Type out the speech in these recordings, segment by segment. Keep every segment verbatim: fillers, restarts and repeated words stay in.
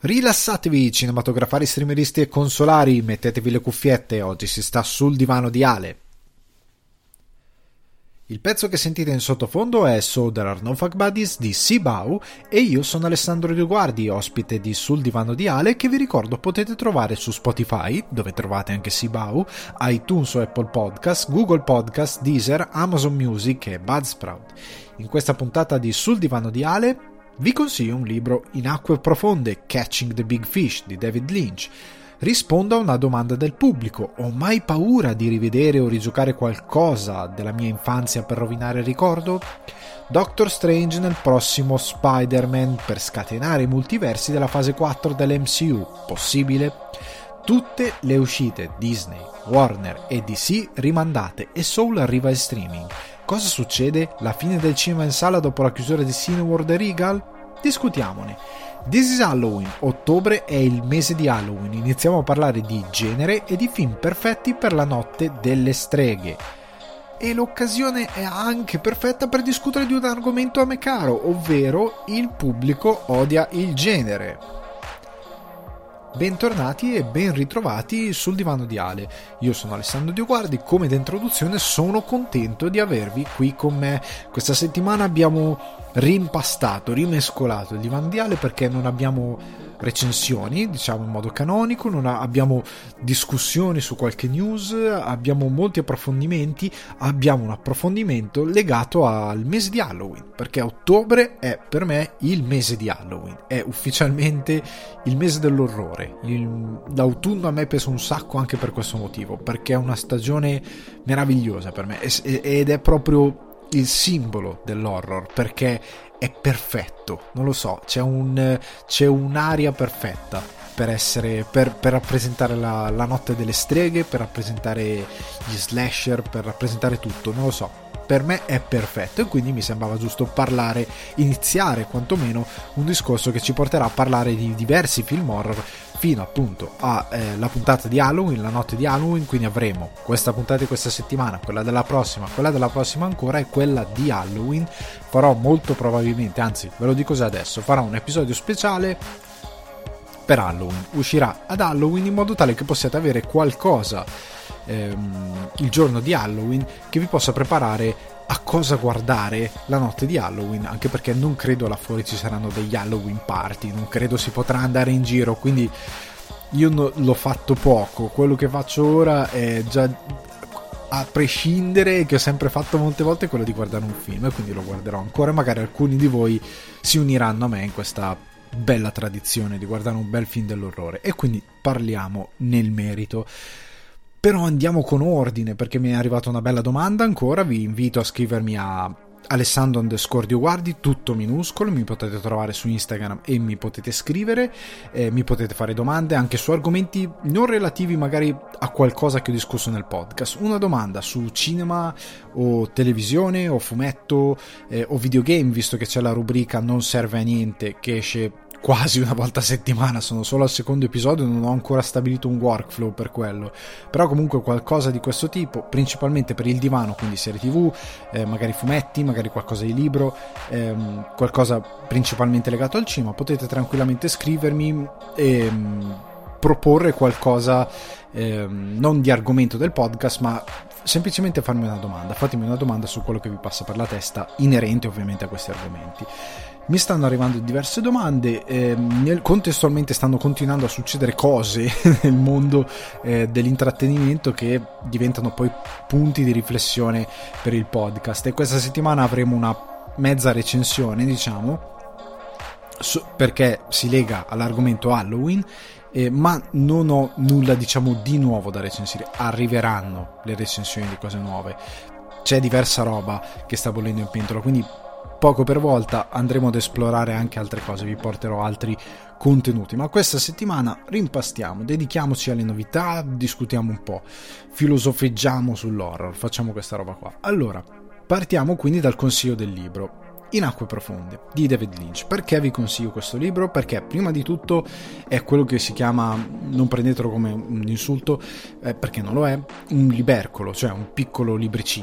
Rilassatevi, cinematografari, streameristi e consolari, mettetevi le cuffiette, oggi si sta sul divano di Ale. Il pezzo che sentite in sottofondo è So There Are No Fuck Buddies di Sibau e io sono Alessandro Dioguardi, ospite di Sul Divano di Ale, che vi ricordo potete trovare su Spotify, dove trovate anche Sibau, iTunes o Apple Podcast, Google Podcast, Deezer, Amazon Music e Buzzsprout. In questa puntata di Sul Divano di Ale vi consiglio un libro In acque profonde, Catching the Big Fish di David Lynch. Rispondo a una domanda del pubblico: ho mai paura di rivedere o rigiocare qualcosa della mia infanzia per rovinare il ricordo? Doctor Strange nel prossimo Spider-Man per scatenare i multiversi della fase quattro dell'M C U, possibile? Tutte le uscite Disney, Warner e D C rimandate e Soul arriva in streaming. Cosa succede? La fine del cinema in sala dopo la chiusura di Cineworld e Regal? Discutiamone. This is Halloween, ottobre è il mese di Halloween, iniziamo a parlare di genere e di film perfetti per la notte delle streghe. E l'occasione è anche perfetta per discutere di un argomento a me caro, ovvero il pubblico odia il genere. Bentornati e ben ritrovati sul divano di Ale. Io sono Alessandro Dioguardi, come da introduzione sono contento di avervi qui con me. Questa settimana abbiamo rimpastato, rimescolato il divano di Ale perché non abbiamo recensioni, diciamo in modo canonico, non abbiamo discussioni su qualche news, abbiamo molti approfondimenti, abbiamo un approfondimento legato al mese di Halloween, perché ottobre è per me il mese di Halloween, è ufficialmente il mese dell'orrore. Il, l'autunno a me pesa un sacco anche per questo motivo, perché è una stagione meravigliosa per me ed è proprio il simbolo dell'horror, perché è perfetto, non lo so, c'è un c'è un'aria perfetta per essere per, per rappresentare la, la notte delle streghe, per rappresentare gli slasher, per rappresentare tutto, non lo so, per me è perfetto e quindi mi sembrava giusto parlare, iniziare quantomeno un discorso che ci porterà a parlare di diversi film horror fino appunto alla eh, puntata di Halloween, la notte di Halloween. Quindi avremo questa puntata di questa settimana, quella della prossima, quella della prossima ancora e quella di Halloween. Farò molto probabilmente, anzi ve lo dico già adesso, farò un episodio speciale per Halloween, uscirà ad Halloween in modo tale che possiate avere qualcosa ehm, il giorno di Halloween che vi possa preparare a cosa guardare la notte di Halloween, anche perché non credo là fuori ci saranno degli Halloween party, non credo si potrà andare in giro, quindi io no, l'ho fatto poco, quello che faccio ora è già a prescindere, che ho sempre fatto molte volte, quello di guardare un film, e quindi lo guarderò ancora, magari alcuni di voi si uniranno a me in questa bella tradizione di guardare un bel film dell'orrore, e quindi parliamo nel merito. Però andiamo con ordine, perché mi è arrivata una bella domanda ancora. Vi invito a scrivermi a Alessandro underscore Dioguardi, tutto minuscolo, mi potete trovare su Instagram e mi potete scrivere, eh, mi potete fare domande anche su argomenti non relativi magari a qualcosa che ho discusso nel podcast. Una domanda su cinema o televisione o fumetto eh, o videogame, visto che c'è la rubrica Non serve a niente che esce quasi una volta a settimana, sono solo al secondo episodio, non ho ancora stabilito un workflow per quello, però comunque qualcosa di questo tipo, principalmente per il divano, quindi serie tv, eh, magari fumetti, magari qualcosa di libro, ehm, qualcosa principalmente legato al cinema. Potete tranquillamente scrivermi e ehm, proporre qualcosa ehm, non di argomento del podcast, ma semplicemente farmi una domanda, fatemi una domanda su quello che vi passa per la testa, inerente ovviamente a questi argomenti. Mi stanno arrivando diverse domande, eh, nel, contestualmente stanno continuando a succedere cose nel mondo eh, dell'intrattenimento che diventano poi punti di riflessione per il podcast, e questa settimana avremo una mezza recensione, diciamo, su, perché si lega all'argomento Halloween, eh, ma non ho nulla, diciamo, di nuovo da recensire. Arriveranno le recensioni di cose nuove, c'è diversa roba che sta bollendo in pentola, quindi poco per volta andremo ad esplorare anche altre cose, vi porterò altri contenuti, ma questa settimana rimpastiamo, dedichiamoci alle novità, discutiamo un po', filosofeggiamo sull'horror, facciamo questa roba qua. Allora, partiamo quindi dal consiglio del libro In acque profonde di David Lynch. Perché vi consiglio questo libro? Perché prima di tutto è quello che si chiama, non prendetelo come un insulto, eh, perché non lo è, un libercolo, cioè un piccolo libricino.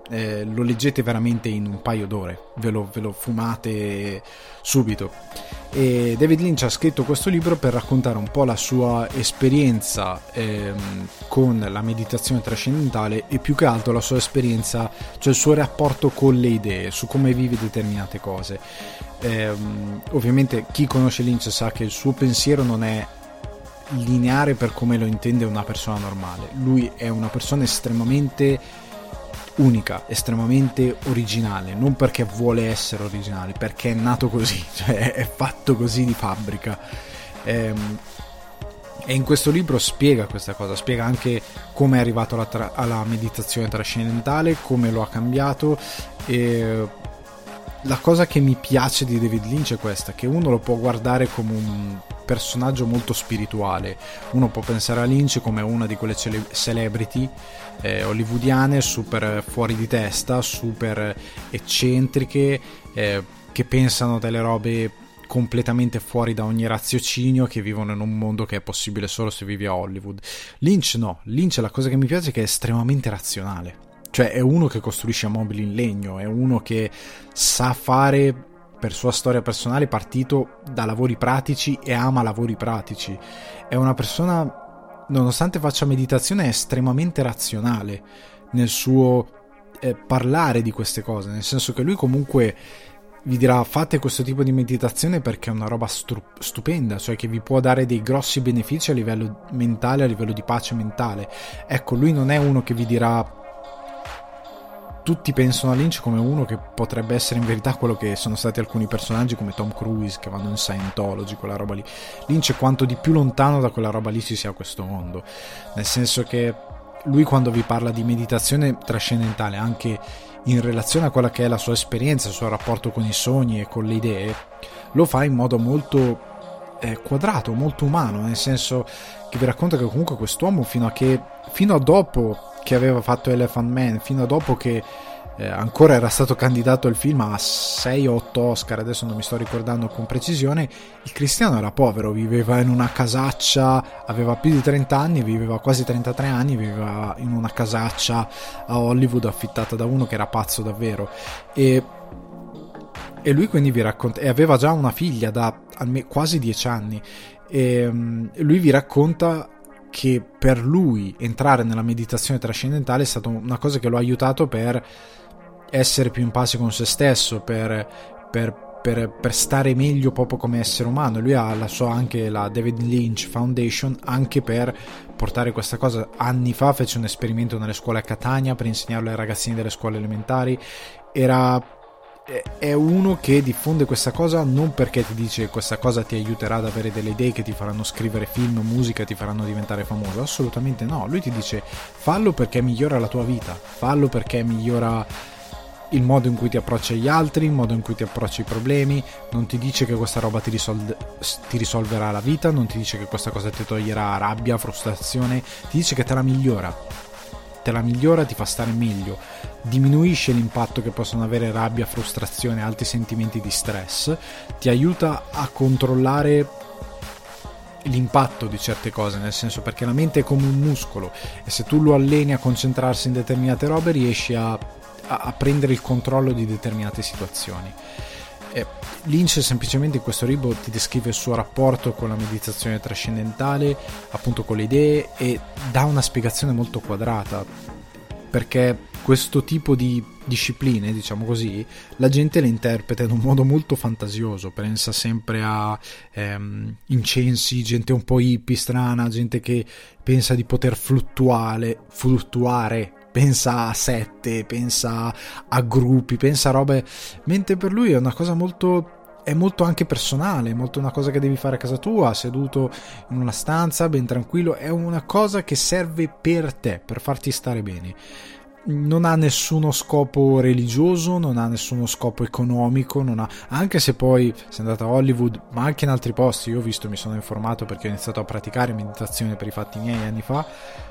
eh, lo leggete veramente in un paio d'ore, ve lo, ve lo fumate subito. E David Lynch ha scritto questo libro per raccontare un po' la sua esperienza ehm, con la meditazione trascendentale, e più che altro la sua esperienza, cioè il suo rapporto con le idee, su come vive determinate cose. Ehm, ovviamente chi conosce Lynch sa che il suo pensiero non è lineare per come lo intende una persona normale. Lui è una persona estremamente unica, estremamente originale, non perché vuole essere originale, perché è nato così, cioè è fatto così di fabbrica. Ehm, e in questo libro spiega questa cosa, spiega anche come è arrivato alla, tra- alla meditazione trascendentale, come lo ha cambiato. E la cosa che mi piace di David Lynch è questa, che uno lo può guardare come un personaggio molto spirituale, uno può pensare a Lynch come una di quelle cele- celebrity eh, hollywoodiane super fuori di testa, super eccentriche, eh, che pensano delle robe completamente fuori da ogni raziocinio, che vivono in un mondo che è possibile solo se vivi a Hollywood. Lynch no, Lynch la cosa che mi piace è che è estremamente razionale, cioè è uno che costruisce mobili in legno, è uno che sa fare, per sua storia personale, partito da lavori pratici e ama lavori pratici. È una persona, nonostante faccia meditazione, è estremamente razionale nel suo eh, parlare di queste cose, nel senso che lui comunque vi dirà fate questo tipo di meditazione perché è una roba stru- stupenda, cioè che vi può dare dei grossi benefici a livello mentale, a livello di pace mentale. Ecco, lui non è uno che vi dirà, tutti pensano a Lynch come uno che potrebbe essere in verità quello che sono stati alcuni personaggi come Tom Cruise che vanno in Scientology, quella roba lì. Lynch è quanto di più lontano da quella roba lì ci sia questo mondo, nel senso che lui, quando vi parla di meditazione trascendentale, anche in relazione a quella che è la sua esperienza, il suo rapporto con i sogni e con le idee, lo fa in modo molto eh, quadrato, molto umano, nel senso che vi racconta che comunque quest'uomo fino a che fino a dopo che aveva fatto Elephant Man, fino a dopo che eh, ancora era stato candidato il film a sei o otto Oscar, adesso non mi sto ricordando con precisione, il cristiano era povero, viveva in una casaccia, aveva più di trenta anni, viveva quasi trentatré anni, viveva in una casaccia a Hollywood affittata da uno che era pazzo davvero, e, e lui quindi vi racconta, e aveva già una figlia da almeno quasi dieci anni, e um, lui vi racconta che per lui entrare nella meditazione trascendentale è stata una cosa che lo ha aiutato per essere più in pace con se stesso, per, per, per, per stare meglio proprio come essere umano. Lui ha la sua, anche la David Lynch Foundation, anche per portare questa cosa. Anni fa fece un esperimento nelle scuole a Catania per insegnarlo ai ragazzini delle scuole elementari. Era è uno che diffonde questa cosa non perché ti dice che questa cosa ti aiuterà ad avere delle idee che ti faranno scrivere film, musica, ti faranno diventare famoso, assolutamente no. Lui ti dice fallo perché migliora la tua vita, fallo perché migliora il modo in cui ti approcci agli altri, il modo in cui ti approcci ai problemi. Non ti dice che questa roba ti, risol- ti risolverà la vita, non ti dice che questa cosa ti toglierà rabbia, frustrazione, ti dice che te la migliora te la migliora, ti fa stare meglio, diminuisce l'impatto che possono avere rabbia, frustrazione, altri sentimenti di stress, ti aiuta a controllare l'impatto di certe cose, nel senso, perché la mente è come un muscolo e se tu lo alleni a concentrarsi in determinate robe riesci a, a, a prendere il controllo di determinate situazioni. E Lynch semplicemente in questo libro ti descrive il suo rapporto con la meditazione trascendentale, appunto con le idee, e dà una spiegazione molto quadrata, perché questo tipo di discipline, diciamo così, la gente le interpreta in un modo molto fantasioso, pensa sempre a ehm, incensi, gente un po' hippie strana, gente che pensa di poter fluttuare, fluttuare pensa a sette, pensa a gruppi, pensa a robe, mentre per lui è una cosa molto, è molto anche personale, è molto una cosa che devi fare a casa tua, seduto in una stanza, ben tranquillo, è una cosa che serve per te, per farti stare bene. Non ha nessuno scopo religioso, non ha nessuno scopo economico, non ha, anche se poi sei andato a Hollywood, ma anche in altri posti, io ho visto, mi sono informato perché ho iniziato a praticare meditazione per i fatti miei anni fa.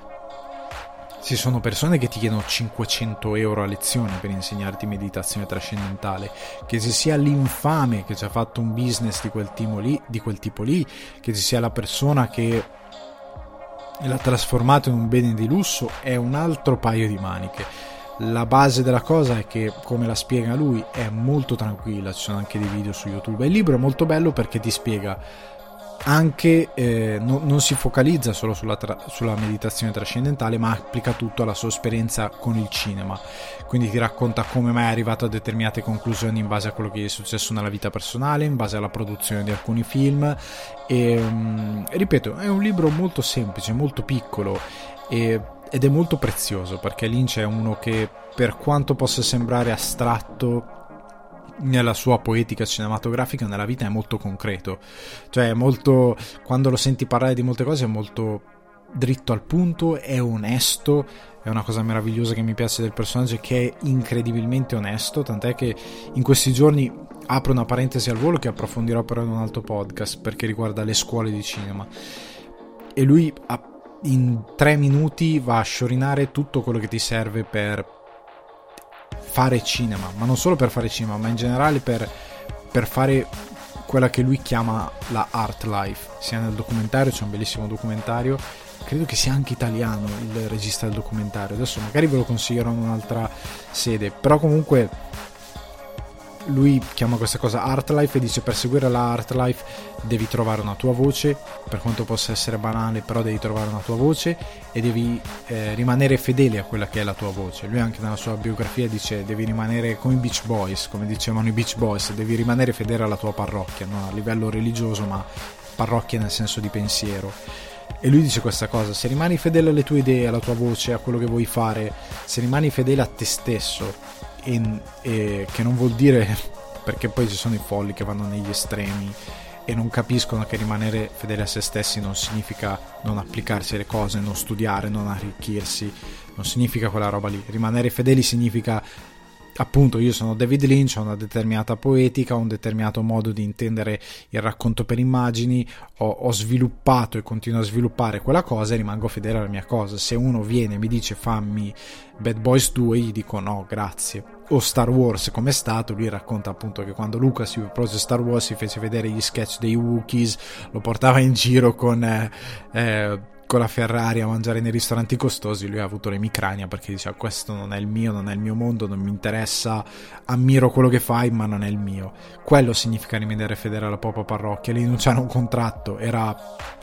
Ci sono persone che ti chiedono cinquecento euro a lezione per insegnarti meditazione trascendentale, che ci sia l'infame che ci ha fatto un business di quel tipo lì, di quel tipo lì, che ci sia la persona che l'ha trasformato in un bene di lusso, è un altro paio di maniche. la base della cosa è che, come la spiega lui, è molto tranquilla, ci sono anche dei video su YouTube. Il libro è molto bello perché ti spiega anche, eh, no, non si focalizza solo sulla, tra- sulla meditazione trascendentale, ma applica tutto alla sua esperienza con il cinema, quindi ti racconta come mai è arrivato a determinate conclusioni in base a quello che gli è successo nella vita personale, in base alla produzione di alcuni film. E um, ripeto, è un libro molto semplice, molto piccolo, e, ed è molto prezioso, perché Lynch è uno che, per quanto possa sembrare astratto nella sua poetica cinematografica, nella vita è molto concreto, cioè è molto, quando lo senti parlare di molte cose è molto dritto al punto, è onesto. È una cosa meravigliosa che mi piace del personaggio, che è incredibilmente onesto, tant'è che in questi giorni, apro una parentesi al volo che approfondirò però in un altro podcast, perché riguarda le scuole di cinema, e lui in tre minuti va a sciorinare tutto quello che ti serve per fare cinema, ma non solo per fare cinema, ma in generale per, per fare quella che lui chiama la art life. Sia nel documentario, c'è un bellissimo documentario, credo che sia anche italiano il regista del documentario, adesso magari ve lo consiglierò in un'altra sede, però comunque lui chiama questa cosa art life e dice: per seguire la art life devi trovare una tua voce, per quanto possa essere banale, però devi trovare una tua voce e devi eh, rimanere fedele a quella che è la tua voce. Lui anche nella sua biografia dice: devi rimanere come i Beach Boys, come dicevano i Beach Boys, devi rimanere fedele alla tua parrocchia, non a livello religioso, ma parrocchia nel senso di pensiero. E lui dice questa cosa: se rimani fedele alle tue idee, alla tua voce, a quello che vuoi fare, se rimani fedele a te stesso, e, e che non vuol dire, perché poi ci sono i folli che vanno negli estremi e non capiscono che rimanere fedeli a se stessi non significa non applicarsi alle cose, non studiare, non arricchirsi, non significa quella roba lì. Rimanere fedeli significa, appunto, io sono David Lynch, ho una determinata poetica, ho un determinato modo di intendere il racconto per immagini, ho, ho sviluppato e continuo a sviluppare quella cosa e rimango fedele alla mia cosa. Se uno viene e mi dice fammi Bad Boys due, gli dico no, grazie. O Star Wars, come è stato, lui racconta appunto che quando Lucas si prose Star Wars si fece vedere gli sketch dei Wookiees, lo portava in giro con eh, eh, con la Ferrari a mangiare nei ristoranti costosi. Lui ha avuto l'emicrania perché diceva: questo non è il mio, non è il mio mondo, non mi interessa, ammiro quello che fai ma non è il mio. Quello significa rimanere fedele alla propria parrocchia. Rinunciare a un contratto era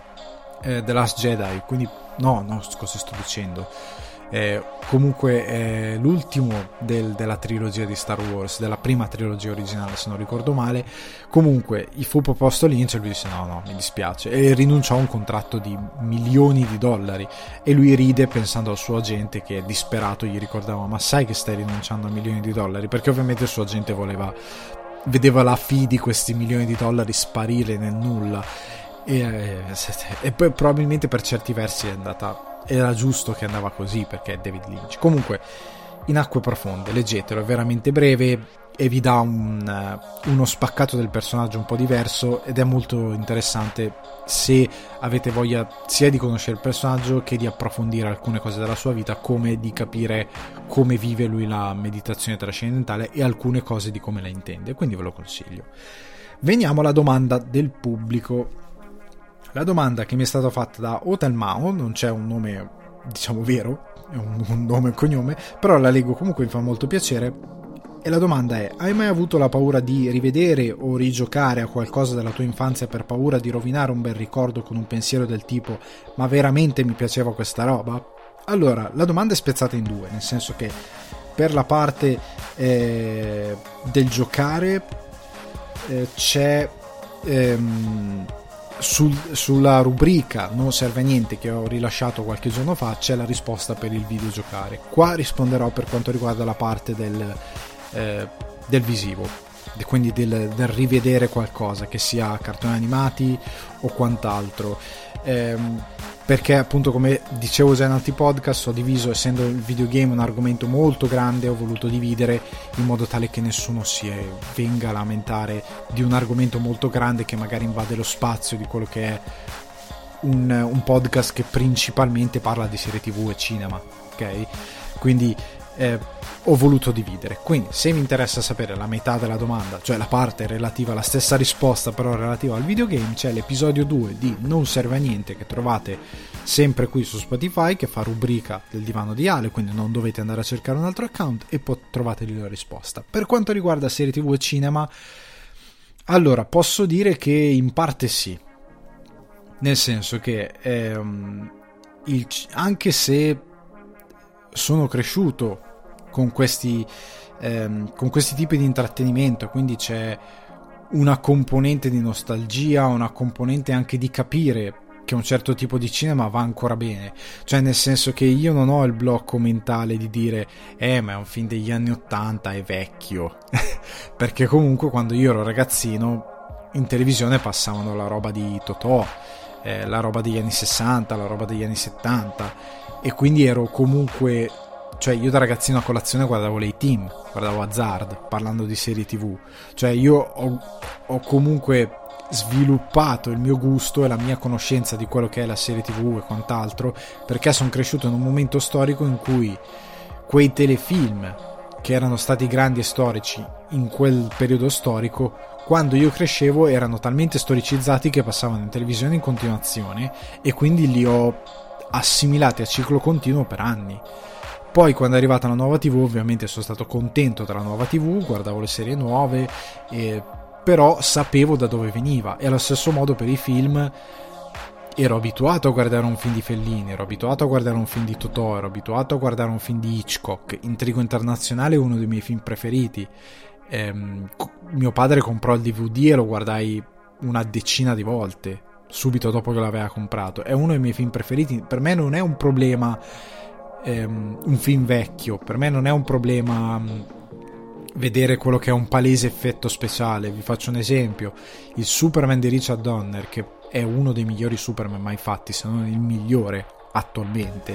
eh, The Last Jedi, quindi no, no, cosa sto dicendo? Eh, comunque è l'ultimo del, della trilogia di Star Wars, della prima trilogia originale se non ricordo male. Comunque gli fu proposto Lynch e lui disse no no mi dispiace, e rinunciò a un contratto di milioni di dollari, e lui ride pensando al suo agente che disperato gli ricordava: ma sai che stai rinunciando a milioni di dollari? Perché ovviamente il suo agente voleva, vedeva la fee di questi milioni di dollari sparire nel nulla, e, e poi probabilmente per certi versi è andata, era giusto che andava così perché è David Lynch. Comunque In acque profonde, leggetelo, è veramente breve e vi dà un, uno spaccato del personaggio un po' diverso, ed è molto interessante se avete voglia sia di conoscere il personaggio che di approfondire alcune cose della sua vita, come di capire come vive lui la meditazione trascendentale e alcune cose di come la intende, quindi ve lo consiglio. Veniamo alla domanda del pubblico. La domanda che mi è stata fatta da Hotel Mao, non c'è un nome diciamo vero, è un, un nome e cognome, però la leggo comunque, mi fa molto piacere. E la domanda è: hai mai avuto la paura di rivedere o rigiocare a qualcosa della tua infanzia per paura di rovinare un bel ricordo con un pensiero del tipo ma veramente mi piaceva questa roba? Allora, la domanda è spezzata in due, nel senso che per la parte eh, del giocare eh, c'è ehm, sul, sulla rubrica non serve a niente che ho rilasciato qualche giorno fa, c'è la risposta per il videogiocare. Qua risponderò per quanto riguarda la parte del Eh, del visivo, quindi del, del rivedere qualcosa, che sia cartoni animati o quant'altro, eh, perché appunto, come dicevo già in altri podcast, ho diviso, essendo il videogame un argomento molto grande, ho voluto dividere in modo tale che nessuno si venga a lamentare di un argomento molto grande che magari invade lo spazio di quello che è un, un podcast che principalmente parla di serie tv e cinema, ok? Quindi Eh, ho voluto dividere. Quindi se vi interessa sapere la metà della domanda, cioè la parte relativa alla stessa risposta però relativa al videogame, c'è l'episodio due di Non serve a niente che trovate sempre qui su Spotify, che fa rubrica del divano di Ale, quindi non dovete andare a cercare un altro account e poi trovate lì la risposta. Per quanto riguarda serie tv e cinema, allora posso dire che in parte sì, nel senso che ehm, il, anche se sono cresciuto con questi ehm, con questi tipi di intrattenimento, quindi c'è una componente di nostalgia, una componente anche di capire che un certo tipo di cinema va ancora bene, cioè nel senso che io non ho il blocco mentale di dire eh ma è un film degli anni ottanta, è vecchio perché comunque quando io ero ragazzino in televisione passavano la roba di Totò, eh, la roba degli anni sessanta, la roba degli anni settanta, e quindi ero comunque, cioè io da ragazzino a colazione guardavo l'A-Team, guardavo Hazard, parlando di serie tv, cioè io ho, ho comunque sviluppato il mio gusto e la mia conoscenza di quello che è la serie tv e quant'altro, perché sono cresciuto in un momento storico in cui quei telefilm che erano stati grandi e storici in quel periodo storico, quando io crescevo erano talmente storicizzati che passavano in televisione in continuazione, e quindi li ho assimilati a ciclo continuo per anni. Poi quando è arrivata la nuova tv ovviamente sono stato contento della nuova tv, guardavo le serie nuove, e però sapevo da dove veniva, e allo stesso modo per i film ero abituato a guardare un film di Fellini, ero abituato a guardare un film di Totò, ero abituato a guardare un film di Hitchcock. Intrigo internazionale è uno dei miei film preferiti, ehm, mio padre comprò il D V D e lo guardai una decina di volte subito dopo che l'aveva comprato, è uno dei miei film preferiti. Per me non è un problema ehm, un film vecchio, per me non è un problema mh, vedere quello che è un palese effetto speciale. Vi faccio un esempio: il Superman di Richard Donner, che è uno dei migliori Superman mai fatti, se non il migliore attualmente.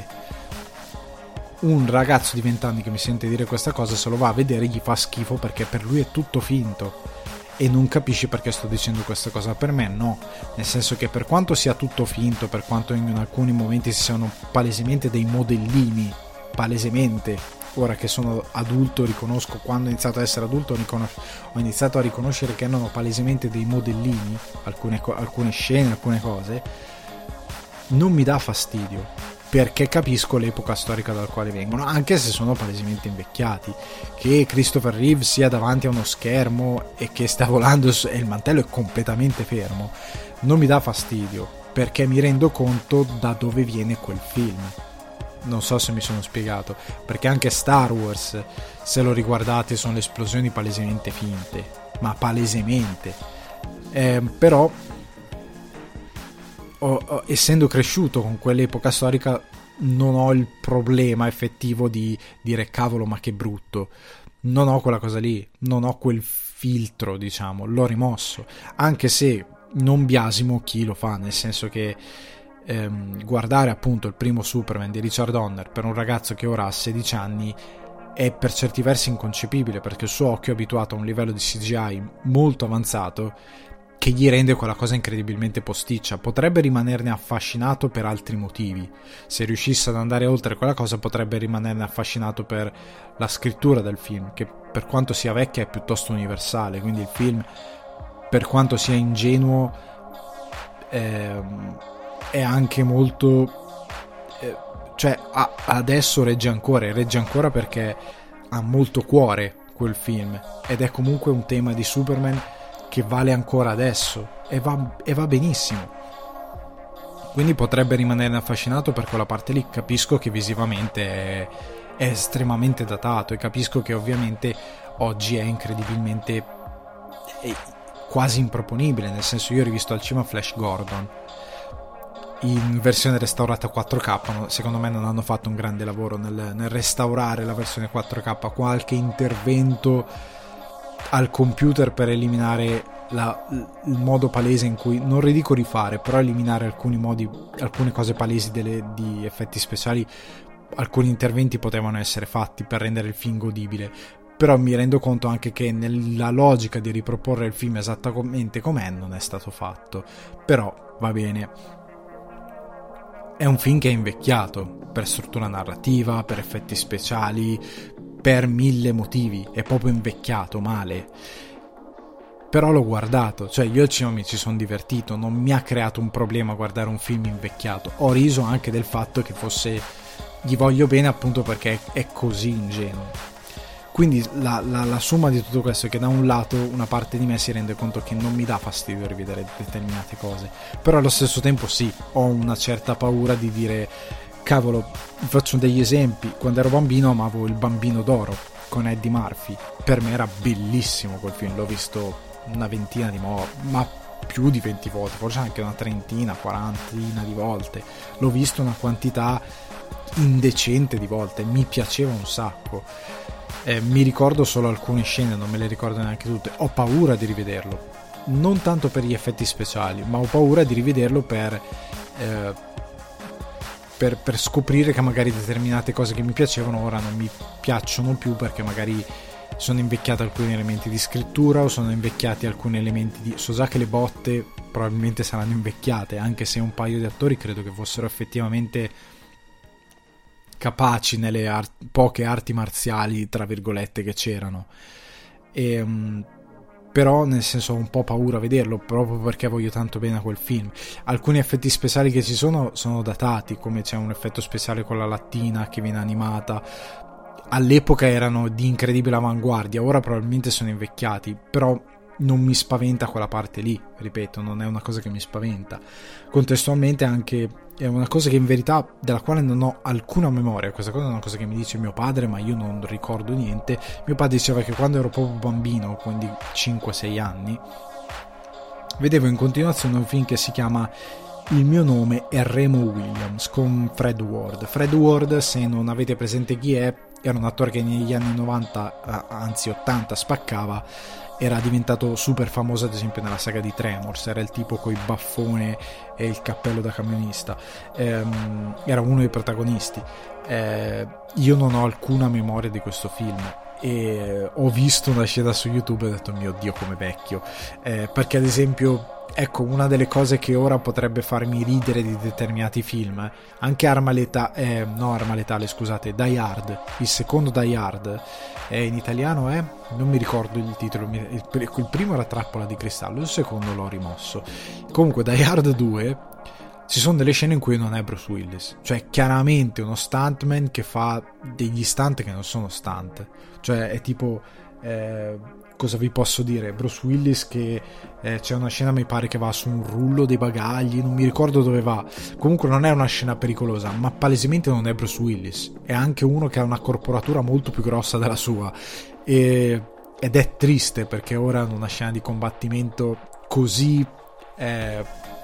Un ragazzo di venti anni che mi sente dire questa cosa, se lo va a vedere gli fa schifo, perché per lui è tutto finto, e non capisci perché sto dicendo questa cosa. Per me no, nel senso che per quanto sia tutto finto, per quanto in alcuni momenti si siano palesemente dei modellini, palesemente, ora che sono adulto riconosco, quando ho iniziato ad essere adulto riconos- ho iniziato a riconoscere che erano palesemente dei modellini alcune, co- alcune scene, alcune cose, non mi dà fastidio, perché capisco l'epoca storica dal quale vengono, anche se sono palesemente invecchiati. Che Christopher Reeve sia davanti a uno schermo e che sta volando e il mantello è completamente fermo non mi dà fastidio, perché mi rendo conto da dove viene quel film. Non so se mi sono spiegato, perché anche Star Wars, se lo riguardate, sono le esplosioni palesemente finte, ma palesemente. Eh, però ho, ho, essendo cresciuto con quell'epoca storica, non ho il problema effettivo di dire cavolo ma che brutto, non ho quella cosa lì, non ho quel filtro, diciamo, l'ho rimosso, anche se non biasimo chi lo fa, nel senso che ehm, guardare appunto il primo Superman di Richard Donner per un ragazzo che ora ha sedici anni è per certi versi inconcepibile, perché il suo occhio è abituato a un livello di C G I molto avanzato che gli rende quella cosa incredibilmente posticcia. Potrebbe rimanerne affascinato per altri motivi, se riuscisse ad andare oltre quella cosa potrebbe rimanerne affascinato per la scrittura del film, che per quanto sia vecchia è piuttosto universale, quindi il film, per quanto sia ingenuo, ehm, è anche molto eh, cioè a, adesso regge ancora e regge ancora perché ha molto cuore quel film, ed è comunque un tema di Superman che vale ancora adesso e va, e va benissimo, quindi potrebbe rimanere affascinato per quella parte lì. Capisco che visivamente è, è estremamente datato, e capisco che ovviamente oggi è incredibilmente è quasi improponibile, nel senso, io ho rivisto al cinema Flash Gordon in versione restaurata quattro K, secondo me non hanno fatto un grande lavoro nel, nel restaurare la versione quattro K, qualche intervento al computer per eliminare la, il modo palese in cui, non ridico rifare, però eliminare alcuni modi, alcune cose palesi delle, di effetti speciali. Alcuni interventi potevano essere fatti per rendere il film godibile, però mi rendo conto anche che nella logica di riproporre il film esattamente com'è non è stato fatto, però va bene. È un film che è invecchiato per struttura narrativa, per effetti speciali, per mille motivi, è proprio invecchiato male. però l'ho guardato, cioè io al cinema mi ci sono divertito, non mi ha creato un problema guardare un film invecchiato, ho riso anche del fatto che fosse, gli voglio bene appunto perché è così ingenuo. Quindi la, la, la somma di tutto questo è che da un lato una parte di me si rende conto che non mi dà fastidio rivedere determinate cose, però allo stesso tempo sì, ho una certa paura di dire cavolo, faccio degli esempi, quando ero bambino amavo Il Bambino d'Oro con Eddie Murphy, per me era bellissimo quel film, l'ho visto una ventina di volte, ma più di venti volte, forse anche una trentina, quarantina di volte, l'ho visto una quantità indecente di volte, mi piaceva un sacco, eh, mi ricordo solo alcune scene, non me le ricordo neanche tutte, ho paura di rivederlo, non tanto per gli effetti speciali, ma ho paura di rivederlo per eh, Per, per scoprire che magari determinate cose che mi piacevano ora non mi piacciono più perché magari sono invecchiati alcuni elementi di scrittura o sono invecchiati alcuni elementi di... so già che le botte probabilmente saranno invecchiate, anche se un paio di attori credo che fossero effettivamente capaci nelle art... poche arti marziali tra virgolette che c'erano, e um, però nel senso ho un po' paura a vederlo proprio perché voglio tanto bene a quel film. Alcuni effetti speciali che ci sono sono datati, come c'è un effetto speciale con la lattina che viene animata, all'epoca erano di incredibile avanguardia, ora probabilmente sono invecchiati, però non mi spaventa quella parte lì, ripeto, non è una cosa che mi spaventa. Contestualmente anche è una cosa che in verità della quale non ho alcuna memoria, questa cosa è una cosa che mi dice mio padre ma io non ricordo niente. Mio padre diceva che quando ero proprio bambino, quindi cinque sei anni, vedevo in continuazione un film che si chiama Il mio nome è Remo Williams con Fred Ward. Fred Ward, se non avete presente chi è, era un attore che negli anni novanta, anzi ottanta, spaccava, era diventato super famoso ad esempio nella saga di Tremors, era il tipo coi baffone e il cappello da camionista, ehm, era uno dei protagonisti. Eh, io non ho alcuna memoria di questo film e ho visto una scena su YouTube e ho detto mio Dio come vecchio, eh, perché ad esempio ecco una delle cose che ora potrebbe farmi ridere di determinati film, anche Arma Letale, eh, no Arma Letale scusate, Die Hard, il secondo Die Hard, eh, in italiano è, non mi ricordo il titolo, il, il primo era Trappola di cristallo, il secondo l'ho rimosso, comunque Die Hard due ci sono delle scene in cui non è Bruce Willis, cioè chiaramente uno stuntman che fa degli stunt che non sono stunt, cioè è tipo eh, cosa vi posso dire, Bruce Willis che eh, c'è una scena mi pare che va su un rullo dei bagagli, non mi ricordo dove va, comunque non è una scena pericolosa, ma palesemente non è Bruce Willis, è anche uno che ha una corporatura molto più grossa della sua, e, ed è triste perché ora in una scena di combattimento così eh,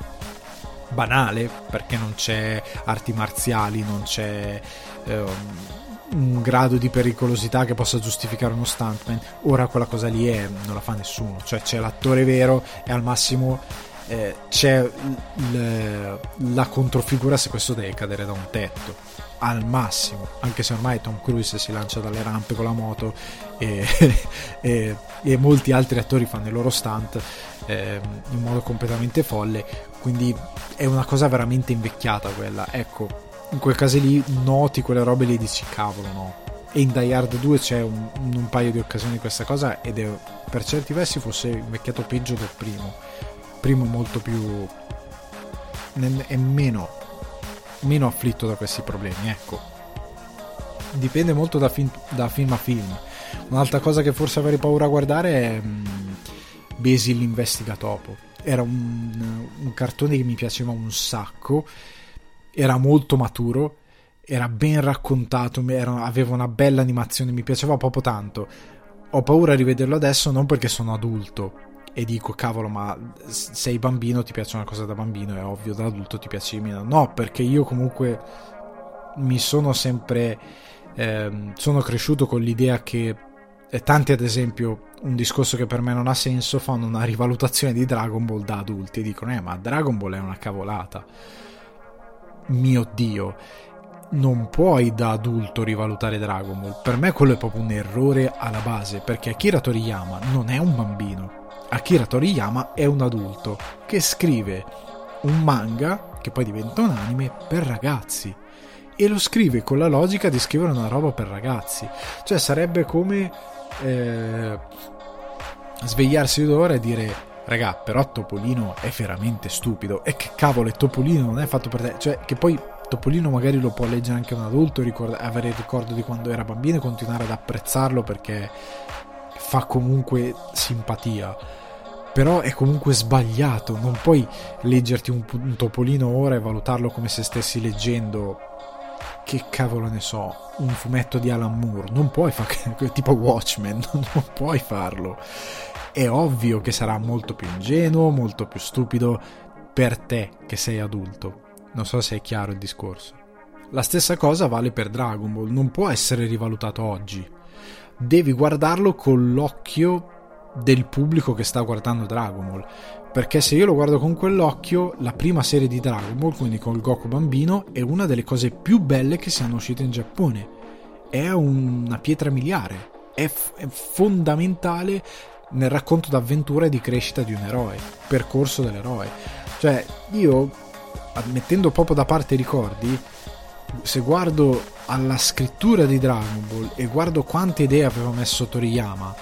banale, perché non c'è arti marziali, non c'è eh, un grado di pericolosità che possa giustificare uno stuntman, ora quella cosa lì è, non la fa nessuno, cioè c'è l'attore vero e al massimo eh, c'è l, la controfigura se questo deve cadere da un tetto, al massimo, anche se ormai Tom Cruise si lancia dalle rampe con la moto e, e, e molti altri attori fanno i loro stunt eh, in modo completamente folle, quindi è una cosa veramente invecchiata quella, ecco. In quel caso lì noti quelle robe lì e dici cavolo no, e in Die Hard due c'è un, un paio di occasioni di questa cosa ed è per certi versi forse invecchiato peggio del primo. Primo molto più è meno meno afflitto da questi problemi, ecco, dipende molto da film, da film a film. Un'altra cosa che forse avrei paura a guardare è um, Basil investiga Topo, era un, un cartone che mi piaceva un sacco, era molto maturo, era ben raccontato, era, aveva una bella animazione, mi piaceva proprio tanto. Ho paura di rivederlo adesso non perché sono adulto e dico cavolo ma sei bambino ti piace una cosa da bambino, è ovvio da adulto ti piace meno, no, perché io comunque mi sono sempre eh, sono cresciuto con l'idea che eh, tanti ad esempio, un discorso che per me non ha senso, fanno una rivalutazione di Dragon Ball da adulti e dicono eh ma Dragon Ball è una cavolata. Mio Dio, non puoi da adulto rivalutare Dragon Ball, per me quello è proprio un errore alla base, perché Akira Toriyama non è un bambino, Akira Toriyama è un adulto che scrive un manga che poi diventa un anime per ragazzi e lo scrive con la logica di scrivere una roba per ragazzi, cioè sarebbe come eh, svegliarsi d'ora e dire: raga, però Topolino è veramente stupido, e che cavolo, è Topolino, non è fatto per te. Cioè, che poi Topolino magari lo può leggere anche un adulto, ricorda, avere il ricordo di quando era bambino e continuare ad apprezzarlo perché fa comunque simpatia, però è comunque sbagliato. Non puoi leggerti un, un Topolino ora e valutarlo come se stessi leggendo, che cavolo ne so, un fumetto di Alan Moore. Non puoi fare tipo Watchmen, non puoi farlo. È ovvio che sarà molto più ingenuo, molto più stupido per te che sei adulto. Non so se è chiaro il discorso. La stessa cosa vale per Dragon Ball, non può essere rivalutato oggi. Devi guardarlo con l'occhio del pubblico che sta guardando Dragon Ball, perché se io lo guardo con quell'occhio, la prima serie di Dragon Ball, quindi con il Goku bambino, è una delle cose più belle che siano uscite in Giappone. È una pietra miliare, è, f- è fondamentale nel racconto d'avventura e di crescita di un eroe, percorso dell'eroe. Cioè, io, mettendo proprio da parte i ricordi, se guardo alla scrittura di Dragon Ball e guardo quante idee aveva messo Toriyama,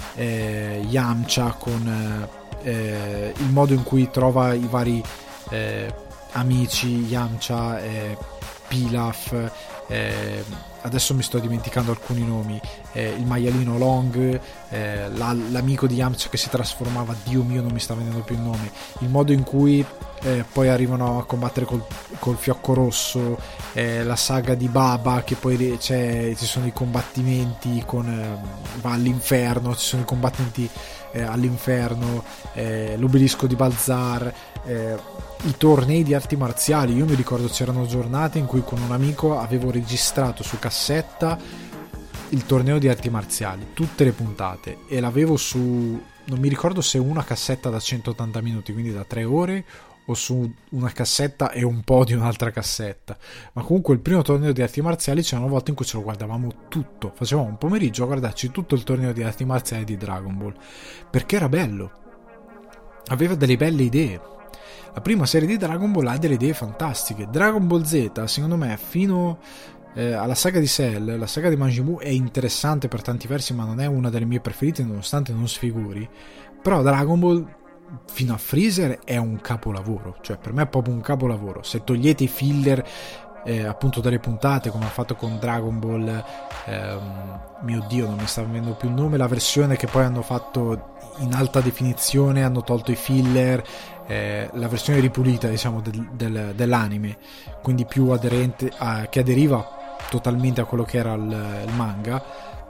eh, Yamcha con eh, il modo in cui trova i vari eh, amici, Yamcha, eh, Pilaf, eh, adesso mi sto dimenticando alcuni nomi, eh, il maialino Long, eh, la, l'amico di Yamcha che si trasformava, Dio mio non mi sta venendo più il nome, il modo in cui eh, poi arrivano a combattere col, col fiocco rosso, eh, la saga di Baba che poi c'è, ci sono i combattimenti con eh, va all'inferno, ci sono i combattenti eh, all'inferno, eh, l'obelisco di Balzar, eh, i tornei di arti marziali. Io mi ricordo c'erano giornate in cui con un amico avevo registrato su cassetta il torneo di arti marziali, tutte le puntate, e l'avevo su, non mi ricordo se una cassetta da centottanta minuti, quindi da tre ore, o su una cassetta e un po' di un'altra cassetta, ma comunque il primo torneo di arti marziali c'erano volte in cui ce lo guardavamo tutto, facevamo un pomeriggio a guardarci tutto il torneo di arti marziali di Dragon Ball, perché era bello, aveva delle belle idee. La prima serie di Dragon Ball ha delle idee fantastiche. Dragon Ball Z, secondo me, fino eh, alla saga di Cell, la saga di Majin Buu è interessante per tanti versi, ma non è una delle mie preferite, nonostante non sfiguri. Però Dragon Ball fino a Freezer è un capolavoro, cioè per me è proprio un capolavoro. Se togliete i filler eh, appunto dalle puntate, come ha fatto con Dragon Ball, ehm, mio Dio non mi sta venendo più il nome, la versione che poi hanno fatto in alta definizione, hanno tolto i filler, eh, la versione ripulita, diciamo, del, del, dell'anime, quindi più aderente a, che aderiva totalmente a quello che era il, il manga.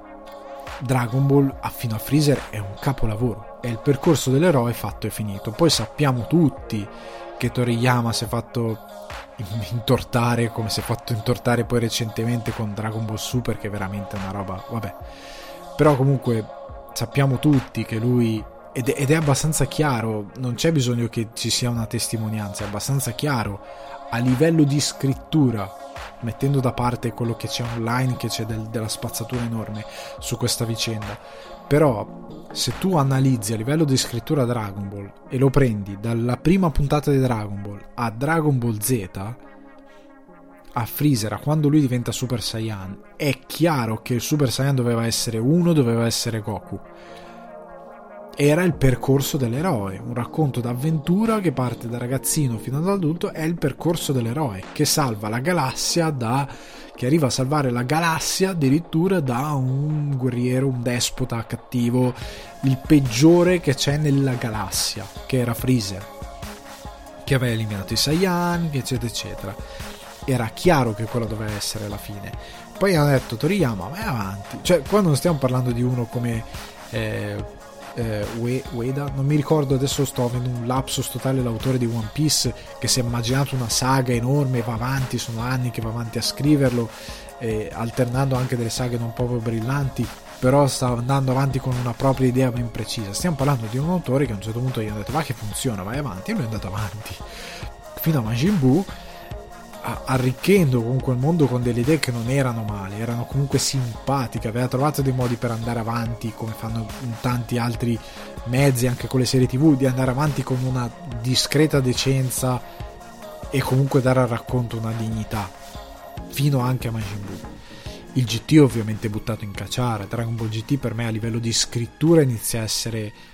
Dragon Ball a, fino a Freezer è un capolavoro, è il percorso dell'eroe fatto e finito. Poi sappiamo tutti che Toriyama si è fatto intortare come si è fatto intortare poi recentemente con Dragon Ball Super, che è veramente una roba, vabbè, però comunque sappiamo tutti che lui, ed è, ed è abbastanza chiaro, non c'è bisogno che ci sia una testimonianza, è abbastanza chiaro a livello di scrittura, mettendo da parte quello che c'è online, che c'è del, della spazzatura enorme su questa vicenda. Però se tu analizzi a livello di scrittura Dragon Ball e lo prendi dalla prima puntata di Dragon Ball a Dragon Ball Z, a Freezer, a quando lui diventa Super Saiyan, è chiaro che il Super Saiyan doveva essere uno, doveva essere Goku. Era il percorso dell'eroe, un racconto d'avventura che parte da ragazzino fino ad adulto, è il percorso dell'eroe che salva la galassia da, che arriva a salvare la galassia addirittura da un guerriero, un despota cattivo, il peggiore che c'è nella galassia, che era Freezer, che aveva eliminato i Saiyan, eccetera eccetera. Era chiaro che quello doveva essere la fine. Poi hanno detto Toriyama, vai avanti, cioè qua non stiamo parlando di uno come eh, Eh, Ueda, non mi ricordo adesso, sto avendo un lapsus totale, l'autore di One Piece, che si è immaginato una saga enorme, va avanti, sono anni che va avanti a scriverlo, eh, alternando anche delle saghe non proprio brillanti, però sta andando avanti con una propria idea ben precisa. Stiamo parlando di un autore che a un certo punto gli hanno detto va che funziona, vai avanti, e lui è andato avanti fino a Majin Buu, arricchendo comunque il mondo con delle idee che non erano male, erano comunque simpatiche, aveva trovato dei modi per andare avanti, come fanno in tanti altri mezzi, anche con le serie tv, di andare avanti con una discreta decenza e comunque dare al racconto una dignità, fino anche a Majin Buu. Il G T ovviamente buttato in cacciara. Dragon Ball G T per me a livello di scrittura inizia a essere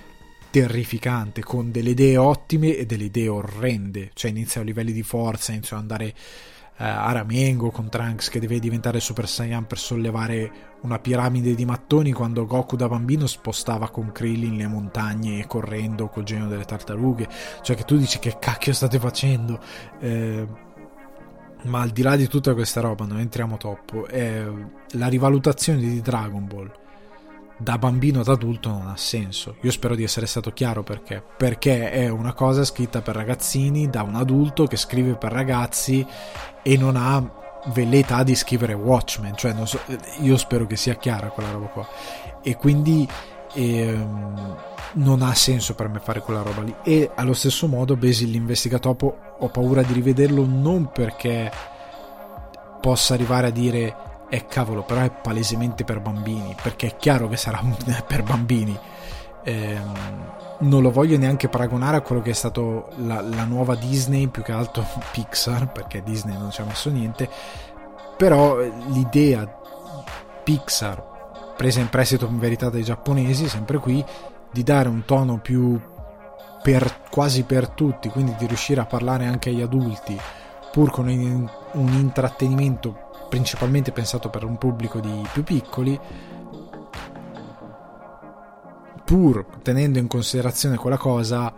terrificante, con delle idee ottime e delle idee orrende. Cioè inizia a livelli di forza, inizia ad andare uh, a ramengo con Trunks che deve diventare Super Saiyan per sollevare una piramide di mattoni, quando Goku da bambino spostava con Krillin le montagne correndo col genio delle tartarughe. Cioè che tu dici, che cacchio state facendo? Eh, ma al di là di tutta questa roba, non entriamo troppo, eh, la rivalutazione di Dragon Ball da bambino ad adulto non ha senso. Io spero di essere stato chiaro, perché perché è una cosa scritta per ragazzini da un adulto che scrive per ragazzi e non ha velleità di scrivere Watchmen. Cioè non so, io spero che sia chiara quella roba qua, e quindi ehm, non ha senso per me fare quella roba lì. E allo stesso modo Basil l'investigatore ho paura di rivederlo, non perché possa arrivare a dire eh cavolo, però è palesemente per bambini, perché è chiaro che sarà per bambini. Ehm, non lo voglio neanche paragonare a quello che è stato la, la nuova Disney, più che altro Pixar, perché Disney non ci ha messo niente. Però l'idea Pixar, presa in prestito in verità dai giapponesi, sempre qui, di dare un tono più per, quasi per tutti, quindi di riuscire a parlare anche agli adulti, pur con un, un intrattenimento principalmente pensato per un pubblico di più piccoli, pur tenendo in considerazione quella cosa.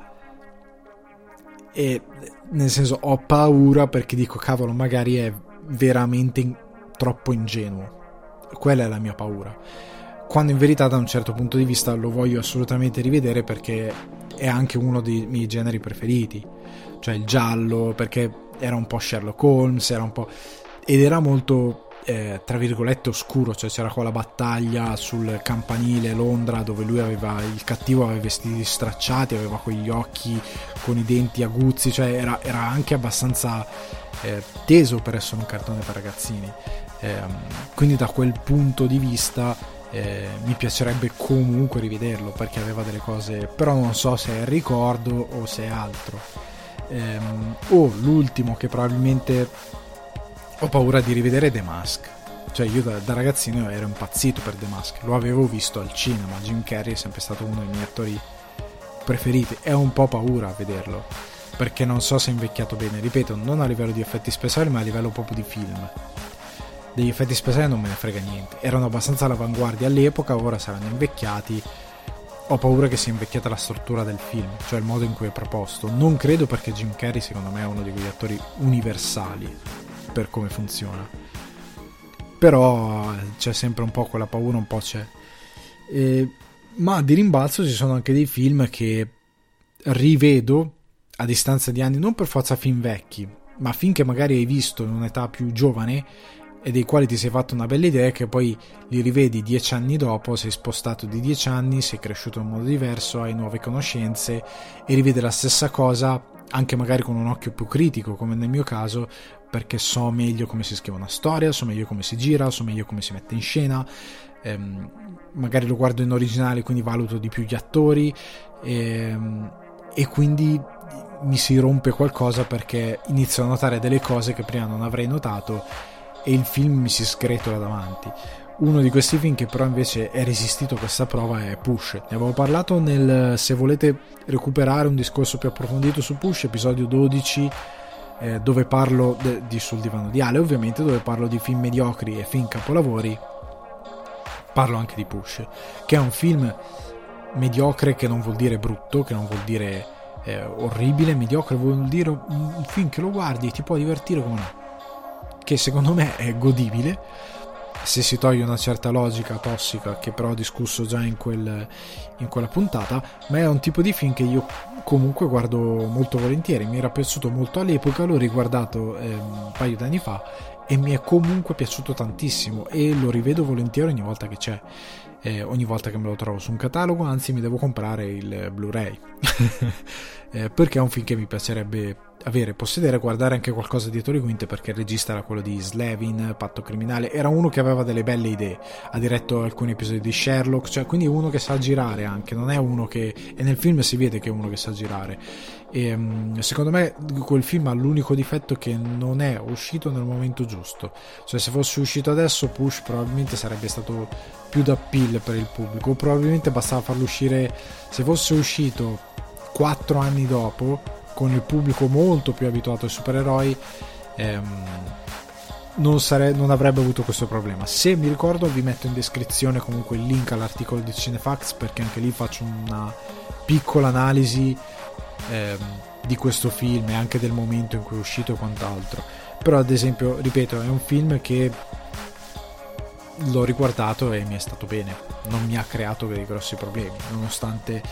E nel senso, ho paura, perché dico cavolo, magari è veramente in, troppo ingenuo. Quella è la mia paura, quando in verità da un certo punto di vista lo voglio assolutamente rivedere, perché è anche uno dei miei generi preferiti, cioè il giallo, perché era un po' Sherlock Holmes, era un po', ed era molto eh, tra virgolette oscuro. Cioè c'era quella battaglia sul campanile Londra, dove lui aveva, il cattivo aveva i vestiti stracciati, aveva quegli occhi con i denti aguzzi, cioè era, era anche abbastanza eh, teso per essere un cartone per ragazzini. Eh, quindi da quel punto di vista eh, mi piacerebbe comunque rivederlo, perché aveva delle cose, però non so se è il ricordo o se è altro. Eh, o l'ultimo che probabilmente ho paura di rivedere, The Mask. Cioè io da, da ragazzino ero impazzito per The Mask, lo avevo visto al cinema, Jim Carrey è sempre stato uno dei miei attori preferiti, e ho un po' paura a vederlo, perché non so se è invecchiato bene, ripeto, non a livello di effetti speciali, ma a livello proprio di film. Degli effetti speciali non me ne frega niente, erano abbastanza all'avanguardia all'epoca, ora saranno invecchiati. Ho paura che sia invecchiata la struttura del film, cioè il modo in cui è proposto. Non credo, perché Jim Carrey secondo me è uno di quegli attori universali per come funziona, però c'è sempre un po' quella paura, un po' c'è. E, ma di rimbalzo ci sono anche dei film che rivedo a distanza di anni, non per forza film vecchi, ma film che magari hai visto in un'età più giovane e dei quali ti sei fatto una bella idea, che poi li rivedi dieci anni dopo, sei spostato di dieci anni, sei cresciuto in un modo diverso, hai nuove conoscenze e rivedi la stessa cosa anche magari con un occhio più critico, come nel mio caso, perché so meglio come si scrive una storia, so meglio come si gira, so meglio come si mette in scena, ehm, magari lo guardo in originale, quindi valuto di più gli attori, ehm, e quindi mi si rompe qualcosa, perché inizio a notare delle cose che prima non avrei notato e il film mi si sgretola davanti. Uno di questi film che però invece è resistito a questa prova è Push. Ne avevo parlato nel, se volete recuperare un discorso più approfondito su Push, episodio dodici, eh, dove parlo de, di Sul divano di Ale, ovviamente, dove parlo di film mediocri e film capolavori. Parlo anche di Push, che è un film mediocre, che non vuol dire brutto, che non vuol dire eh, orribile. Mediocre vuol dire un film che lo guardi e ti può divertire come no, che secondo me è godibile se si toglie una certa logica tossica, che però ho discusso già in, quel, in quella puntata. Ma è un tipo di film che io comunque guardo molto volentieri, mi era piaciuto molto all'epoca, l'ho riguardato eh, un paio d'anni fa e mi è comunque piaciuto tantissimo, e lo rivedo volentieri ogni volta che c'è, eh, ogni volta che me lo trovo su un catalogo, anzi mi devo comprare il Blu-ray eh, perché è un film che mi piacerebbe avere, possedere, guardare anche qualcosa dietro le quinte, perché il regista era quello di Slevin, Patto Criminale, era uno che aveva delle belle idee, ha diretto alcuni episodi di Sherlock, cioè quindi uno che sa girare anche, non è uno che, e nel film si vede che è uno che sa girare. E secondo me quel film ha l'unico difetto che non è uscito nel momento giusto, cioè se fosse uscito adesso Push probabilmente sarebbe stato più d'appeal per il pubblico, probabilmente bastava farlo uscire, se fosse uscito quattro anni dopo con il pubblico molto più abituato ai supereroi, ehm, non, sare- non avrebbe avuto questo problema. Se mi ricordo vi metto in descrizione comunque il link all'articolo di Cinefax, perché anche lì faccio una piccola analisi ehm, di questo film e anche del momento in cui è uscito e quant'altro. Però ad esempio, ripeto, è un film che l'ho riguardato e mi è stato bene, non mi ha creato dei grossi problemi, nonostante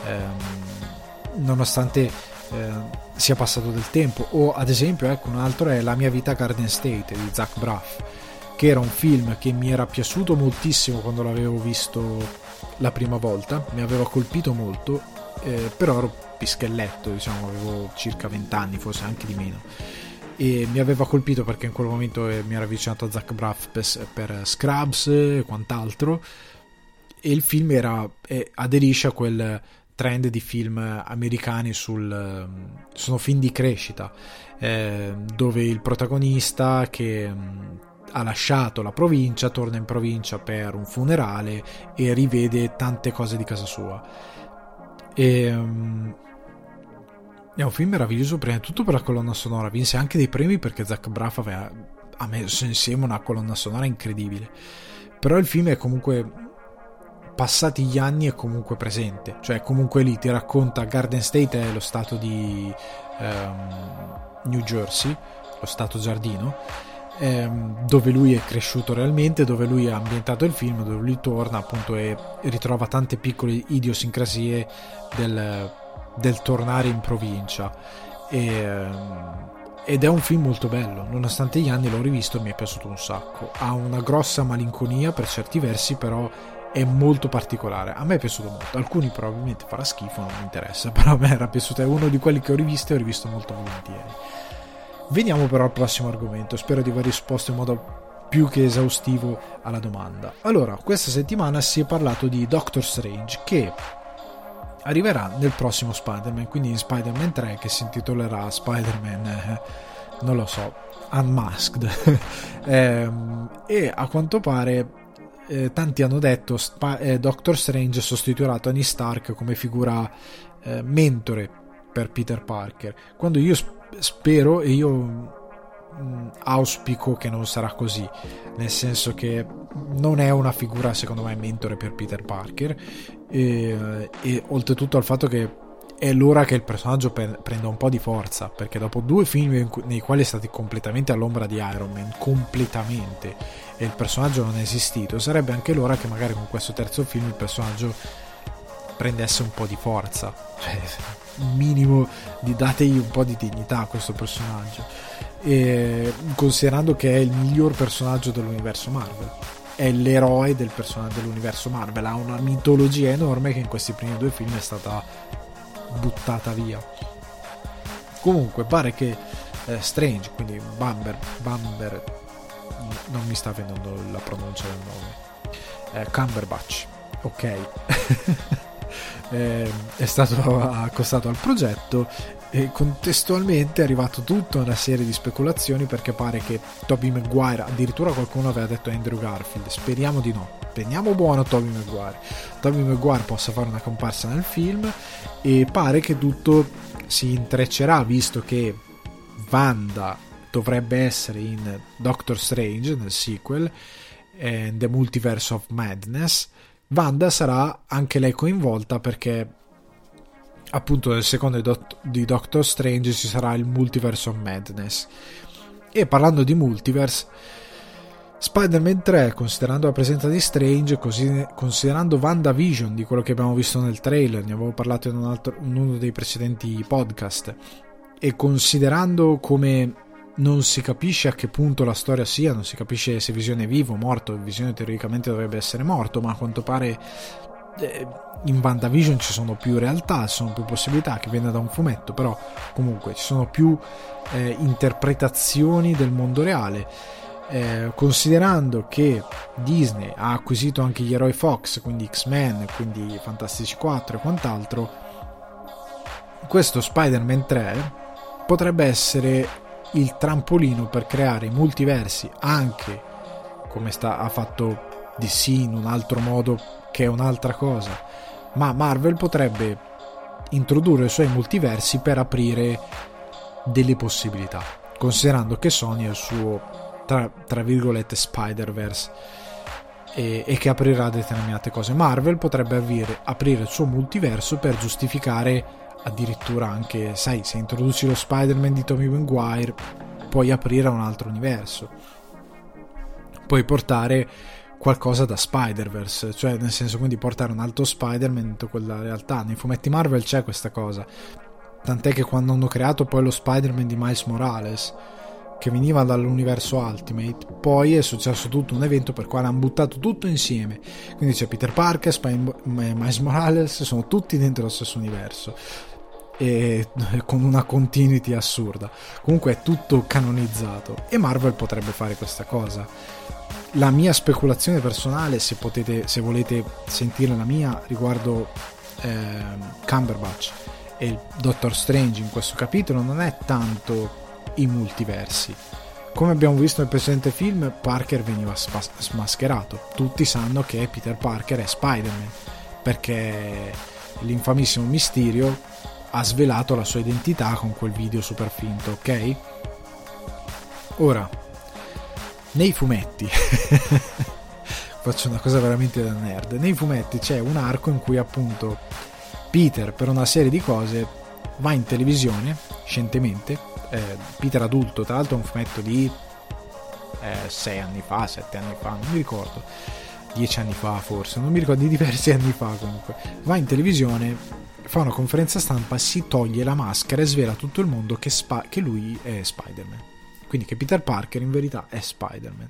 ehm, nonostante Eh, sia passato del tempo. O ad esempio, ecco, un altro è La mia vita Garden State di Zach Braff, che era un film che mi era piaciuto moltissimo quando l'avevo visto la prima volta, mi aveva colpito molto, eh, però ero pischelletto, diciamo, avevo circa venti anni, forse anche di meno, e mi aveva colpito perché in quel momento eh, mi ero avvicinato a Zach Braff per, per Scrubs e quant'altro, e il film era eh, aderisce a quel trend di film americani sul sono film di crescita, eh, dove il protagonista che mh, ha lasciato la provincia torna in provincia per un funerale e rivede tante cose di casa sua, e mh, è un film meraviglioso prima di tutto per la colonna sonora, vinse anche dei premi perché Zach Braff aveva ha messo insieme una colonna sonora incredibile, però il film è comunque, passati gli anni, è comunque presente, cioè comunque lì ti racconta, Garden State è lo stato di um, New Jersey, lo stato giardino, um, dove lui è cresciuto realmente, dove lui ha ambientato il film, dove lui torna appunto e ritrova tante piccole idiosincrasie del, del tornare in provincia, e, um, ed è un film molto bello, nonostante gli anni l'ho rivisto e mi è piaciuto un sacco, ha una grossa malinconia per certi versi, però è molto particolare, a me è piaciuto molto, alcuni probabilmente farà schifo, non mi interessa, però a me era piaciuto, è uno di quelli che ho rivisto e ho rivisto molto volentieri. Veniamo però al prossimo argomento, spero di aver risposto in modo più che esaustivo alla domanda. Allora, questa settimana si è parlato di Doctor Strange, che arriverà nel prossimo Spider-Man, quindi in Spider-Man tre, che si intitolerà Spider-Man eh, non lo so, Unmasked eh, e a quanto pare Eh, tanti hanno detto Sp- eh, Doctor Strange sostituirà Tony Stark come figura eh, mentore per Peter Parker, quando io sp- spero e io mh, auspico che non sarà così, nel senso che non è una figura secondo me mentore per Peter Parker, e, e oltretutto al fatto che è l'ora che il personaggio per, prenda un po' di forza, perché dopo due film cui, nei quali è stato completamente all'ombra di Iron Man, completamente, e il personaggio non è esistito, sarebbe anche l'ora che magari con questo terzo film il personaggio prendesse un po' di forza, cioè un minimo di, dategli un po' di dignità a questo personaggio, e considerando che è il miglior personaggio dell'universo Marvel, è l'eroe del personaggio dell'universo Marvel, ha una mitologia enorme che in questi primi due film è stata buttata via. Comunque pare che eh, Strange, quindi Bamber, Bamber non mi sta venendo la pronuncia del nome, eh, Cumberbatch, ok, eh, è stato accostato al progetto, e contestualmente è arrivato tutta una serie di speculazioni, perché pare che Tobey Maguire, addirittura qualcuno aveva detto Andrew Garfield, speriamo di no, speriamo buono Tobey Maguire Tobey Maguire possa fare una comparsa nel film, e pare che tutto si intreccerà, visto che Wanda dovrebbe essere in Doctor Strange nel sequel and The Multiverse of Madness. Wanda sarà anche lei coinvolta, perché appunto nel secondo di Doctor Strange ci sarà il Multiverse of Madness. E parlando di multiverse, Spider-Man tre, considerando la presenza di Strange, così, considerando WandaVision, di quello che abbiamo visto nel trailer, ne avevo parlato in, un altro, in uno dei precedenti podcast, e considerando come non si capisce a che punto la storia sia, non si capisce se Visione è vivo o morto, Visione teoricamente dovrebbe essere morto, ma a quanto pare eh, in WandaVision ci sono più realtà, ci sono più possibilità, che viene da un fumetto, però comunque ci sono più eh, interpretazioni del mondo reale. Eh, considerando che Disney ha acquisito anche gli eroi Fox, quindi X-Men, quindi Fantastici quattro e quant'altro, questo Spider-Man tre potrebbe essere il trampolino per creare multiversi, anche come sta, ha fatto D C in un altro modo, che è un'altra cosa, ma Marvel potrebbe introdurre i suoi multiversi per aprire delle possibilità, considerando che Sony ha il suo Tra, tra virgolette Spider-Verse e, e che aprirà determinate cose. Marvel potrebbe avere, aprire il suo multiverso per giustificare addirittura anche, sai, se introduci lo Spider-Man di Tobey Maguire puoi aprire a un altro universo, puoi portare qualcosa da Spider-Verse, cioè nel senso, quindi portare un altro Spider-Man dentro quella realtà. Nei fumetti Marvel c'è questa cosa, tant'è che quando hanno creato poi lo Spider-Man di Miles Morales, che veniva dall'universo Ultimate, poi è successo tutto un evento per cui hanno buttato tutto insieme, quindi c'è Peter Parker, Spy- Miles Morales, sono tutti dentro lo stesso universo e con una continuity assurda. Comunque è tutto canonizzato e Marvel potrebbe fare questa cosa. La mia speculazione personale, se potete, se volete sentire la mia riguardo eh, Cumberbatch e il Doctor Strange in questo capitolo, non è tanto i multiversi. Come abbiamo visto nel precedente film, Parker veniva spas- smascherato, tutti sanno che Peter Parker è Spider-Man perché l'infamissimo Mysterio ha svelato la sua identità con quel video super finto, ok? Ora, nei fumetti faccio una cosa veramente da nerd, nei fumetti c'è un arco in cui appunto Peter, per una serie di cose, va in televisione scientemente. Eh, Peter adulto, tra l'altro è un fumetto di eh, sei anni fa, sette anni fa, non mi ricordo, dieci anni fa forse, non mi ricordo, di diversi anni fa comunque, va in televisione, fa una conferenza stampa, si toglie la maschera e svela a tutto il mondo che, spa- che lui è Spider-Man, quindi che Peter Parker in verità è Spider-Man.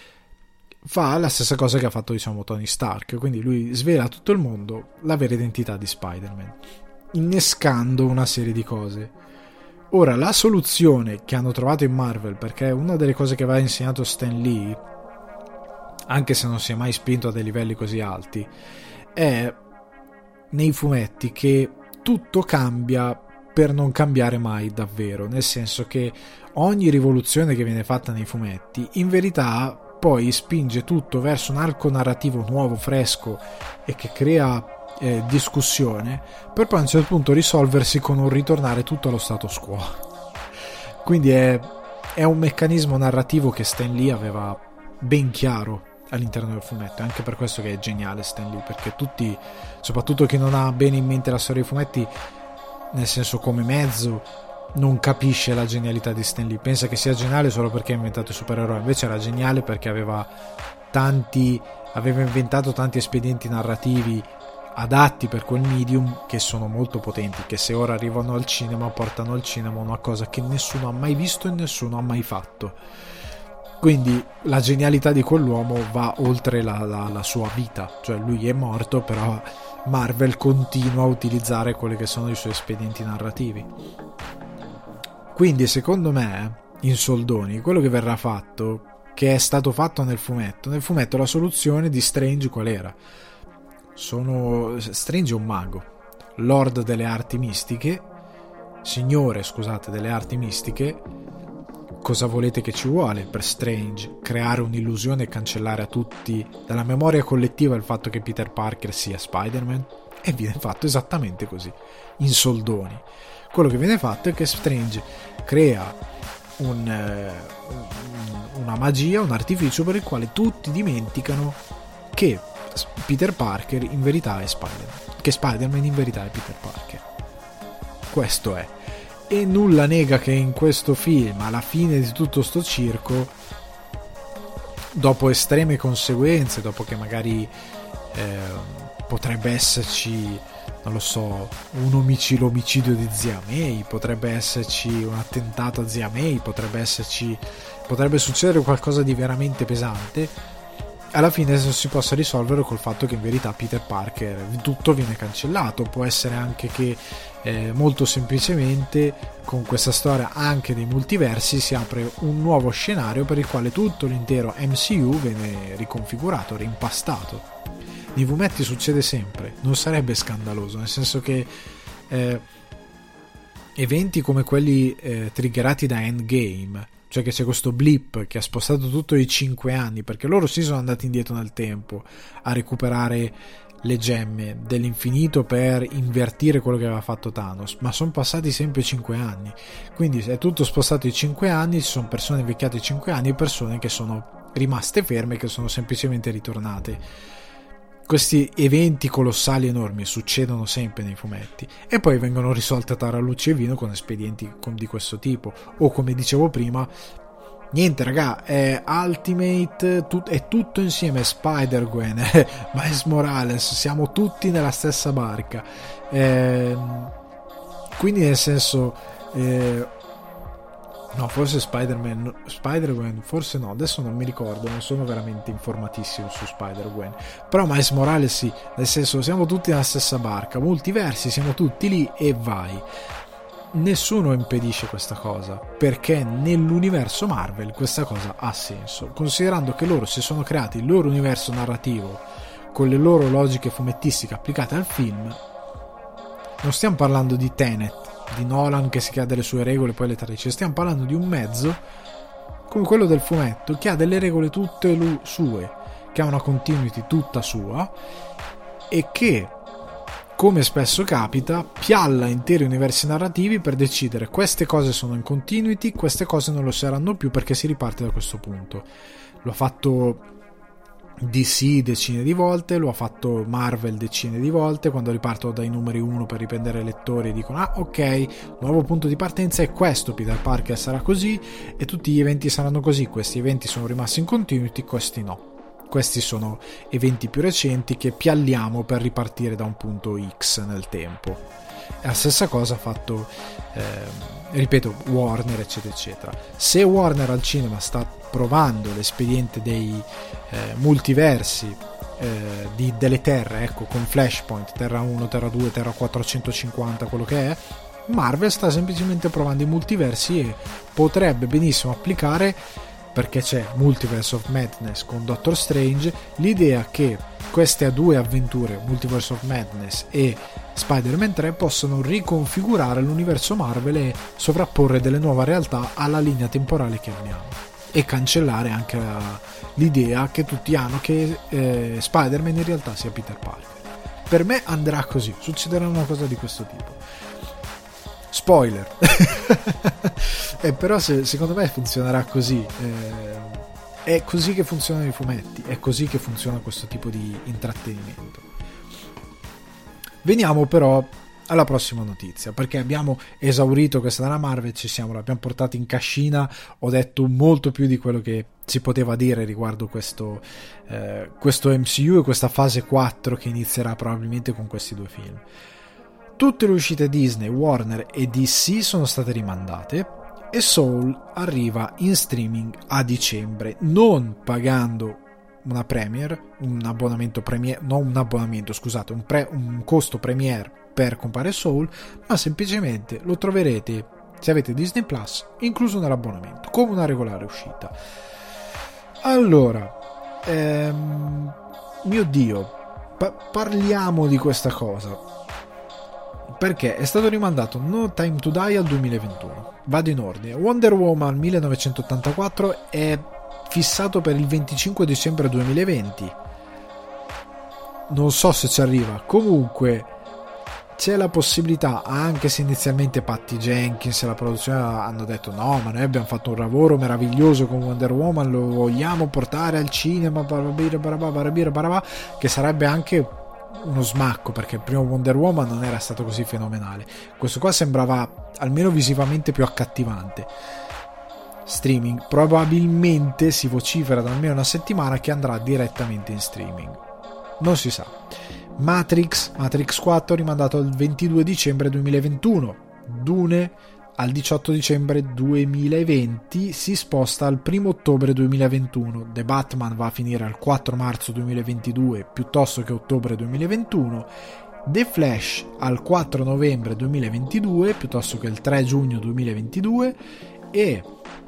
Fa la stessa cosa che ha fatto, diciamo, Tony Stark, quindi lui svela a tutto il mondo la vera identità di Spider-Man, innescando una serie di cose. Ora, la soluzione che hanno trovato in Marvel, perché una delle cose che aveva insegnato Stan Lee, anche se non si è mai spinto a dei livelli così alti, è nei fumetti che tutto cambia per non cambiare mai davvero, nel senso che ogni rivoluzione che viene fatta nei fumetti in verità poi spinge tutto verso un arco narrativo nuovo, fresco e che crea Eh, discussione, per poi a un certo punto risolversi con un ritornare tutto allo status quo. Quindi è, è un meccanismo narrativo che Stan Lee aveva ben chiaro all'interno del fumetto, anche per questo che è geniale Stan Lee, perché tutti, soprattutto chi non ha bene in mente la storia dei fumetti, nel senso come mezzo, non capisce la genialità di Stan Lee, pensa che sia geniale solo perché ha inventato i supereroi, invece era geniale perché aveva tanti aveva inventato tanti espedienti narrativi adatti per quel medium che sono molto potenti, che se ora arrivano al cinema portano al cinema una cosa che nessuno ha mai visto e nessuno ha mai fatto. Quindi la genialità di quell'uomo va oltre la, la, la sua vita, cioè lui è morto, però Marvel continua a utilizzare quelli che sono i suoi espedienti narrativi. Quindi secondo me, in soldoni, quello che verrà fatto, che è stato fatto nel fumetto, nel fumetto la soluzione di Strange qual era? Sono Strange è un mago, lord delle arti mistiche, signore, scusate, delle arti mistiche. Cosa volete che ci vuole per Strange? Creare un'illusione e cancellare a tutti dalla memoria collettiva il fatto che Peter Parker sia Spider-Man? E viene fatto esattamente così, in soldoni. Quello che viene fatto è che Strange crea un, un, una magia, un artificio per il quale tutti dimenticano che Peter Parker in verità è Spider-Man, che Spider-Man in verità è Peter Parker. Questo è. E nulla nega che in questo film, alla fine di tutto sto circo, dopo estreme conseguenze, dopo che magari eh, potrebbe esserci, non lo so, un omicidio, l'omicidio di zia May, potrebbe esserci un attentato a zia May, potrebbe esserci, potrebbe succedere qualcosa di veramente pesante, alla fine si possa risolvere col fatto che in verità Peter Parker tutto viene cancellato. Può essere anche che eh, molto semplicemente con questa storia anche dei multiversi si apre un nuovo scenario per il quale tutto l'intero M C U viene riconfigurato, rimpastato. Nei fumetti succede sempre, non sarebbe scandaloso, nel senso che eh, eventi come quelli eh, triggerati da Endgame, cioè che c'è questo blip che ha spostato tutto di cinque anni, perché loro si sono andati indietro nel tempo a recuperare le gemme dell'infinito per invertire quello che aveva fatto Thanos, ma sono passati sempre cinque anni, quindi è tutto spostato di cinque anni, ci sono persone invecchiate di cinque anni e persone che sono rimaste ferme, che sono semplicemente ritornate. Questi eventi colossali enormi succedono sempre nei fumetti e poi vengono risolti a tarallucce e vino con espedienti di questo tipo, o come dicevo prima, niente raga, è Ultimate, tut- è tutto insieme, Spider-Gwen, Miles Morales, siamo tutti nella stessa barca, eh, quindi nel senso eh, no, forse Spider-Man, Spider-Gwen, forse no, adesso non mi ricordo, non sono veramente informatissimo su Spider-Gwen, però Miles Morales sì, nel senso siamo tutti nella stessa barca, multiversi, siamo tutti lì e vai. Nessuno impedisce questa cosa, perché nell'universo Marvel questa cosa ha senso, considerando che loro si sono creati il loro universo narrativo con le loro logiche fumettistiche applicate al film. Non stiamo parlando di Tenet, di Nolan che si crea delle sue regole poi le traduce, stiamo parlando di un mezzo come quello del fumetto che ha delle regole tutte lu- sue, che ha una continuity tutta sua e che, come spesso capita, pialla interi universi narrativi per decidere queste cose sono in continuity, queste cose non lo saranno più perché si riparte da questo punto. Lo ha fatto D C decine di volte, lo ha fatto Marvel decine di volte, quando ripartono dai numeri uno per riprendere i lettori e dicono ah ok, nuovo punto di partenza è questo, Peter Parker sarà così e tutti gli eventi saranno così, questi eventi sono rimasti in continuity, questi no, questi sono eventi più recenti che pialliamo per ripartire da un punto X nel tempo. È la stessa cosa ha fatto eh, ripeto Warner eccetera eccetera. Se Warner al cinema sta provando l'espediente dei eh, multiversi eh, di, delle terre, ecco, con Flashpoint, Terra uno, Terra due, Terra quattrocentocinquanta, quello che è, Marvel sta semplicemente provando i multiversi e potrebbe benissimo applicare, perché c'è Multiverse of Madness con Doctor Strange, l'idea che queste due avventure, Multiverse of Madness e Spider-Man tre, possono riconfigurare l'universo Marvel e sovrapporre delle nuove realtà alla linea temporale che abbiamo e cancellare anche la, l'idea che tutti hanno che eh, Spider-Man in realtà sia Peter Parker. Per me andrà così, succederà una cosa di questo tipo. Spoiler. eh, però se, secondo me funzionerà così, eh, è così che funzionano i fumetti, è così che funziona questo tipo di intrattenimento. Veniamo però alla prossima notizia, perché abbiamo esaurito questa della Marvel, ci siamo, l'abbiamo portata in cascina, ho detto molto più di quello che si poteva dire riguardo questo, eh, questo M C U e questa fase quattro che inizierà probabilmente con questi due film. Tutte le uscite Disney, Warner e D C sono state rimandate e Soul arriva in streaming a dicembre, non pagando una premiere, un abbonamento premiere, non un abbonamento, scusate, un, pre, un costo premiere per comprare Soul, ma semplicemente lo troverete, se avete Disney Plus, incluso nell'abbonamento, come una regolare uscita. Allora, ehm, mio Dio, pa- parliamo di questa cosa, perché è stato rimandato No Time to Die al duemilaventuno. Vado in ordine. Wonder Woman millenovecentottantaquattro è fissato per il venticinque dicembre duemilaventi. Non so se ci arriva. Comunque c'è la possibilità, anche se inizialmente Patty Jenkins e la produzione hanno detto no, ma noi abbiamo fatto un lavoro meraviglioso con Wonder Woman, lo vogliamo portare al cinema, che sarebbe anche uno smacco, perché il primo Wonder Woman non era stato così fenomenale. Questo qua sembrava almeno visivamente più accattivante. Streaming, probabilmente si vocifera da almeno una settimana che andrà direttamente in streaming, non si sa. Matrix Matrix quattro rimandato al ventidue dicembre duemilaventuno. Dune al diciotto dicembre duemilaventi si sposta al primo ottobre duemilaventuno. The Batman va a finire al quattro marzo duemilaventidue piuttosto che ottobre duemilaventuno. The Flash al quattro novembre duemilaventidue piuttosto che il tre giugno duemilaventidue. E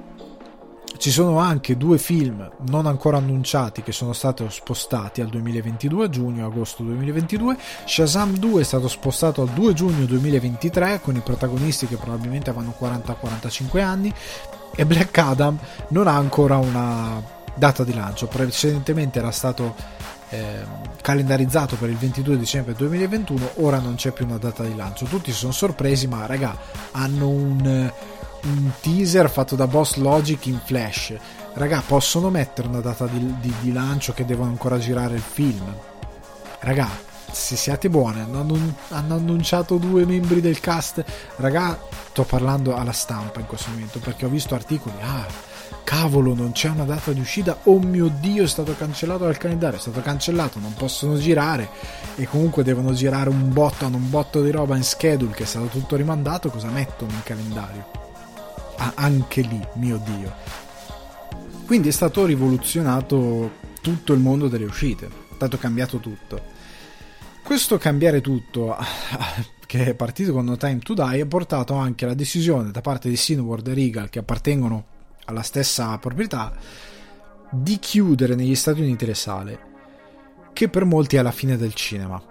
ci sono anche due film non ancora annunciati che sono stati spostati al duemilaventidue, giugno e agosto duemilaventidue. Shazam due è stato spostato al due giugno duemilaventitré con i protagonisti che probabilmente avranno quaranta quarantacinque anni, e Black Adam non ha ancora una data di lancio. Precedentemente era stato eh, calendarizzato per il ventidue dicembre duemilaventuno, ora non c'è più una data di lancio. Tutti si sono sorpresi, ma raga, hanno un un teaser fatto da Boss Logic in Flash, raga, possono mettere una data di, di, di lancio che devono ancora girare il film, raga, se siate buoni. Hanno, hanno annunciato due membri del cast, raga, sto parlando alla stampa in questo momento perché ho visto articoli, ah cavolo, non c'è una data di uscita, oh mio dio, è stato cancellato dal calendario, è stato cancellato, non possono girare, e comunque devono girare un botto, hanno un botto di roba in schedule che è stato tutto rimandato, cosa mettono in calendario? Ah, anche lì, mio dio. Quindi è stato rivoluzionato tutto il mondo delle uscite, è stato cambiato tutto. Questo cambiare tutto, che è partito con No Time to Die, ha portato anche alla decisione da parte di Cineworld e Regal, che appartengono alla stessa proprietà, di chiudere negli Stati Uniti le sale, che per molti è la fine del cinema.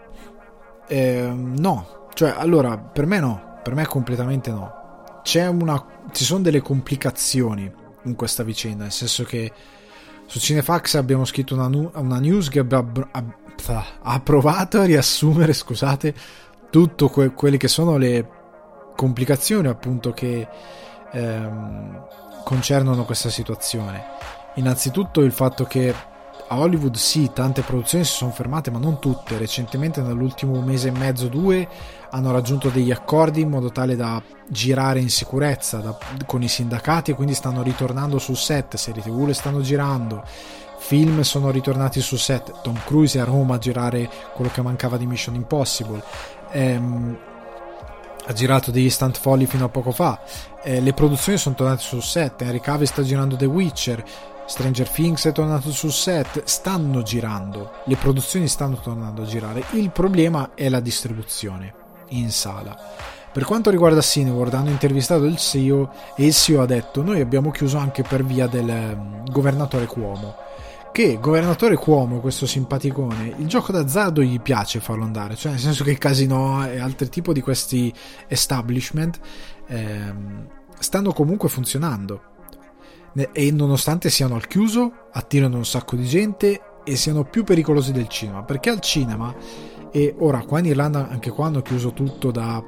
Eh, no, cioè allora per me no, per me completamente no. C'è una, ci sono delle complicazioni in questa vicenda, nel senso che su Cinefax abbiamo scritto una, una news che ha, ha, ha provato a riassumere, scusate, tutto que, quelle che sono le complicazioni appunto che ehm, concernono questa situazione. Innanzitutto il fatto che a Hollywood sì, tante produzioni si sono fermate, ma non tutte. Recentemente, nell'ultimo mese e mezzo, due, hanno raggiunto degli accordi in modo tale da girare in sicurezza da, con i sindacati, e quindi stanno ritornando sul set, serie tv le stanno girando, film sono ritornati sul set. Tom Cruise è a Roma a girare quello che mancava di Mission Impossible, ehm, ha girato degli stunt folli fino a poco fa, eh, le produzioni sono tornate sul set. Henry Cavill sta girando The Witcher, Stranger Things è tornato sul set, stanno girando, le produzioni stanno tornando a girare. Il problema è la distribuzione in sala. Per quanto riguarda Cineworld, hanno intervistato il C E O e il C E O ha detto: noi abbiamo chiuso anche per via del um, governatore Cuomo, che governatore Cuomo, questo simpaticone, il gioco d'azzardo gli piace farlo andare, cioè nel senso che il casino e altri tipi di questi establishment ehm, stanno comunque funzionando, e nonostante siano al chiuso attirano un sacco di gente e siano più pericolosi del cinema, perché al cinema, e ora qua in Irlanda anche qua hanno chiuso tutto da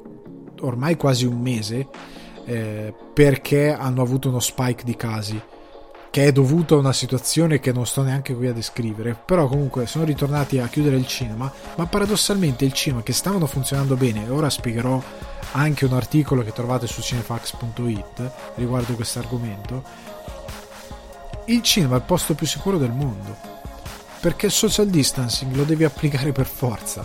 ormai quasi un mese, eh, perché hanno avuto uno spike di casi che è dovuto a una situazione che non sto neanche qui a descrivere, però comunque sono ritornati a chiudere il cinema. Ma paradossalmente il cinema, che stavano funzionando bene, e ora spiegherò anche un articolo che trovate su cinefax punto it riguardo questo argomento, il cinema è il posto più sicuro del mondo, perché il social distancing lo devi applicare per forza,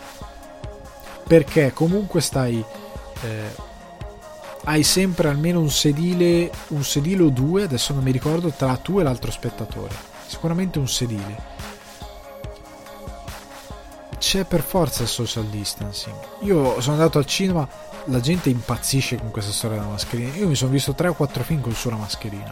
perché comunque stai eh, hai sempre almeno un sedile un sedile o due, adesso non mi ricordo, tra tu e l'altro spettatore, sicuramente un sedile. C'è per forza il social distancing. Io sono andato al cinema, la gente impazzisce con questa storia della mascherina. Io mi sono visto tre o quattro film con sulla mascherina,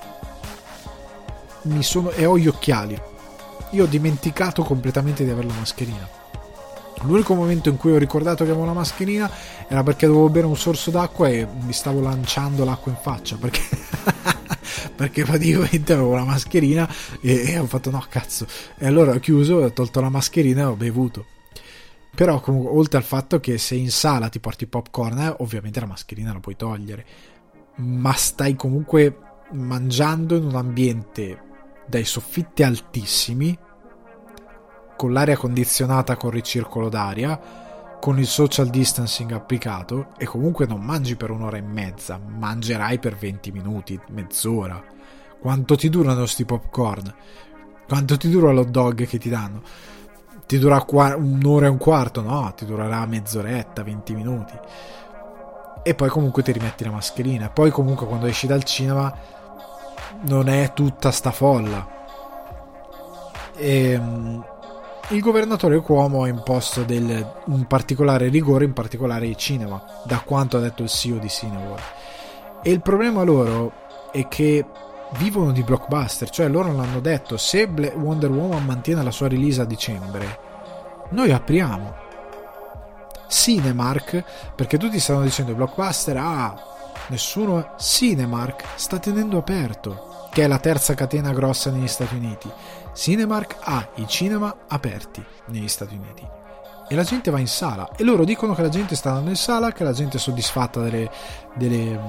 mi sono e ho gli occhiali. Io ho dimenticato completamente di avere la mascherina. L'unico momento in cui ho ricordato che avevo la mascherina era perché dovevo bere un sorso d'acqua e mi stavo lanciando l'acqua in faccia, perché perché praticamente avevo la mascherina e, e ho fatto no cazzo, e allora ho chiuso, ho tolto la mascherina e ho bevuto. Però comunque, oltre al fatto che se in sala ti porti popcorn, eh, ovviamente la mascherina la puoi togliere, ma stai comunque mangiando in un ambiente dai soffitti altissimi, con l'aria condizionata con ricircolo d'aria, con il social distancing applicato, e comunque non mangi per un'ora e mezza, mangerai per venti minuti, mezz'ora. Quanto ti durano sti popcorn? Quanto ti dura l'hot dog che ti danno? Ti dura un'ora e un quarto? No, ti durerà mezz'oretta, venti minuti. e poi comunque ti rimetti la mascherina, e poi comunque quando esci dal cinema non è tutta sta folla. E, um, il governatore Cuomo ha imposto del, un particolare rigore, in particolare ai cinema, da quanto ha detto il C E O di Cineworld. E il problema loro è che vivono di blockbuster, cioè loro l'hanno detto: se Wonder Woman mantiene la sua release a dicembre, noi apriamo. Cinemark, perché tutti stanno dicendo blockbuster, ah, nessuno. Cinemark sta tenendo aperto, che è la terza catena grossa negli Stati Uniti. Cinemark ha i cinema aperti negli Stati Uniti e la gente va in sala, e loro dicono che la gente sta andando in sala, che la gente è soddisfatta delle, delle,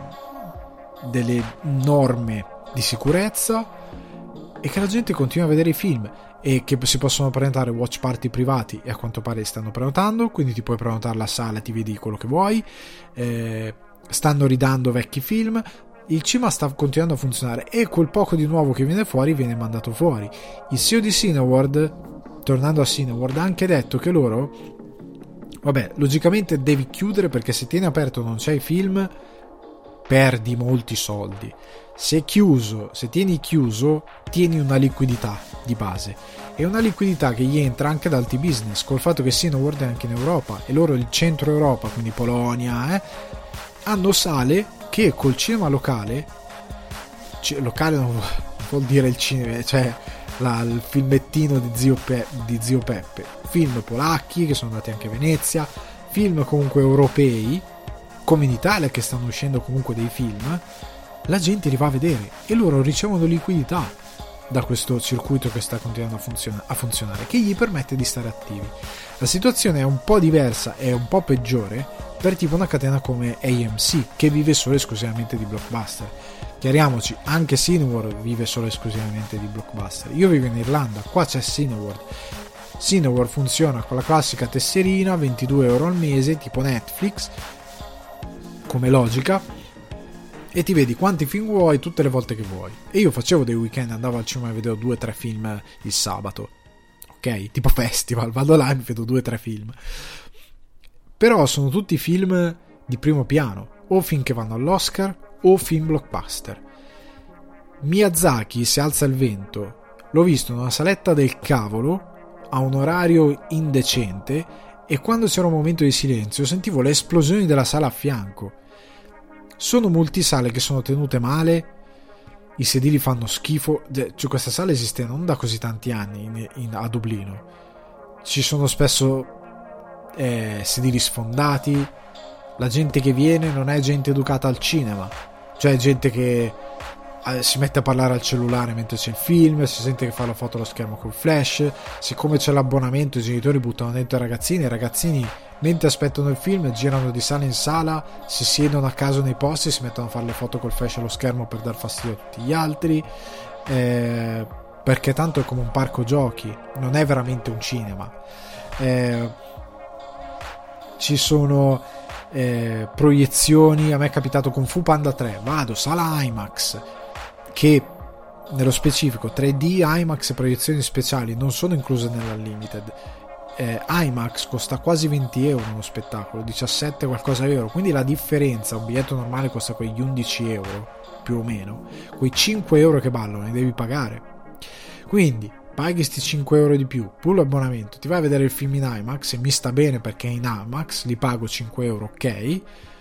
delle norme di sicurezza e che la gente continua a vedere i film, e che si possono prenotare watch party privati, e a quanto pare stanno prenotando, quindi ti puoi prenotare la sala e ti vedi quello che vuoi. Eh, stanno ridando vecchi film. Il cinema sta continuando a funzionare, e quel poco di nuovo che viene fuori viene mandato fuori. Il C E O di Cineworld, tornando a Cineworld, ha anche detto che loro, vabbè, logicamente devi chiudere, perché se tieni aperto non c'hai film, perdi molti soldi. Se chiuso, se tieni chiuso, tieni una liquidità di base, e una liquidità che gli entra anche dal T-Business, col fatto che Cineworld è anche in Europa, e loro il centro Europa, quindi Polonia, eh, hanno sale che col cinema locale, c- locale non vuol dire il cinema, cioè la, il filmettino di zio, Pe- di zio Peppe, film polacchi che sono andati anche a Venezia, film comunque europei, come in Italia che stanno uscendo comunque dei film, la gente li va a vedere e loro ricevono liquidità da questo circuito che sta continuando a, funziona- a funzionare, che gli permette di stare attivi. La situazione è un po' diversa, è un po' peggiore per tipo una catena come A M C, che vive solo e esclusivamente di blockbuster. Chiariamoci, anche Cineworld vive solo e esclusivamente di blockbuster. Io vivo in Irlanda, qua c'è Cineworld. Cineworld funziona con la classica tesserina, ventidue euro al mese, tipo Netflix, come logica, e ti vedi quanti film vuoi tutte le volte che vuoi. E io facevo dei weekend, andavo al cinema e vedevo due o tre film il sabato, ok? Tipo festival, vado là e mi vedo due o tre film. Però sono tutti film di primo piano, o film che vanno all'Oscar o film blockbuster. Miyazaki, Se alza il vento, l'ho visto in una saletta del cavolo a un orario indecente, e quando c'era un momento di silenzio sentivo le esplosioni della sala a fianco. Sono multisale che sono tenute male, i sedili fanno schifo, cioè questa sala esiste non da così tanti anni in, in, a Dublino, ci sono spesso eh, sedili sfondati, la gente che viene non è gente educata al cinema, cioè gente che eh, si mette a parlare al cellulare mentre c'è il film, si sente che fa la foto allo schermo col flash. Siccome c'è l'abbonamento, i genitori buttano dentro i ragazzini, i ragazzini mentre aspettano il film girano di sala in sala, si siedono a caso nei posti e si mettono a fare le foto col flash allo schermo per dar fastidio a tutti gli altri, eh, perché tanto è come un parco giochi, non è veramente un cinema. Eh, ci sono eh, proiezioni, a me è capitato con Fu Panda tre, vado sala IMAX, che nello specifico tre D, IMAX e proiezioni speciali non sono incluse nell'Unlimited. Eh, IMAX costa quasi venti euro uno spettacolo, diciassette qualcosa euro, quindi la differenza, un biglietto normale costa quegli undici euro più o meno, quei cinque euro che ballano li devi pagare, quindi paghi sti cinque euro di più più l'abbonamento, ti vai a vedere il film in IMAX e mi sta bene perché è in IMAX, li pago cinque euro, ok.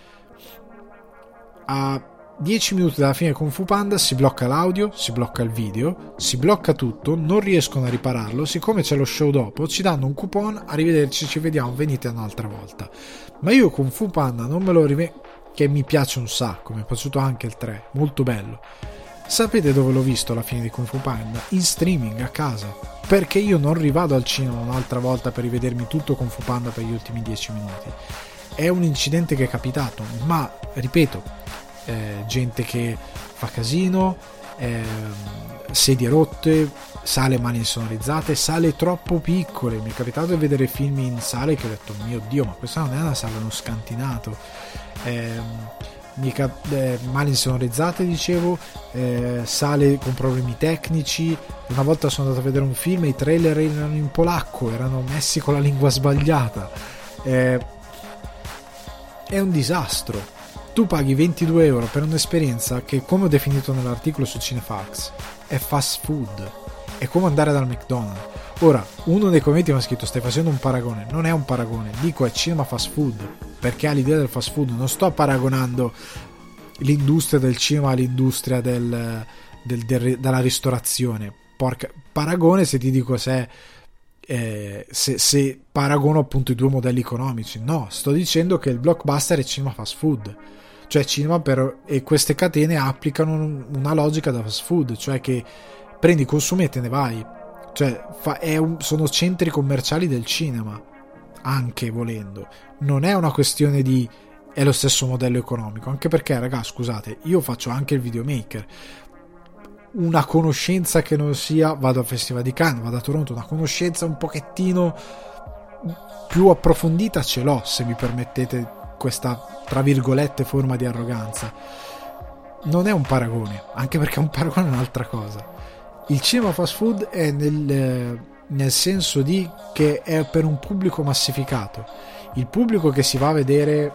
A dieci minuti dalla fine con Fu Panda si blocca l'audio, si blocca il video, si blocca tutto, non riescono a ripararlo, siccome c'è lo show dopo ci danno un coupon, arrivederci, ci vediamo, venite un'altra volta. Ma io con Fu Panda non me lo rivedo, che mi piace un sacco, mi è piaciuto anche il tre, molto bello. Sapete dove l'ho visto alla fine di Kung Fu Panda? In streaming a casa, perché io non rivado al cinema un'altra volta per rivedermi tutto Kung Fu Panda per gli ultimi dieci minuti. È un incidente che è capitato, ma ripeto, Eh, gente che fa casino, eh, sedie rotte, sale male insonorizzate, sale troppo piccole. Mi è capitato di vedere film in sale che ho detto mio Dio, ma questa non è una sala, è uno scantinato. eh, mica, eh, male insonorizzate dicevo, eh, sale con problemi tecnici. Una volta sono andato a vedere un film e i trailer erano in polacco, erano messi con la lingua sbagliata. eh, è un disastro. Tu paghi ventidue euro per un'esperienza che, come ho definito nell'articolo su Cinefax, è fast food, è come andare dal McDonald's. Ora, uno dei commenti mi ha scritto: stai facendo un paragone. Non è un paragone, dico è cinema fast food, perché ha l'idea del fast food. Non sto paragonando l'industria del cinema all'industria del, del, del, della ristorazione. Porca, paragone se ti dico se, eh, se, se paragono appunto i due modelli economici. No, sto dicendo che il blockbuster è cinema fast food, cioè cinema per, e queste catene applicano una logica da fast food, cioè che prendi, consumi e te ne vai. Cioè fa, è un, sono centri commerciali del cinema, anche volendo. Non è una questione di è lo stesso modello economico, anche perché, raga, scusate, io faccio anche il videomaker. Una conoscenza che non sia vado al Festival di Cannes, vado a Toronto, una conoscenza un pochettino più approfondita ce l'ho, se mi permettete questa tra virgolette forma di arroganza. Non è un paragone, anche perché un paragone è un'altra cosa. Il cinema fast food è nel, nel senso di che è per un pubblico massificato. Il pubblico che si va a vedere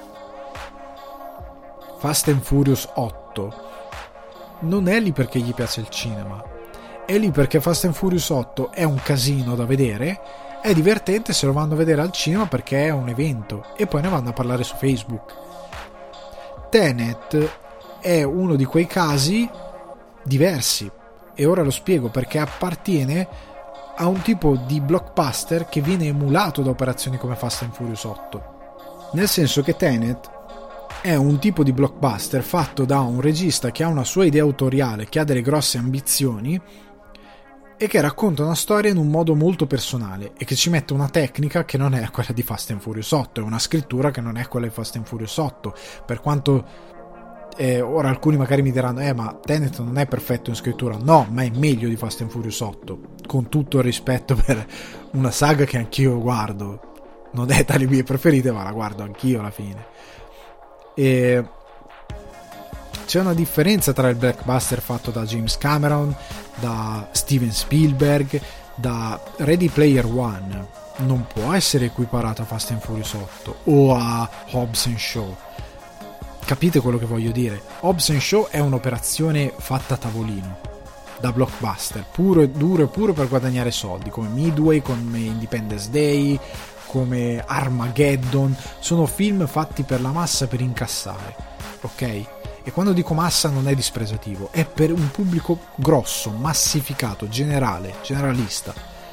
Fast and Furious otto non è lì perché gli piace il cinema, è lì perché Fast and Furious otto è un casino da vedere, è divertente se lo vanno a vedere al cinema perché è un evento e poi ne vanno a parlare su Facebook. Tenet è uno di quei casi diversi, e ora lo spiego, perché appartiene a un tipo di blockbuster che viene emulato da operazioni come Fast and Furious otto, nel senso che Tenet è un tipo di blockbuster fatto da un regista che ha una sua idea autoriale, che ha delle grosse ambizioni e che racconta una storia in un modo molto personale e che ci mette una tecnica che non è quella di Fast and Furious otto, è una scrittura che non è quella di Fast and Furious otto, per quanto Eh, ora alcuni magari mi diranno eh ma Tenet non è perfetto in scrittura. No, ma è meglio di Fast and Furious otto, con tutto il rispetto per una saga che anch'io guardo, non è tra le mie preferite ma la guardo anch'io alla fine. E c'è una differenza tra il blockbuster fatto da James Cameron, da Steven Spielberg, da Ready Player One. Non può essere equiparato a Fast and Furious otto o a Hobbs and Shaw. Capite quello che voglio dire? Hobbs and Shaw è un'operazione fatta a tavolino, da blockbuster, puro e duro e puro per guadagnare soldi, come Midway, come Independence Day, come Armageddon. Sono film fatti per la massa, per incassare, ok? E quando dico massa non è dispregiativo, è per un pubblico grosso, massificato, generale, generalista.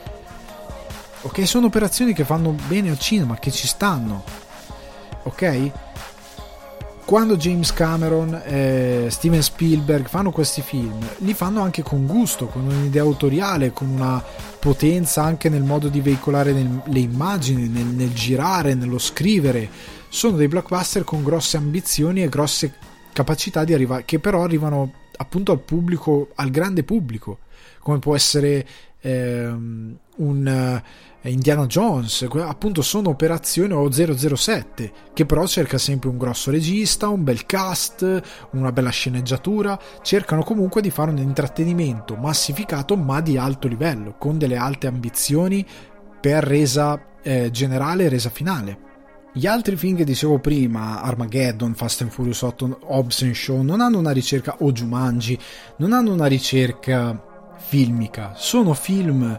Ok, sono operazioni che fanno bene al cinema, che ci stanno, ok? Quando James Cameron e Steven Spielberg fanno questi film, li fanno anche con gusto, con un'idea autoriale, con una potenza anche nel modo di veicolare nel, le immagini, nel, nel girare, nello scrivere. Sono dei blockbuster con grosse ambizioni e grosse capacità di arrivare, che però arrivano appunto al pubblico, al grande pubblico, come può essere ehm, un uh, Indiana Jones. Appunto sono operazioni, o zero zero sette, che però cerca sempre un grosso regista, un bel cast, una bella sceneggiatura, cercano comunque di fare un intrattenimento massificato ma di alto livello, con delle alte ambizioni per resa eh, generale e resa finale. Gli altri film che dicevo prima, Armageddon, Fast and Furious otto, Hobbs and Shaw, non hanno una ricerca, o Jumanji, non hanno una ricerca filmica, sono film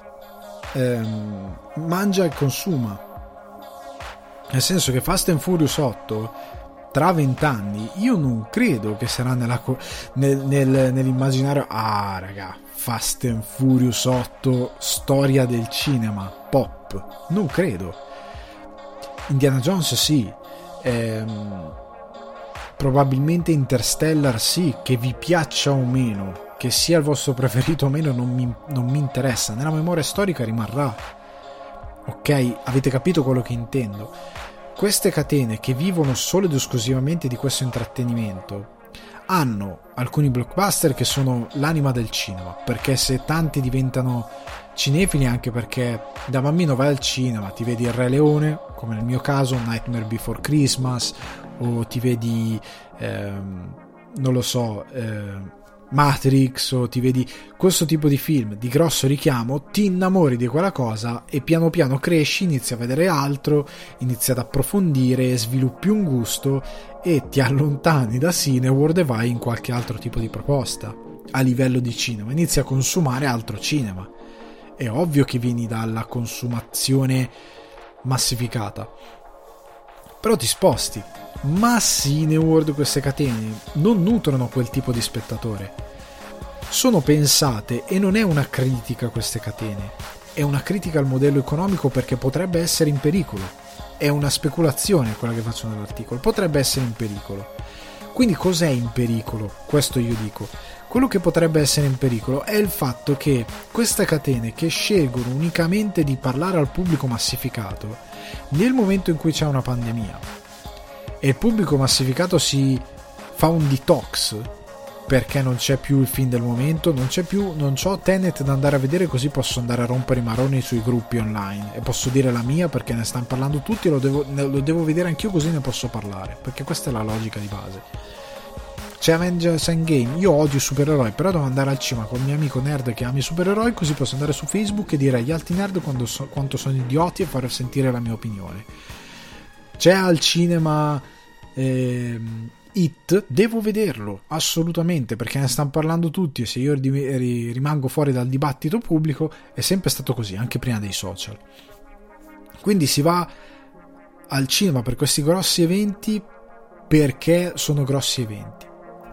ehm, mangia e consuma, nel senso che Fast and Furious otto tra vent'anni io non credo che sarà nella, nel, nel, nell'immaginario ah raga, Fast and Furious otto storia del cinema pop, non credo. Indiana Jones sì, ehm, probabilmente Interstellar sì, che vi piaccia o meno, che sia il vostro preferito o meno, non mi, non mi interessa, nella memoria storica rimarrà, ok? Avete capito quello che intendo? Queste catene che vivono solo ed esclusivamente di questo intrattenimento hanno alcuni blockbuster che sono l'anima del cinema, perché se tanti diventano cinefili, anche perché da bambino vai al cinema, ti vedi il Re Leone, come nel mio caso Nightmare Before Christmas, o ti vedi ehm, non lo so, ehm, Matrix o ti vedi questo tipo di film di grosso richiamo, ti innamori di quella cosa e piano piano cresci, inizi a vedere altro, inizi ad approfondire, sviluppi un gusto e ti allontani da Cineworld e vai in qualche altro tipo di proposta a livello di cinema, inizi a consumare altro cinema. È ovvio che vieni dalla consumazione massificata, però ti sposti. Ma Cineworld, queste catene non nutrono quel tipo di spettatore, sono pensate, e non è una critica a queste catene, è una critica al modello economico, perché potrebbe essere in pericolo, è una speculazione quella che faccio nell'articolo, potrebbe essere in pericolo. Quindi cos'è in pericolo? Questo io dico, quello che potrebbe essere in pericolo è il fatto che queste catene, che scelgono unicamente di parlare al pubblico massificato nel momento in cui c'è una pandemia e il pubblico massificato si fa un detox perché non c'è più il film del momento, non c'è più, non c'ho Tenet da andare a vedere, così posso andare a rompere i maroni sui gruppi online e posso dire la mia perché ne stanno parlando tutti e lo devo, lo devo vedere anch'io, così ne posso parlare, perché questa è la logica di base. C'è Avengers Endgame, io odio i supereroi, però devo andare al cinema con il mio amico nerd che ama i supereroi, così posso andare su Facebook e dire agli altri nerd quando so, quanto sono idioti e far sentire la mia opinione. C'è al cinema ehm, It, devo vederlo assolutamente perché ne stanno parlando tutti, e se io rimango fuori dal dibattito pubblico, è sempre stato così anche prima dei social. Quindi si va al cinema per questi grossi eventi perché sono grossi eventi.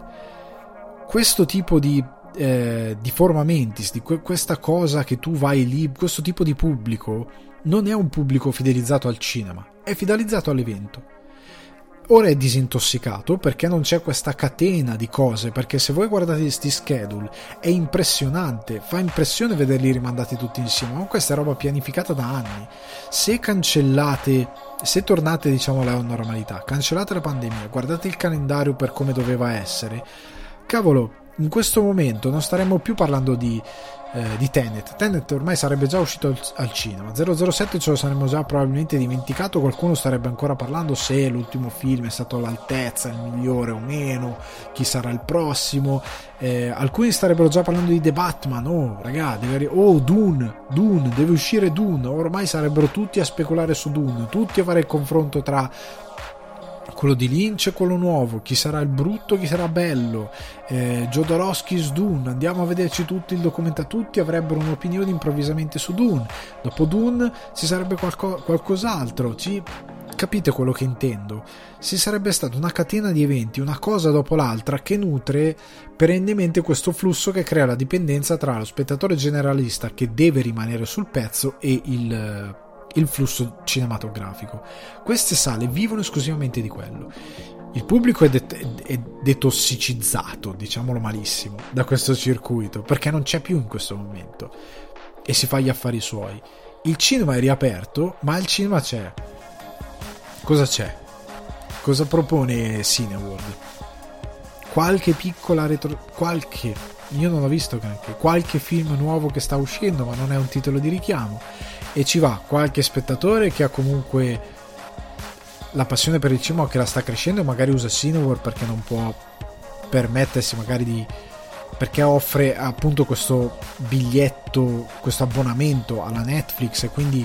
Questo tipo di eh, di forma mentis, di que- questa cosa che tu vai lì, questo tipo di pubblico non è un pubblico fidelizzato al cinema, è fidelizzato all'evento. Ora è disintossicato perché non c'è questa catena di cose, perché se voi guardate questi schedule è impressionante, fa impressione vederli rimandati tutti insieme, ma questa è roba pianificata da anni. Se cancellate, se tornate diciamo alla normalità, cancellate la pandemia, guardate il calendario per come doveva essere, cavolo, in questo momento non staremmo più parlando di Eh, di Tenet. Tenet ormai sarebbe già uscito al, al cinema. zero zero sette ce lo saremmo già probabilmente dimenticato, qualcuno starebbe ancora parlando se l'ultimo film è stato all'altezza, il migliore o meno, chi sarà il prossimo. Eh, alcuni starebbero già parlando di The Batman. Oh raga, deve oh Dune, Dune, deve uscire Dune. Ormai sarebbero tutti a speculare su Dune, tutti a fare il confronto tra quello di Lynch e quello nuovo, chi sarà il brutto, chi sarà bello, eh, Jodorowsky's Dune, andiamo a vederci tutti il documentario, tutti avrebbero un'opinione improvvisamente su Dune, dopo Dune ci sarebbe qualco, qualcos'altro, ci... capite quello che intendo? Si sarebbe stata una catena di eventi, una cosa dopo l'altra, che nutre perennemente questo flusso che crea la dipendenza tra lo spettatore generalista che deve rimanere sul pezzo e il il flusso cinematografico. Queste sale vivono esclusivamente di quello. Il pubblico è, det- è detossicizzato, diciamolo malissimo, da questo circuito perché non c'è più in questo momento e si fa gli affari suoi. Il cinema è riaperto, ma il cinema c'è. Cosa c'è? Cosa propone Cineworld? Qualche piccola retro... qualche... io non ho visto neanche qualche film nuovo che sta uscendo, ma non è un titolo di richiamo, e ci va qualche spettatore che ha comunque la passione per il cinema, che la sta crescendo, e magari usa Cineworld perché non può permettersi magari di, perché offre appunto questo biglietto, questo abbonamento alla Netflix, e quindi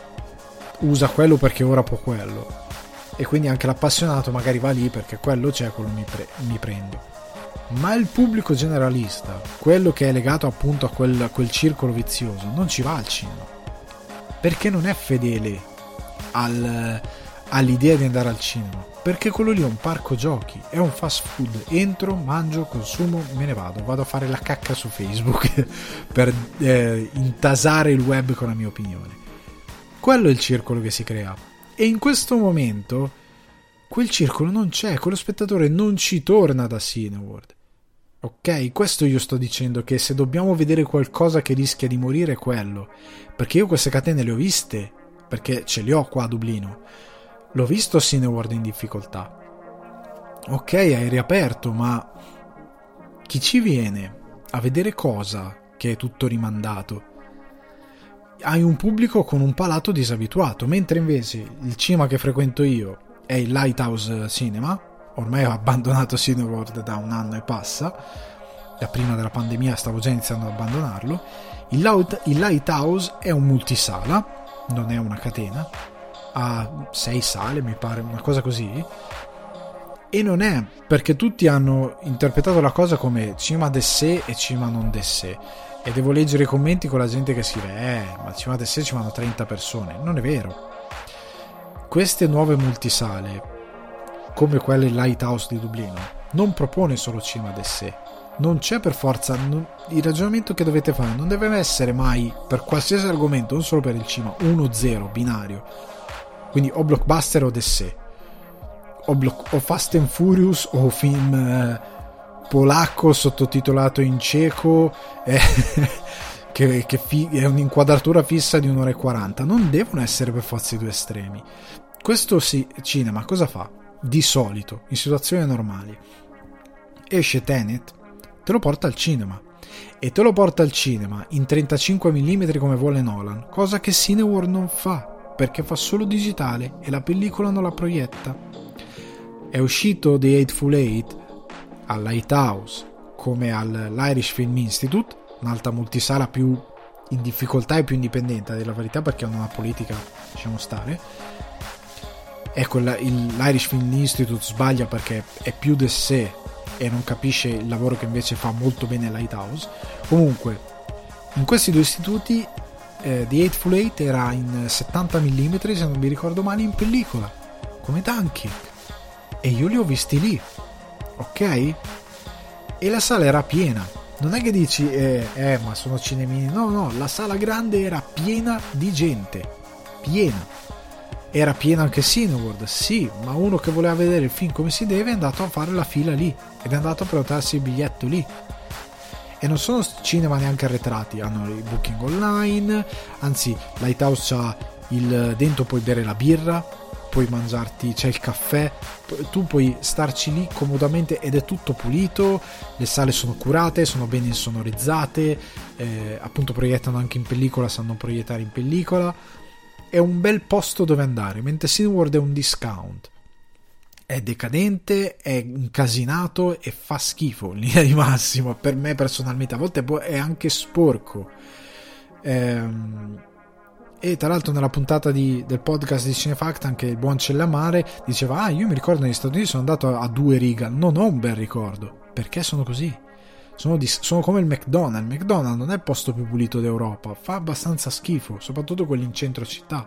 usa quello perché ora può quello, e quindi anche l'appassionato magari va lì perché quello c'è, quello mi, pre- mi prendo. Ma il pubblico generalista, quello che è legato appunto a quel, a quel circolo vizioso, non ci va al cinema perché non è fedele al, all'idea di andare al cinema, perché quello lì è un parco giochi, è un fast food, entro, mangio, consumo, me ne vado, vado a fare la cacca su Facebook per eh, intasare il web con la mia opinione. Quello è il circolo che si crea, e in questo momento quel circolo non c'è, quello spettatore non ci torna da Cineworld. Ok, questo io sto dicendo, che se dobbiamo vedere qualcosa che rischia di morire è quello, perché io queste catene le ho viste, perché ce le ho qua a Dublino, l'ho visto Cineworld in difficoltà. Ok, hai riaperto, ma chi ci viene a vedere cosa che è tutto rimandato? Hai un pubblico con un palato disabituato, mentre invece il cinema che frequento io è il Lighthouse Cinema, ormai ho abbandonato Cineworld da un anno e passa, da prima della pandemia stavo già iniziando ad abbandonarlo. Il, Light, il Lighthouse è un multisala, non è una catena, ha sei sale mi pare, una cosa così, e non è, perché tutti hanno interpretato la cosa come cinema d'essè e cinema non d'essè, e devo leggere i commenti con la gente che scrive eh ma cinema d'essè ci vanno trenta persone. Non è vero. Queste nuove multisale, come quelle Lighthouse di Dublino, non propone solo cinema d'essè, non c'è per forza, non, il ragionamento che dovete fare non deve essere mai per qualsiasi argomento, non solo per il cinema, uno zero binario, quindi o blockbuster o d'essè, o, block, o Fast and Furious o film eh, polacco sottotitolato in ceco eh, che, che fi, è un'inquadratura fissa di un'ora e quaranta. Non devono essere per forza i due estremi. Questo sì, cinema cosa fa? Di solito in situazioni normali esce Tenet, te lo porta al cinema, e te lo porta al cinema in trentacinque millimetri come vuole Nolan, cosa che Cineworld non fa, perché fa solo digitale e la pellicola non la proietta. È uscito The Hateful Eight al Lighthouse come all'Irish Film Institute, un'altra multisala più in difficoltà e più indipendente della verità, perché hanno una politica, lasciamo stare. Ecco, l'Irish Film Institute sbaglia perché è più d'essè e non capisce il lavoro che invece fa molto bene Lighthouse. Comunque, in questi due istituti eh, The Hateful Eight era in settanta millimetri, se non mi ricordo male, in pellicola, come Dunkirk, e io li ho visti lì, ok? E la sala era piena. Non è che dici eh, eh ma sono cinemini, no no, la sala grande era piena di gente, piena. Era piena anche Cineworld, sì, ma uno che voleva vedere il film come si deve è andato a fare la fila lì ed è andato a prenotarsi il biglietto lì. E non sono cinema neanche arretrati, hanno il booking online, anzi Lighthouse c'ha il dentro, puoi bere la birra, puoi mangiarti, c'è il caffè, tu puoi starci lì comodamente ed è tutto pulito, le sale sono curate, sono ben insonorizzate, eh, appunto proiettano anche in pellicola, sanno proiettare in pellicola, è un bel posto dove andare, mentre Cineworld è un discount, è decadente, è incasinato e fa schifo in linea di massimo, per me personalmente, a volte è anche sporco. Ehm E tra l'altro nella puntata di, del podcast di Cinefact anche il buon Cellamare diceva ah io mi ricordo negli Stati Uniti sono andato a, a due riga, non ho un bel ricordo, perché sono così, sono, di, sono come il McDonald's. il McDonald's non è il posto più pulito d'Europa, fa abbastanza schifo, soprattutto quelli in centro città.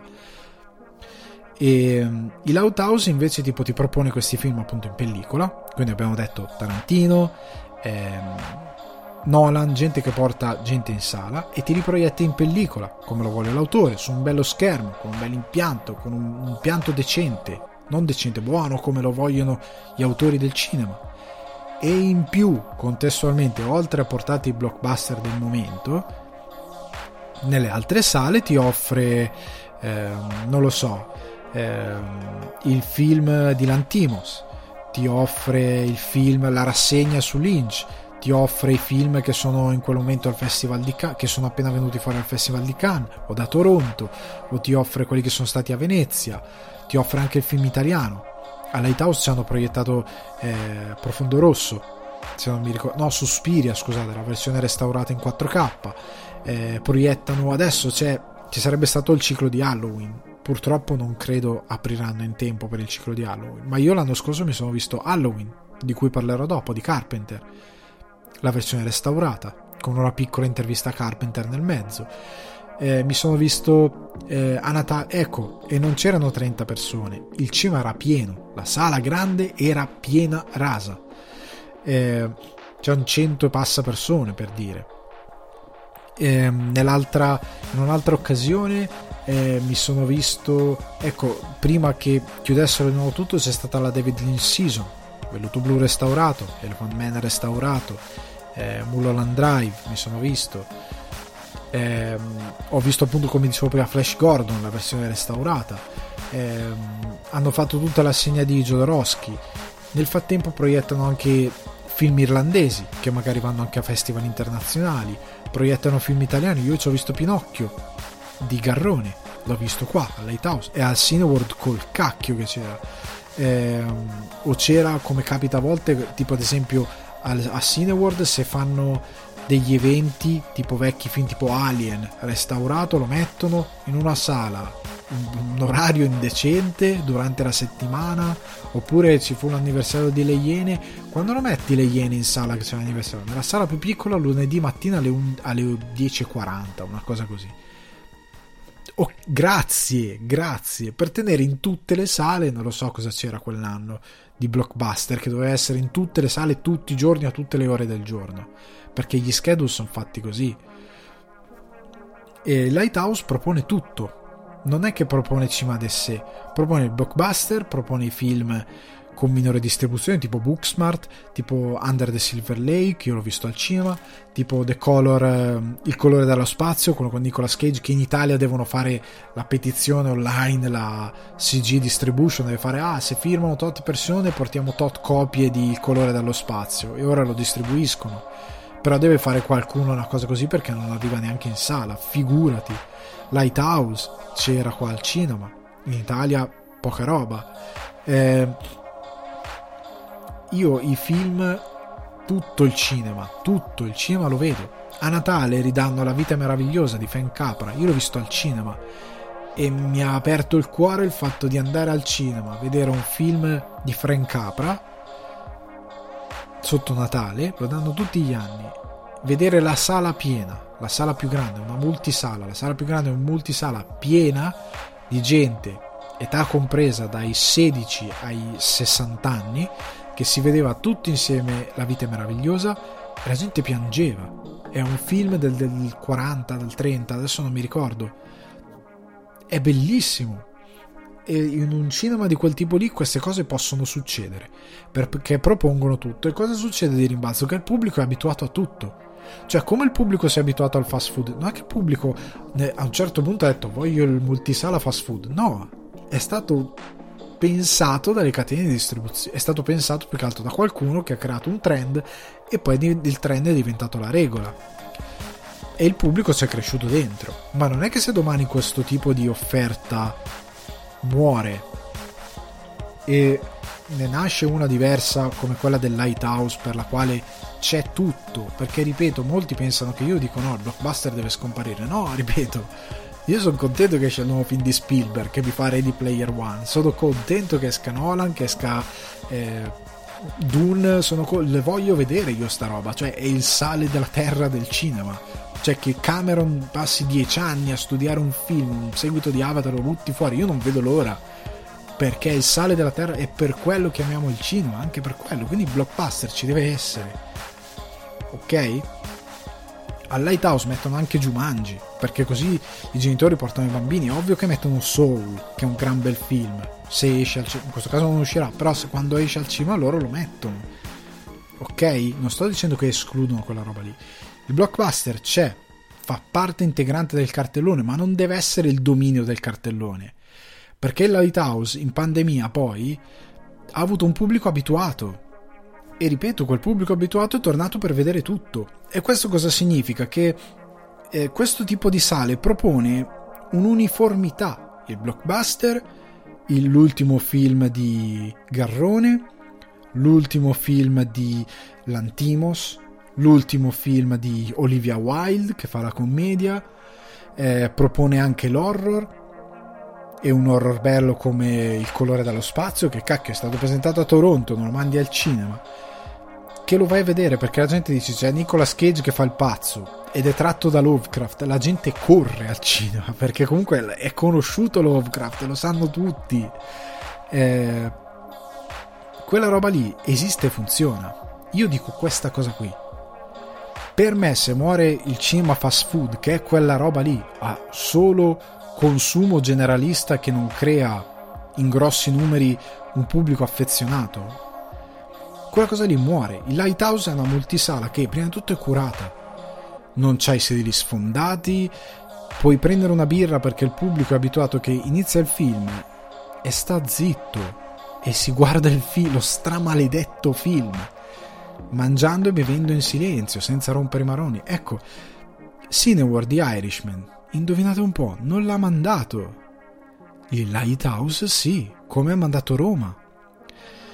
E um, il Lighthouse invece tipo ti propone questi film appunto in pellicola, quindi abbiamo detto Tarantino, ehm, Nolan, gente che porta gente in sala e ti riproietta in pellicola come lo vuole l'autore, su un bello schermo, con un bel impianto, con un impianto decente, non decente, buono come lo vogliono gli autori del cinema. E in più contestualmente, oltre a portarti i blockbuster del momento, nelle altre sale ti offre ehm, non lo so ehm, il film di Lanthimos, ti offre il film, la rassegna su Lynch, ti offre i film che sono in quel momento al Festival di Cannes, che sono appena venuti fuori al Festival di Cannes o da Toronto, o ti offre quelli che sono stati a Venezia, ti offre anche il film italiano. A Lighthouse ci hanno proiettato eh, Profondo Rosso, se non mi ricordo, no, Suspiria, scusate, la versione restaurata in quattro K. Eh, proiettano adesso, c'è, ci sarebbe stato il ciclo di Halloween, purtroppo non credo apriranno in tempo per il ciclo di Halloween, ma io l'anno scorso mi sono visto Halloween, di cui parlerò dopo, di Carpenter, la versione restaurata con una piccola intervista a Carpenter nel mezzo. Eh, mi sono visto eh, a Natale, ecco, e non c'erano trenta persone, il cinema era pieno, la sala grande era piena rasa, eh, c'erano cento e passa persone, per dire. Eh, nell'altra in un'altra occasione eh, mi sono visto, ecco, prima che chiudessero di nuovo tutto c'è stata la David Lynch Season, Velluto Blu restaurato, Elephant Man restaurato, eh, Mulholland Drive mi sono visto, eh, ho visto appunto, come dicevo prima, Flash Gordon, la versione restaurata, eh, hanno fatto tutta la segna di Jodorowsky. Nel frattempo proiettano anche film irlandesi che magari vanno anche a festival internazionali, proiettano film italiani. Io ci ho visto Pinocchio di Garrone, l'ho visto qua al Lighthouse e al Cineworld col cacchio che c'era. Eh, o c'era, come capita a volte, tipo ad esempio a, a Cineworld, se fanno degli eventi tipo vecchi film tipo Alien restaurato, lo mettono in una sala, un orario indecente durante la settimana, oppure ci fu l'anniversario di Le Iene. Quando lo metti Le Iene in sala che c'è l'anniversario? Nella sala più piccola lunedì mattina alle, un, alle dieci e quaranta, una cosa così. Oh, grazie, grazie per tenere in tutte le sale, non lo so cosa c'era quell'anno di blockbuster che doveva essere in tutte le sale tutti i giorni a tutte le ore del giorno, perché gli schedule sono fatti così. E Lighthouse propone tutto, non è che propone cima di sé, propone il blockbuster, propone i film con minore distribuzione tipo Booksmart, tipo Under the Silver Lake, io l'ho visto al cinema, tipo The Color, Il colore dallo spazio, quello con Nicolas Cage, che in Italia devono fare la petizione online, la C G distribution, deve fare, ah, se firmano tot persone portiamo tot copie di Il colore dallo spazio, e ora lo distribuiscono, però deve fare qualcuno una cosa così perché non arriva neanche in sala, figurati. Lighthouse c'era qua al cinema, in Italia poca roba. eh, Io i film, tutto il cinema, tutto il cinema lo vedo. A Natale ridanno La vita meravigliosa di Frank Capra, io l'ho visto al cinema e mi ha aperto il cuore il fatto di andare al cinema a vedere un film di Frank Capra sotto Natale, lo danno tutti gli anni, vedere la sala piena, la sala più grande, una multisala, la sala più grande è una multisala piena di gente, età compresa dai sedici ai sessanta anni, che si vedeva tutti insieme La vita è meravigliosa e la gente piangeva. È un film del, del quaranta, del trenta, adesso non mi ricordo. È bellissimo. E in un cinema di quel tipo lì queste cose possono succedere, perché propongono tutto. E cosa succede di rimbalzo? Che il pubblico è abituato a tutto. Cioè, come il pubblico si è abituato al fast food, non è che il pubblico a un certo punto ha detto voglio il multisala fast food. No, è stato pensato dalle catene di distribuzione, è stato pensato più che altro da qualcuno che ha creato un trend e poi il trend è diventato la regola e il pubblico si è cresciuto dentro. Ma non è che se domani questo tipo di offerta muore e ne nasce una diversa come quella del Lighthouse, per la quale c'è tutto, perché ripeto, molti pensano che io dico no, il blockbuster deve scomparire. No, ripeto, io sono contento che esce il nuovo film di Spielberg che mi fa Ready Player One, sono contento che esca Nolan, che esca eh, Dune, sono co- le voglio vedere io sta roba, cioè è il sale della terra del cinema. Cioè che Cameron passi dieci anni a studiare un film, un seguito di Avatar, lo butti fuori, io non vedo l'ora, perché è il sale della terra e per quello che amiamo il cinema, anche per quello, quindi blockbuster ci deve essere, ok? Al Lighthouse mettono anche Jumanji, perché così i genitori portano i bambini. È ovvio che mettono Soul, che è un gran bel film, se esce al cinema, in questo caso non uscirà, però se quando esce al cinema loro lo mettono, ok? Non sto dicendo che escludono quella roba lì. Il blockbuster c'è, fa parte integrante del cartellone, ma non deve essere il dominio del cartellone, perché il Lighthouse in pandemia poi ha avuto un pubblico abituato. E ripeto, quel pubblico abituato è tornato per vedere tutto. E questo cosa significa? Che eh, questo tipo di sale propone un'uniformità. Il blockbuster, il, l'ultimo film di Garrone, l'ultimo film di Lanthimos, l'ultimo film di Olivia Wilde che fa la commedia, eh, propone anche l'horror, e un horror bello come Il colore dallo spazio, che cacchio è stato presentato a Toronto, non lo mandi al cinema, che lo vai a vedere perché la gente dice c'è Nicolas Cage che fa il pazzo ed è tratto da Lovecraft, la gente corre al cinema perché comunque è conosciuto Lovecraft, lo sanno tutti, eh, quella roba lì esiste e funziona. Io dico questa cosa qui, per me se muore il cinema fast food, che è quella roba lì a solo consumo generalista che non crea in grossi numeri un pubblico affezionato, quella cosa lì muore. Il Lighthouse è una multisala che prima di tutto è curata, non c'hai sedili sfondati, puoi prendere una birra perché il pubblico è abituato che inizia il film e sta zitto e si guarda il film, lo stramaledetto film, mangiando e bevendo in silenzio senza rompere i maroni. Ecco, Cineworld di Irishman, indovinate un po', non l'ha mandato. Il Lighthouse sì, come ha mandato Roma.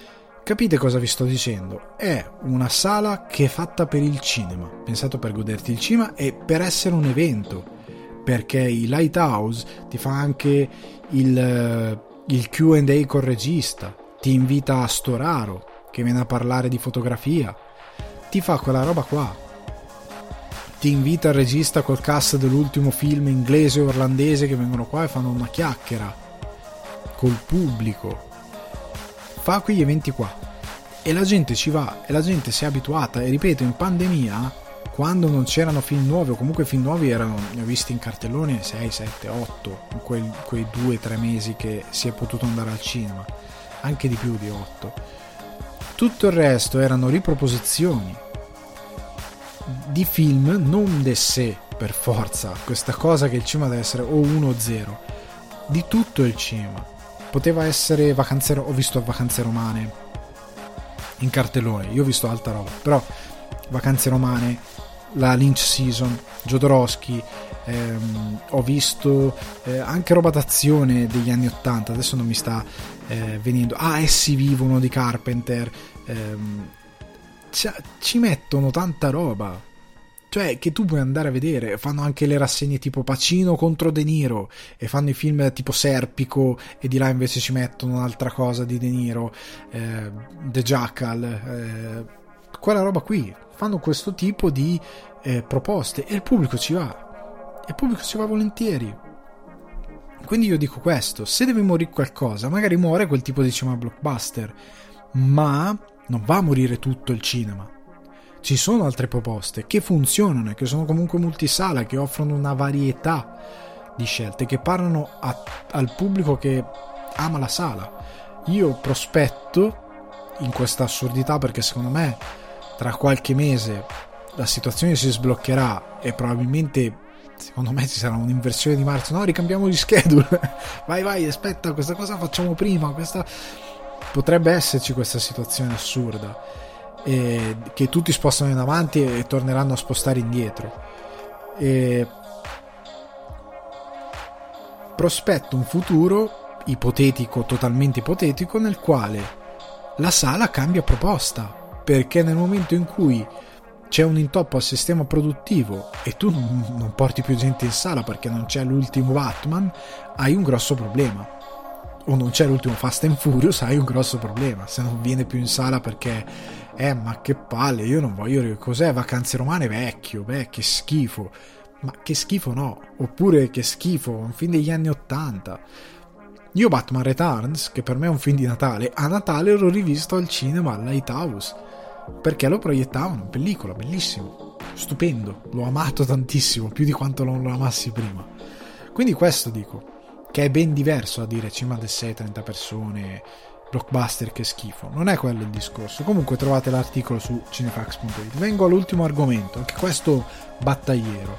Capite cosa vi sto dicendo? È una sala che è fatta per il cinema, pensato per goderti il cinema e per essere un evento, perché il Lighthouse ti fa anche il, il Q and A col regista, ti invita a Storaro che viene a parlare di fotografia, ti fa quella roba qua, ti invita il regista col cast dell'ultimo film inglese o irlandese che vengono qua e fanno una chiacchiera col pubblico, fa quegli eventi qua e la gente ci va e la gente si è abituata. E ripeto, in pandemia, quando non c'erano film nuovi o comunque film nuovi erano, ne ho visti in cartellone sei, sette, otto in quei, quei due tre mesi che si è potuto andare al cinema, anche di più di otto. Tutto il resto erano riproposizioni di film, non de sé per forza, questa cosa che il cinema deve essere o uno o zero, di tutto il cinema. Poteva essere Vacanze, ho visto Vacanze Romane in cartellone, io ho visto alta roba, però Vacanze Romane, la Lynch Season, Jodorowsky, ehm, ho visto eh, anche roba d'azione degli anni ottanta, adesso non mi sta eh, venendo, ah Essi vivono di Carpenter, ehm, ci mettono tanta roba, cioè che tu puoi andare a vedere. Fanno anche le rassegne tipo Pacino contro De Niro e fanno i film tipo Serpico e di là invece ci mettono un'altra cosa di De Niro, eh, The Jackal, eh, quella roba qui. Fanno questo tipo di eh, proposte e il pubblico ci va, e il pubblico ci va volentieri. Quindi io dico questo: se deve morire qualcosa, magari muore quel tipo di cinema blockbuster, ma non va a morire tutto il cinema. Ci sono altre proposte che funzionano e che sono comunque multisala, che offrono una varietà di scelte, che parlano a, al pubblico che ama la sala. Io prospetto in questa assurdità, perché secondo me tra qualche mese la situazione si sbloccherà e probabilmente, secondo me, ci sarà un'inversione di marcia. No, ricambiamo gli schedule. vai vai aspetta, questa cosa facciamo prima, questa potrebbe esserci questa situazione assurda, e che tutti spostano in avanti e torneranno a spostare indietro. E prospetto un futuro ipotetico, totalmente ipotetico, nel quale la sala cambia proposta, perché nel momento in cui c'è un intoppo al sistema produttivo e tu non porti più gente in sala perché non c'è l'ultimo Batman, hai un grosso problema. O non c'è l'ultimo Fast and Furious, hai un grosso problema. Se non viene più in sala perché eh ma che palle, io non voglio, cos'è Vacanze Romane vecchio, beh che schifo, ma che schifo no, oppure che schifo, un film degli anni ottanta. Io Batman Returns, che per me è un film di Natale, a Natale l'ho rivisto al cinema al Lighthouse perché lo proiettavano in pellicola, bellissimo, stupendo, l'ho amato tantissimo, più di quanto non lo amassi prima. Quindi questo dico, che è ben diverso a dire cinema da sei trenta persone, blockbuster che schifo, non è quello il discorso. Comunque trovate l'articolo su cinefax punto it. Vengo all'ultimo argomento, anche questo battagliero.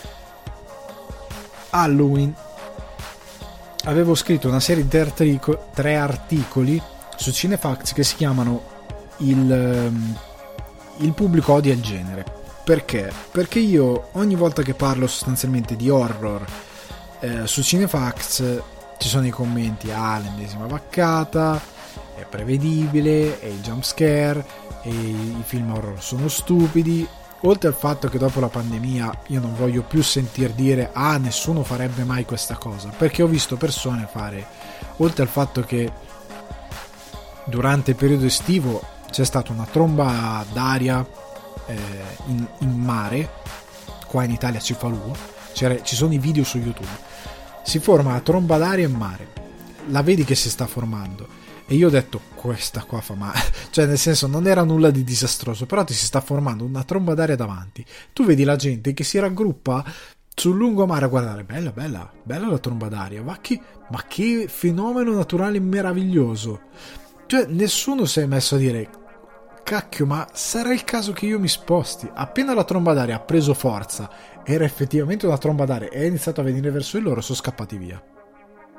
Halloween. Avevo scritto una serie di articoli, tre articoli su Cinefax che si chiamano il, il pubblico odia il genere. Perché? Perché io ogni volta che parlo sostanzialmente di horror eh, su Cinefax ci sono i commenti: ah, l'ennesima vaccata, è prevedibile, è il jump scare, e i film horror sono stupidi. Oltre al fatto che dopo la pandemia io non voglio più sentir dire ah, nessuno farebbe mai questa cosa, perché ho visto persone fare, oltre al fatto che durante il periodo estivo c'è stata una tromba d'aria eh, in, in mare, qua in Italia ci fa l'uo, ci sono i video su YouTube, si forma la tromba d'aria in mare, la vedi che si sta formando. E io ho detto, questa qua fa male, cioè nel senso non era nulla di disastroso, però ti si sta formando una tromba d'aria davanti, tu vedi la gente che si raggruppa sul lungomare a guardare, bella bella, bella la tromba d'aria, ma che, ma che fenomeno naturale meraviglioso, cioè nessuno si è messo a dire, cacchio, ma sarà il caso che io mi sposti. Appena la tromba d'aria ha preso forza, era effettivamente una tromba d'aria e è iniziato a venire verso di loro, sono scappati via.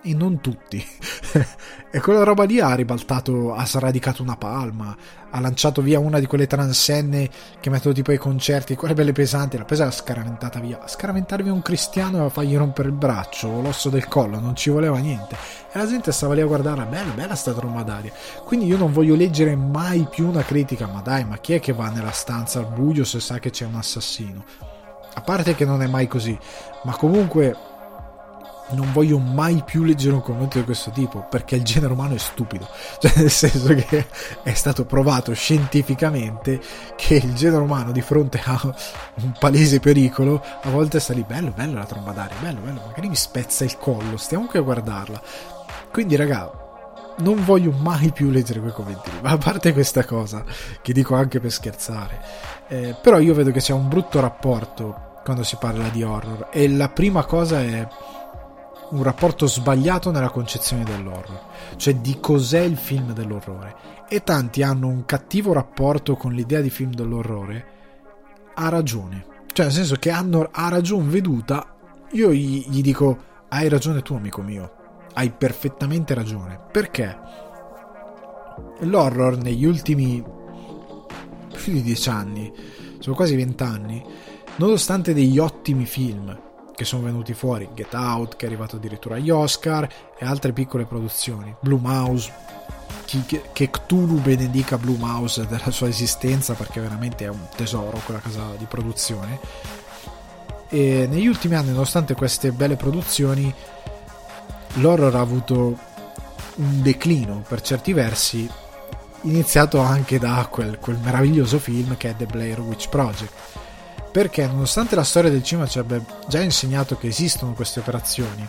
e non tutti. E quella roba lì ha ribaltato, ha sradicato una palma, ha lanciato via una di quelle transenne che mettono tipo ai concerti, quelle belle pesanti, l'ha presa e l'ha scaraventata via. Scaraventar via un cristiano e fargli rompere il braccio o l'osso del collo, non ci voleva niente, e la gente stava lì a guardarla, bella, bella sta dromedaria. Quindi io non voglio leggere mai più una critica, ma dai, ma chi è che va nella stanza al buio se sa che c'è un assassino? A parte che non è mai così, ma comunque non voglio mai più leggere un commento di questo tipo, perché il genere umano è stupido, cioè nel senso che è stato provato scientificamente che il genere umano di fronte a un palese pericolo a volte sta lì, bello bello la tromba d'aria, bello bello, magari mi spezza il collo, stiamo qui a guardarla. Quindi raga, non voglio mai più leggere quei commenti lì, ma a parte questa cosa che dico anche per scherzare, eh, però io vedo che c'è un brutto rapporto quando si parla di horror, e la prima cosa è un rapporto sbagliato nella concezione dell'horror, cioè di cos'è il film dell'orrore, e tanti hanno un cattivo rapporto con l'idea di film dell'orrore a ragione, cioè nel senso che hanno a ragion veduta. Io gli, gli dico, hai ragione tu amico mio, hai perfettamente ragione, perché l'horror negli ultimi più di dieci anni, sono quasi vent'anni, nonostante degli ottimi film che sono venuti fuori, Get Out che è arrivato addirittura agli Oscar e altre piccole produzioni, Blumhouse, chi, che, che Cthulhu benedica Blumhouse della sua esistenza, perché veramente è un tesoro quella casa di produzione. E negli ultimi anni, nonostante queste belle produzioni, l'horror ha avuto un declino per certi versi, iniziato anche da quel, quel meraviglioso film che è The Blair Witch Project, perché nonostante la storia del cinema ci abbia già insegnato che esistono queste operazioni,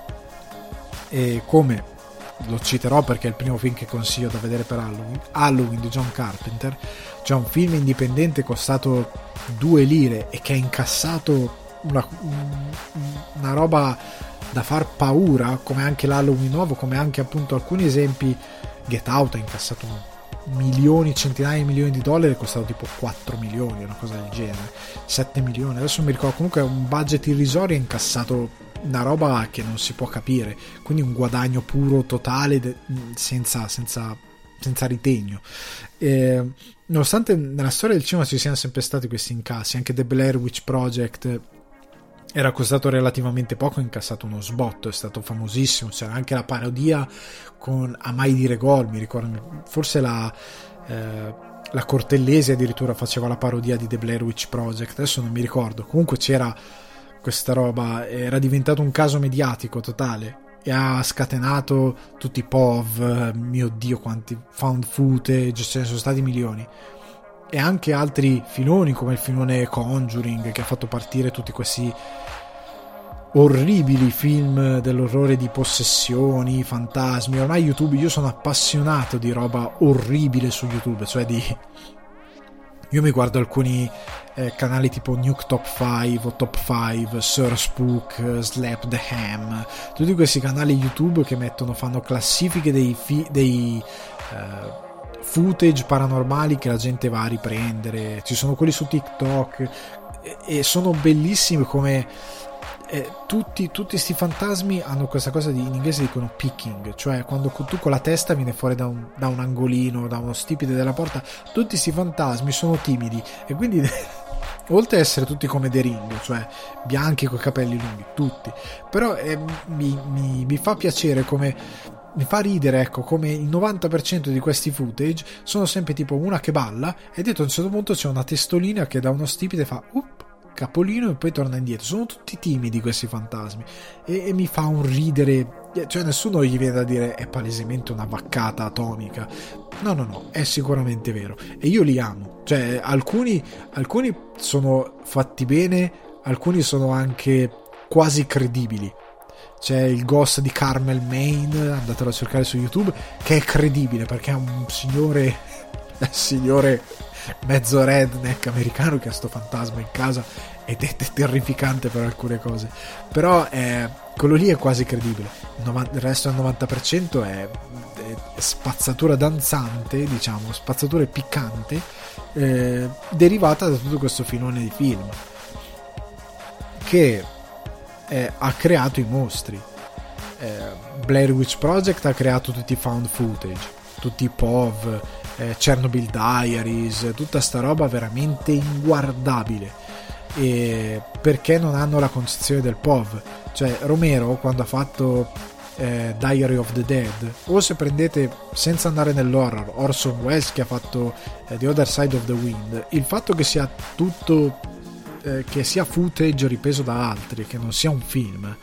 e come lo citerò perché è il primo film che consiglio da vedere per Halloween, Halloween di John Carpenter, cioè un film indipendente costato due lire e che ha incassato una, una roba da far paura, come anche l'Halloween nuovo, come anche appunto alcuni esempi. Get Out ha incassato milioni, centinaia di milioni di dollari, è costato tipo quattro milioni, una cosa del genere, sette milioni, adesso non mi ricordo, comunque è un budget irrisorio, ha incassato una roba che non si può capire, quindi un guadagno puro totale de- senza, senza, senza ritegno. E, nonostante nella storia del cinema ci siano sempre stati questi incassi, anche The Blair Witch Project era costato relativamente poco, ha incassato uno sbotto, è stato famosissimo, c'era anche la parodia con A mai dire gol, mi ricordo, forse la, eh, la Cortellesi addirittura faceva la parodia di The Blair Witch Project, adesso non mi ricordo, comunque c'era questa roba, era diventato un caso mediatico totale e ha scatenato tutti i P O V, mio dio quanti found footage, ce ne sono stati milioni, e anche altri filoni come il filone Conjuring, che ha fatto partire tutti questi orribili film dell'orrore di possessioni, fantasmi. Ormai YouTube, io sono appassionato di roba orribile su YouTube, cioè di io mi guardo alcuni eh, canali tipo Nuke Top cinque o Top cinque, Sir Spook, Slap the Ham, tutti questi canali YouTube che mettono, fanno classifiche dei, fi- dei eh, footage paranormali che la gente va a riprendere. Ci sono quelli su TikTok e, e sono bellissimi, come eh, tutti tutti sti fantasmi hanno questa cosa di, in inglese dicono peeking, cioè quando tu con la testa viene fuori da un, da un angolino, da uno stipite della porta, tutti sti fantasmi sono timidi e quindi oltre ad essere tutti come The Ring, cioè bianchi coi capelli lunghi, tutti, però eh, mi, mi, mi fa piacere, come mi fa ridere, ecco, come il novanta per cento di questi footage sono sempre tipo una che balla e dietro a un certo punto c'è una testolina che da uno stipite fa up, capolino e poi torna indietro. Sono tutti timidi questi fantasmi e, e mi fa un ridere, cioè nessuno gli viene da dire è palesemente una vaccata atomica, no no no, è sicuramente vero e io li amo, cioè alcuni, alcuni sono fatti bene, alcuni sono anche quasi credibili. C'è il Ghost di Carmel, Maine, andatelo a cercare su YouTube, che è credibile perché è un signore un signore mezzo redneck americano che ha sto fantasma in casa ed è terrificante per alcune cose, però è, quello lì è quasi credibile. Il resto del novanta per cento è, è spazzatura danzante, diciamo, spazzatura piccante, eh, derivata da tutto questo filone di film che Eh, ha creato i mostri. eh, Blair Witch Project ha creato tutti i found footage, tutti i P O V, eh, Chernobyl Diaries, tutta sta roba veramente inguardabile, e perché non hanno la concezione del P O V. Cioè Romero, quando ha fatto eh, Diary of the Dead, o se prendete, senza andare nell'horror, Orson Welles che ha fatto eh, The Other Side of the Wind, il fatto che sia tutto eh, che sia footage ripreso da altri, che non sia un film,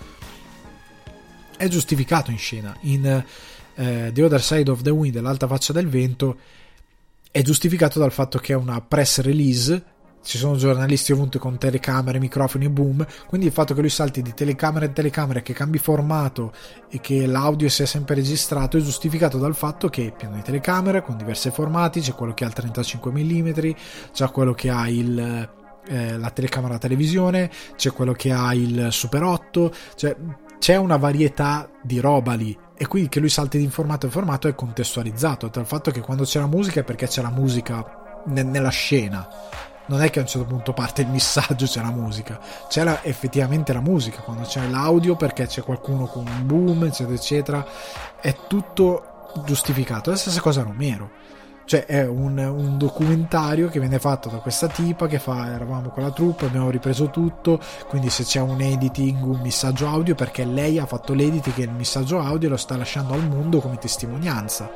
è giustificato in scena. In eh, The Other Side of the Wind, l'alta faccia del vento, è giustificato dal fatto che è una press release, ci sono giornalisti ovunque con telecamere, microfoni, boom, quindi il fatto che lui salti di telecamera in telecamera, che cambi formato e che l'audio sia sempre registrato, è giustificato dal fatto che pieno di telecamere con diversi formati, c'è quello che ha il trentacinque millimetri, c'è quello che ha il, eh, la telecamera a televisione, c'è quello che ha il Super otto, cioè c'è una varietà di roba lì, e quindi che lui salti di formato in formato è contestualizzato dal fatto che quando c'è la musica è perché c'è la musica ne- nella scena. Non è che a un certo punto parte il missaggio, c'è la musica, c'è la, effettivamente la musica, quando c'è l'audio perché c'è qualcuno con un boom, eccetera eccetera, è tutto giustificato. La stessa cosa Romero, cioè è un, un documentario che viene fatto da questa tipa che fa, eravamo con la troupe, abbiamo ripreso tutto, quindi se c'è un editing, un missaggio audio, perché lei ha fatto l'editing e il missaggio audio lo sta lasciando al mondo come testimonianza.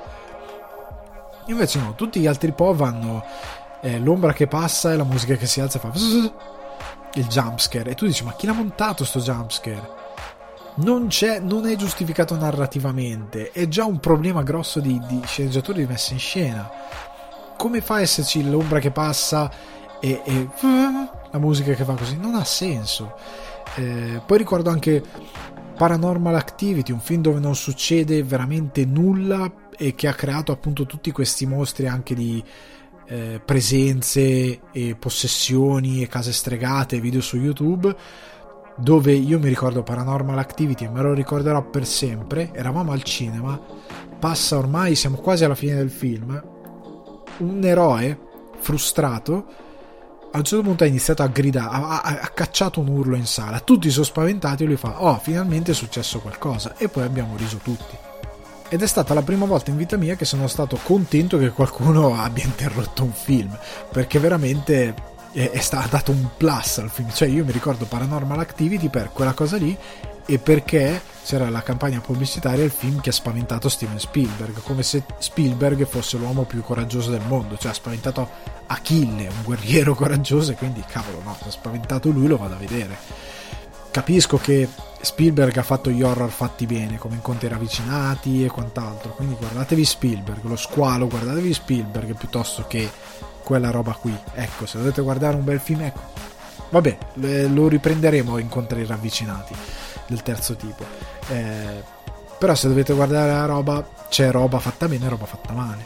Invece no, tutti gli altri po' vanno Eh, l'ombra che passa e la musica che si alza fa il jumpscare, e tu dici ma chi l'ha montato sto jumpscare? Non c'è, non è giustificato narrativamente, è già un problema grosso di, di sceneggiatori di messa in scena. Come fa a esserci l'ombra che passa e, e la musica che fa così? Non ha senso. Eh, poi ricordo anche Paranormal Activity, un film dove non succede veramente nulla e che ha creato appunto tutti questi mostri anche di Eh, presenze e possessioni e case stregate, video su YouTube, dove io mi ricordo Paranormal Activity e me lo ricorderò per sempre. Eravamo al cinema, passa ormai, siamo quasi alla fine del film, un eroe frustrato a un certo punto ha iniziato a gridare, ha, ha, ha cacciato un urlo in sala, tutti sono spaventati e lui fa oh finalmente è successo qualcosa, e poi abbiamo riso tutti. Ed è stata la prima volta in vita mia che sono stato contento che qualcuno abbia interrotto un film, perché veramente è, è stato dato un plus al film. Cioè io mi ricordo Paranormal Activity per quella cosa lì, e perché c'era la campagna pubblicitaria del film che ha spaventato Steven Spielberg, come se Spielberg fosse l'uomo più coraggioso del mondo, cioè ha spaventato Achille, un guerriero coraggioso, e quindi cavolo no, ha spaventato lui, lo vado a vedere. Capisco che Spielberg ha fatto gli horror fatti bene, come Incontri ravvicinati e quant'altro, quindi guardatevi Spielberg, Lo squalo, guardatevi Spielberg piuttosto che quella roba qui. Ecco, se dovete guardare un bel film, ecco, vabbè, lo riprenderemo Incontri ravvicinati del terzo tipo, eh, però se dovete guardare la roba, c'è roba fatta bene e roba fatta male.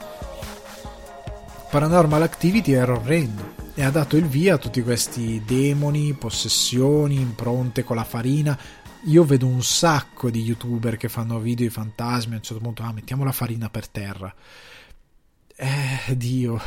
Paranormal Activity era orrendo e ha dato il via a tutti questi demoni, possessioni, impronte con la farina. Io vedo un sacco di youtuber che fanno video di fantasmi, a un certo punto ah, mettiamo la farina per terra, eh Dio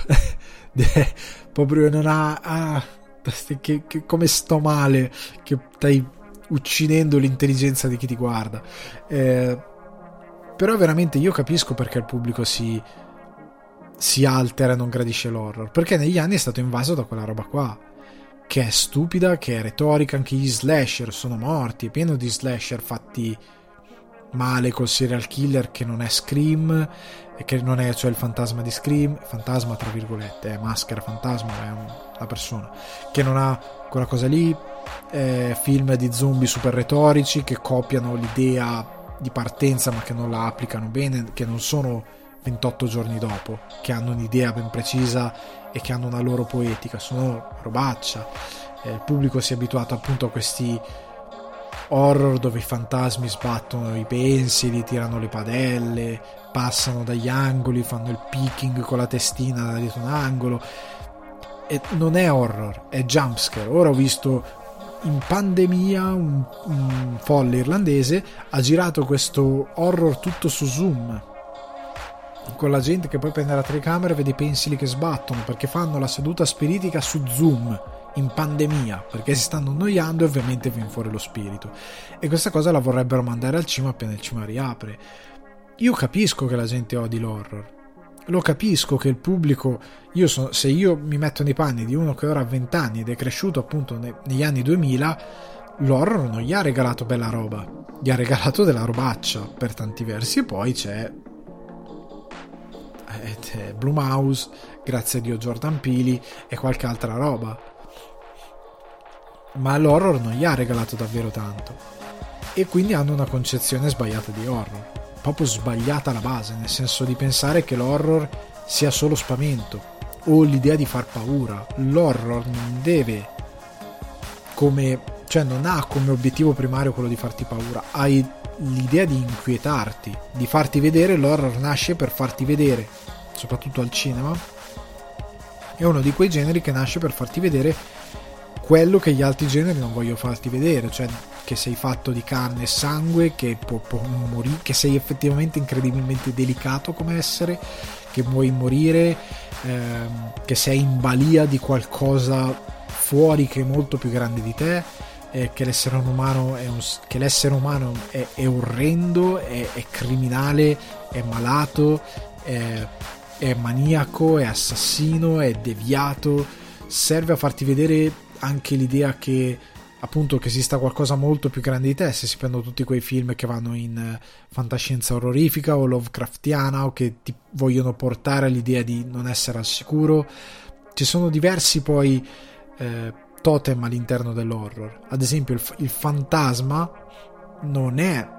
proprio non ha ah, che, che, come sto male che stai uccidendo l'intelligenza di chi ti guarda, eh, però veramente io capisco perché il pubblico si si altera e non gradisce l'horror, perché negli anni è stato invaso da quella roba qua che è stupida, che è retorica. Anche gli slasher sono morti, è pieno di slasher fatti male col serial killer che non è Scream, e che non è, cioè il fantasma di Scream, fantasma tra virgolette, è maschera fantasma, è una persona che non ha quella cosa lì, eh, film di zombie super retorici che copiano l'idea di partenza ma che non la applicano bene, che non sono ventotto giorni dopo, che hanno un'idea ben precisa e che hanno una loro poetica, sono robaccia. Eh, il pubblico si è abituato appunto a questi horror dove i fantasmi sbattono i pensili, tirano le padelle, passano dagli angoli, fanno il picking con la testina da dietro un angolo, e non è horror, è jumpscare. Ora ho visto in pandemia un, un folle irlandese ha girato questo horror tutto su Zoom, con la gente che poi prende la telecamera e vede i pensili che sbattono, perché fanno la seduta spiritica su Zoom in pandemia perché si stanno annoiando e ovviamente viene fuori lo spirito, e questa cosa la vorrebbero mandare al cinema appena il cinema riapre. Io capisco che la gente odi l'horror, lo capisco che il pubblico, io so, se io mi metto nei panni di uno che ora ha venti anni ed è cresciuto appunto ne, negli anni duemila, l'horror non gli ha regalato bella roba, gli ha regalato della robaccia per tanti versi, e poi c'è eh, Blumhouse, grazie a Dio Jordan Peele e qualche altra roba, ma l'horror non gli ha regalato davvero tanto, e quindi hanno una concezione sbagliata di horror, proprio sbagliata alla base, nel senso di pensare che l'horror sia solo spavento o l'idea di far paura. L'horror non deve come, cioè non ha come obiettivo primario quello di farti paura, hai l'idea di inquietarti, di farti vedere. L'horror nasce per farti vedere, soprattutto al cinema è uno di quei generi che nasce per farti vedere quello che gli altri generi non vogliono farti vedere, cioè che sei fatto di carne e sangue, che può, può morire, che sei effettivamente incredibilmente delicato come essere, che vuoi morire, ehm, che sei in balia di qualcosa fuori che è molto più grande di te, eh, che l'essere umano è, un, che l'essere umano è, è orrendo, è, è criminale, è malato, è, è maniaco, è assassino, è deviato. Serve a farti vedere anche l'idea che appunto che esista qualcosa molto più grande di te. Se si prendono tutti quei film che vanno in fantascienza orrorifica o Lovecraftiana, o che ti vogliono portare all'idea di non essere al sicuro, ci sono diversi poi eh, totem all'interno dell'horror. Ad esempio il, il fantasma non è,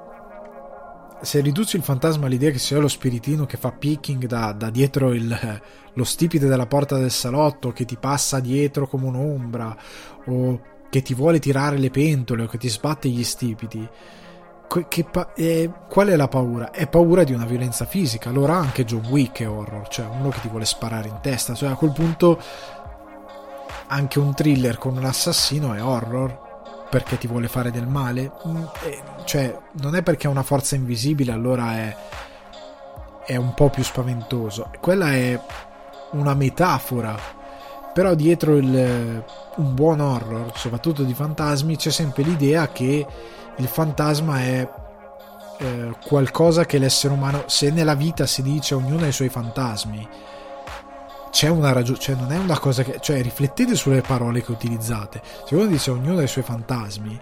se riduci il fantasma all'idea che sia lo spiritino che fa picking da, da dietro il, lo stipite della porta del salotto, che ti passa dietro come un'ombra, o che ti vuole tirare le pentole, o che ti sbatte gli stipiti, che pa- è, qual è la paura? È paura di una violenza fisica. Allora anche John Wick è horror, cioè uno che ti vuole sparare in testa, cioè a quel punto anche un thriller con un assassino è horror perché ti vuole fare del male, cioè non è perché ha una forza invisibile allora è, è un po' più spaventoso. Quella è una metafora, però dietro il, un buon horror, soprattutto di fantasmi, c'è sempre l'idea che il fantasma è eh, qualcosa che l'essere umano, se nella vita si dice ognuno ha i suoi fantasmi, c'è una ragione, cioè non è una cosa che, cioè riflettete sulle parole che utilizzate. Se uno dice ognuno ha i suoi fantasmi,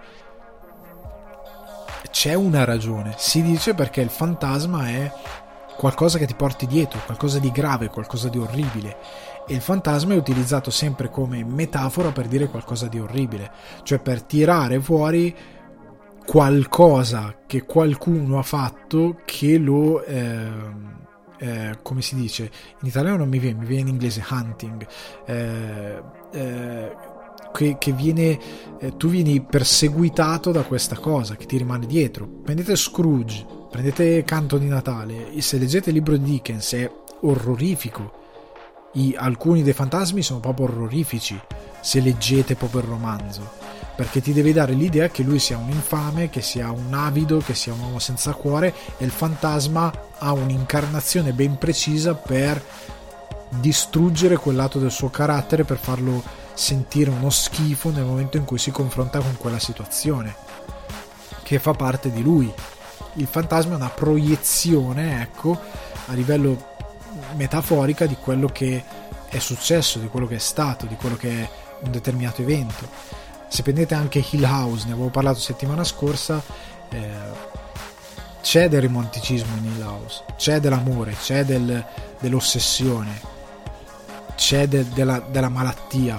c'è una ragione, si dice perché il fantasma è qualcosa che ti porti dietro, qualcosa di grave, qualcosa di orribile, e il fantasma è utilizzato sempre come metafora per dire qualcosa di orribile, cioè per tirare fuori qualcosa che qualcuno ha fatto che lo eh, eh, come si dice in italiano, non mi viene, mi viene in inglese hunting, eh, eh, che, che viene eh, tu vieni perseguitato da questa cosa che ti rimane dietro. Prendete Scrooge, prendete Canto di Natale, se leggete il libro di Dickens è orrorifico. I, alcuni dei fantasmi sono proprio orrorifici se leggete proprio il romanzo, perché ti deve dare l'idea che lui sia un infame, che sia un avido, che sia un uomo senza cuore, e il fantasma ha un'incarnazione ben precisa per distruggere quel lato del suo carattere, per farlo sentire uno schifo nel momento in cui si confronta con quella situazione che fa parte di lui. Il fantasma è una proiezione, ecco, a livello metaforica di quello che è successo, di quello che è stato, di quello che è un determinato evento. Se prendete anche Hill House, ne avevo parlato settimana scorsa, eh, c'è del romanticismo in Hill House, c'è dell'amore, c'è del, dell'ossessione, c'è de, della, della malattia.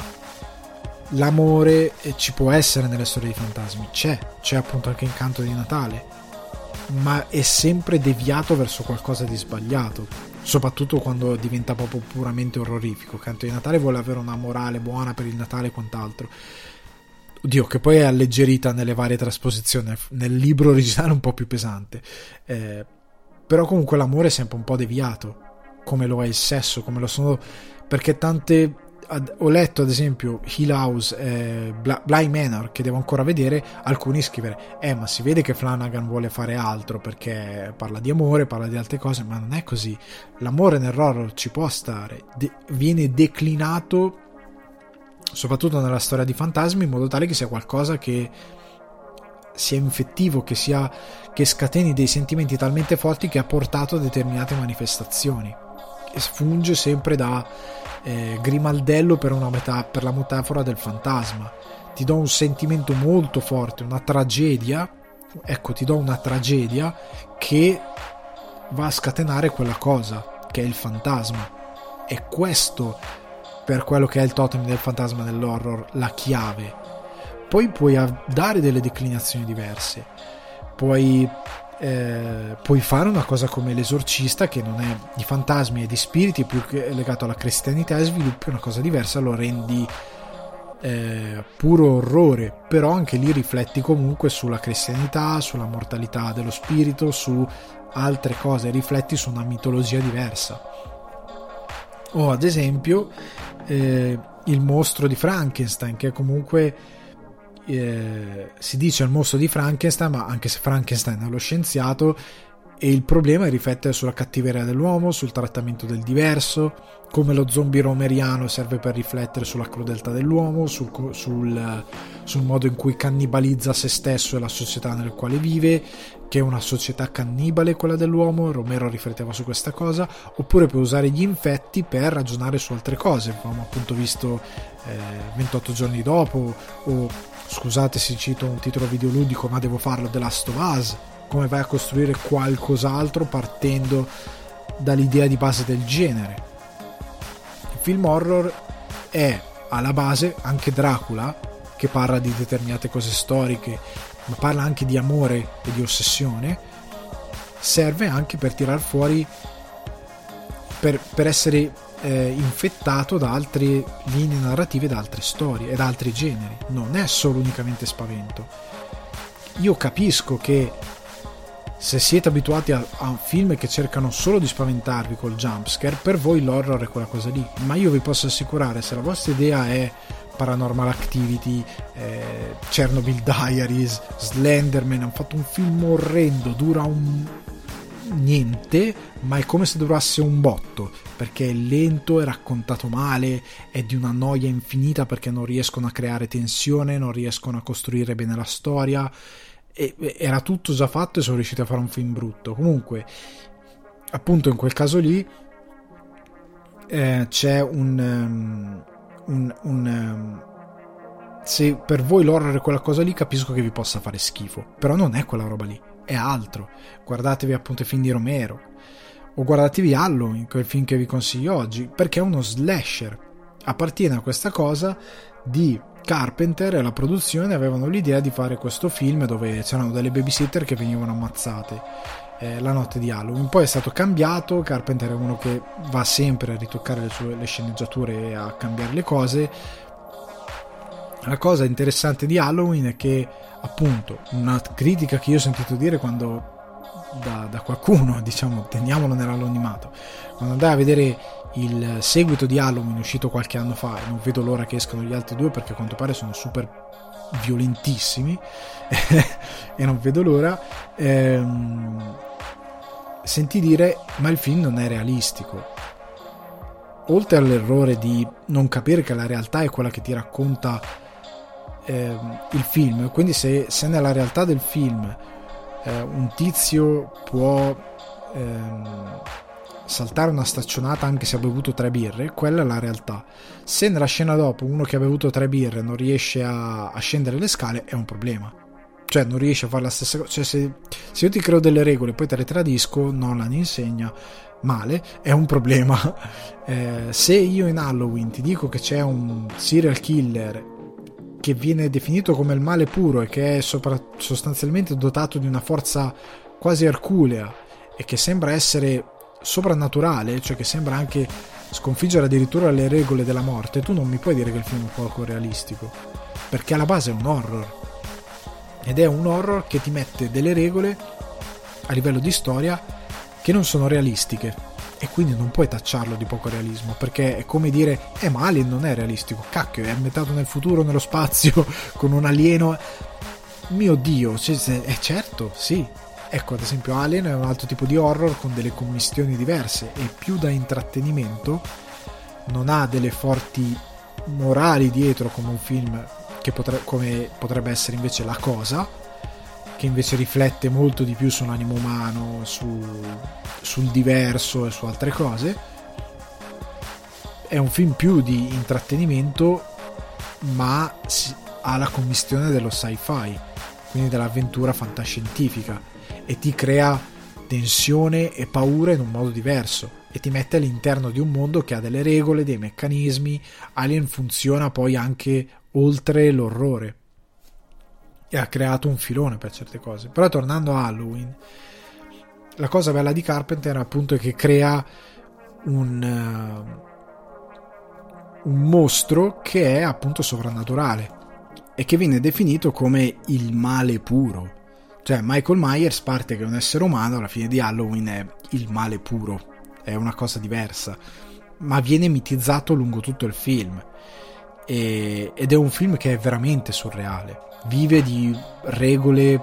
L'amore ci può essere nelle storie di fantasmi, c'è, c'è appunto anche in Canto di Natale, ma è sempre deviato verso qualcosa di sbagliato, soprattutto quando diventa proprio puramente orrorifico. Canto di Natale vuole avere una morale buona per il Natale e quant'altro. Oddio, che poi è alleggerita nelle varie trasposizioni, nel libro originale un po' più pesante, eh, però comunque l'amore è sempre un po' deviato, come lo è il sesso, come lo sono, perché tante, ad, ho letto ad esempio Hill House, eh, Bly Manor, che devo ancora vedere, alcuni scrivere eh ma si vede che Flanagan vuole fare altro perché parla di amore, parla di altre cose, ma non è così. L'amore nell'horror ci può stare, de- viene declinato soprattutto nella storia di fantasmi, in modo tale che sia qualcosa che sia infettivo, che sia che scateni dei sentimenti talmente forti che ha portato a determinate manifestazioni, e funge sempre da eh, grimaldello per, una metà, per la metafora del fantasma. Ti do un sentimento molto forte, una tragedia, ecco, ti do una tragedia che va a scatenare quella cosa che è il fantasma. E questo, per quello che è il totem del fantasma nell'horror, la chiave. Poi puoi dare delle declinazioni diverse, puoi, eh, puoi fare una cosa come l'esorcista, che non è di fantasmi e di spiriti, è più legato alla cristianità, e sviluppi una cosa diversa, lo rendi eh, puro orrore, però anche lì rifletti comunque sulla cristianità, sulla mortalità dello spirito, su altre cose, rifletti su una mitologia diversa. O ad esempio eh, il mostro di Frankenstein, che comunque Eh, si dice il mostro di Frankenstein, ma anche se Frankenstein è lo scienziato, e il problema è riflettere sulla cattiveria dell'uomo, sul trattamento del diverso, come lo zombie romeriano serve per riflettere sulla crudeltà dell'uomo, sul, sul, sul modo in cui cannibalizza se stesso e la società nel quale vive, che è una società cannibale quella dell'uomo. Romero rifletteva su questa cosa. Oppure puoi usare gli infetti per ragionare su altre cose, abbiamo appunto visto eh, ventotto giorni dopo, o scusate se cito un titolo videoludico ma devo farlo, The Last of Us, come vai a costruire qualcos'altro partendo dall'idea di base del genere. Il film horror è alla base anche Dracula, che parla di determinate cose storiche, ma parla anche di amore e di ossessione, serve anche per tirar fuori, per, per essere eh, infettato da altre linee narrative, da altre storie e da altri generi. Non è solo unicamente spavento. Io capisco che se siete abituati a, a film che cercano solo di spaventarvi col jumpscare, per voi l'horror è quella cosa lì, ma io vi posso assicurare, se la vostra idea è Paranormal Activity, eh, Chernobyl Diaries, Slenderman, hanno fatto un film orrendo, dura un niente, ma è come se durasse un botto, perché è lento, è raccontato male, è di una noia infinita perché non riescono a creare tensione, non riescono a costruire bene la storia, e era tutto già fatto e sono riusciti a fare un film brutto. Comunque, appunto, in quel caso lì eh, c'è un, um, un, un um, se per voi l'horror è quella cosa lì, capisco che vi possa fare schifo, però non è quella roba lì, è altro. Guardatevi appunto i film di Romero, o guardatevi Halloween, quel film che vi consiglio oggi, perché è uno slasher, appartiene a questa cosa di Carpenter, e la produzione avevano l'idea di fare questo film dove c'erano delle babysitter che venivano ammazzate eh, la notte di Halloween. Poi è stato cambiato. Carpenter è uno che va sempre a ritoccare le sue le sceneggiature e a cambiare le cose. La cosa interessante di Halloween è che, appunto, una critica che io ho sentito dire quando da, da qualcuno, diciamo, teniamolo nell'anonimato, quando andai a vedere il seguito di Halloween uscito qualche anno fa, e non vedo l'ora che escano gli altri due perché a quanto pare sono super violentissimi e non vedo l'ora, ehm, senti dire ma il film non è realistico. Oltre all'errore di non capire che la realtà è quella che ti racconta ehm, il film, quindi se, se nella realtà del film eh, un tizio può ehm, saltare una staccionata anche se ha bevuto tre birre, quella è la realtà. Se nella scena dopo uno che ha bevuto tre birre non riesce a, a scendere le scale, è un problema, cioè non riesce a fare la stessa cosa. Cioè se, se io ti creo delle regole e poi te le tradisco, Nolan insegna male, è un problema. Eh, se io in Halloween ti dico che c'è un serial killer che viene definito come il male puro e che è sopra, sostanzialmente dotato di una forza quasi erculea e che sembra essere soprannaturale, cioè che sembra anche sconfiggere addirittura le regole della morte, tu non mi puoi dire che il film è poco realistico, perché alla base è un horror, ed è un horror che ti mette delle regole a livello di storia che non sono realistiche, e quindi non puoi tacciarlo di poco realismo, perché è come dire eh ma Alien non è realistico, cacchio, è ambientato nel futuro, nello spazio, con un alieno, mio dio, cioè, è certo, sì. Ecco, ad esempio Alien è un altro tipo di horror con delle commistioni diverse e più da intrattenimento, non ha delle forti morali dietro, come un film che potre- come potrebbe essere invece La Cosa, che invece riflette molto di più sull'animo umano, su, sul diverso e su altre cose. È un film più di intrattenimento, ma ha la commistione dello sci-fi, quindi dell'avventura fantascientifica, e ti crea tensione e paura in un modo diverso e ti mette all'interno di un mondo che ha delle regole, dei meccanismi. Alien funziona poi anche oltre l'orrore e ha creato un filone per certe cose. Però tornando a Halloween, la cosa bella di Carpenter appunto è che crea un uh, un mostro che è appunto sovrannaturale e che viene definito come il male puro. Cioè Michael Myers parte che è un essere umano, alla fine di Halloween è il male puro, è una cosa diversa, ma viene mitizzato lungo tutto il film, e, ed è un film che è veramente surreale, vive di regole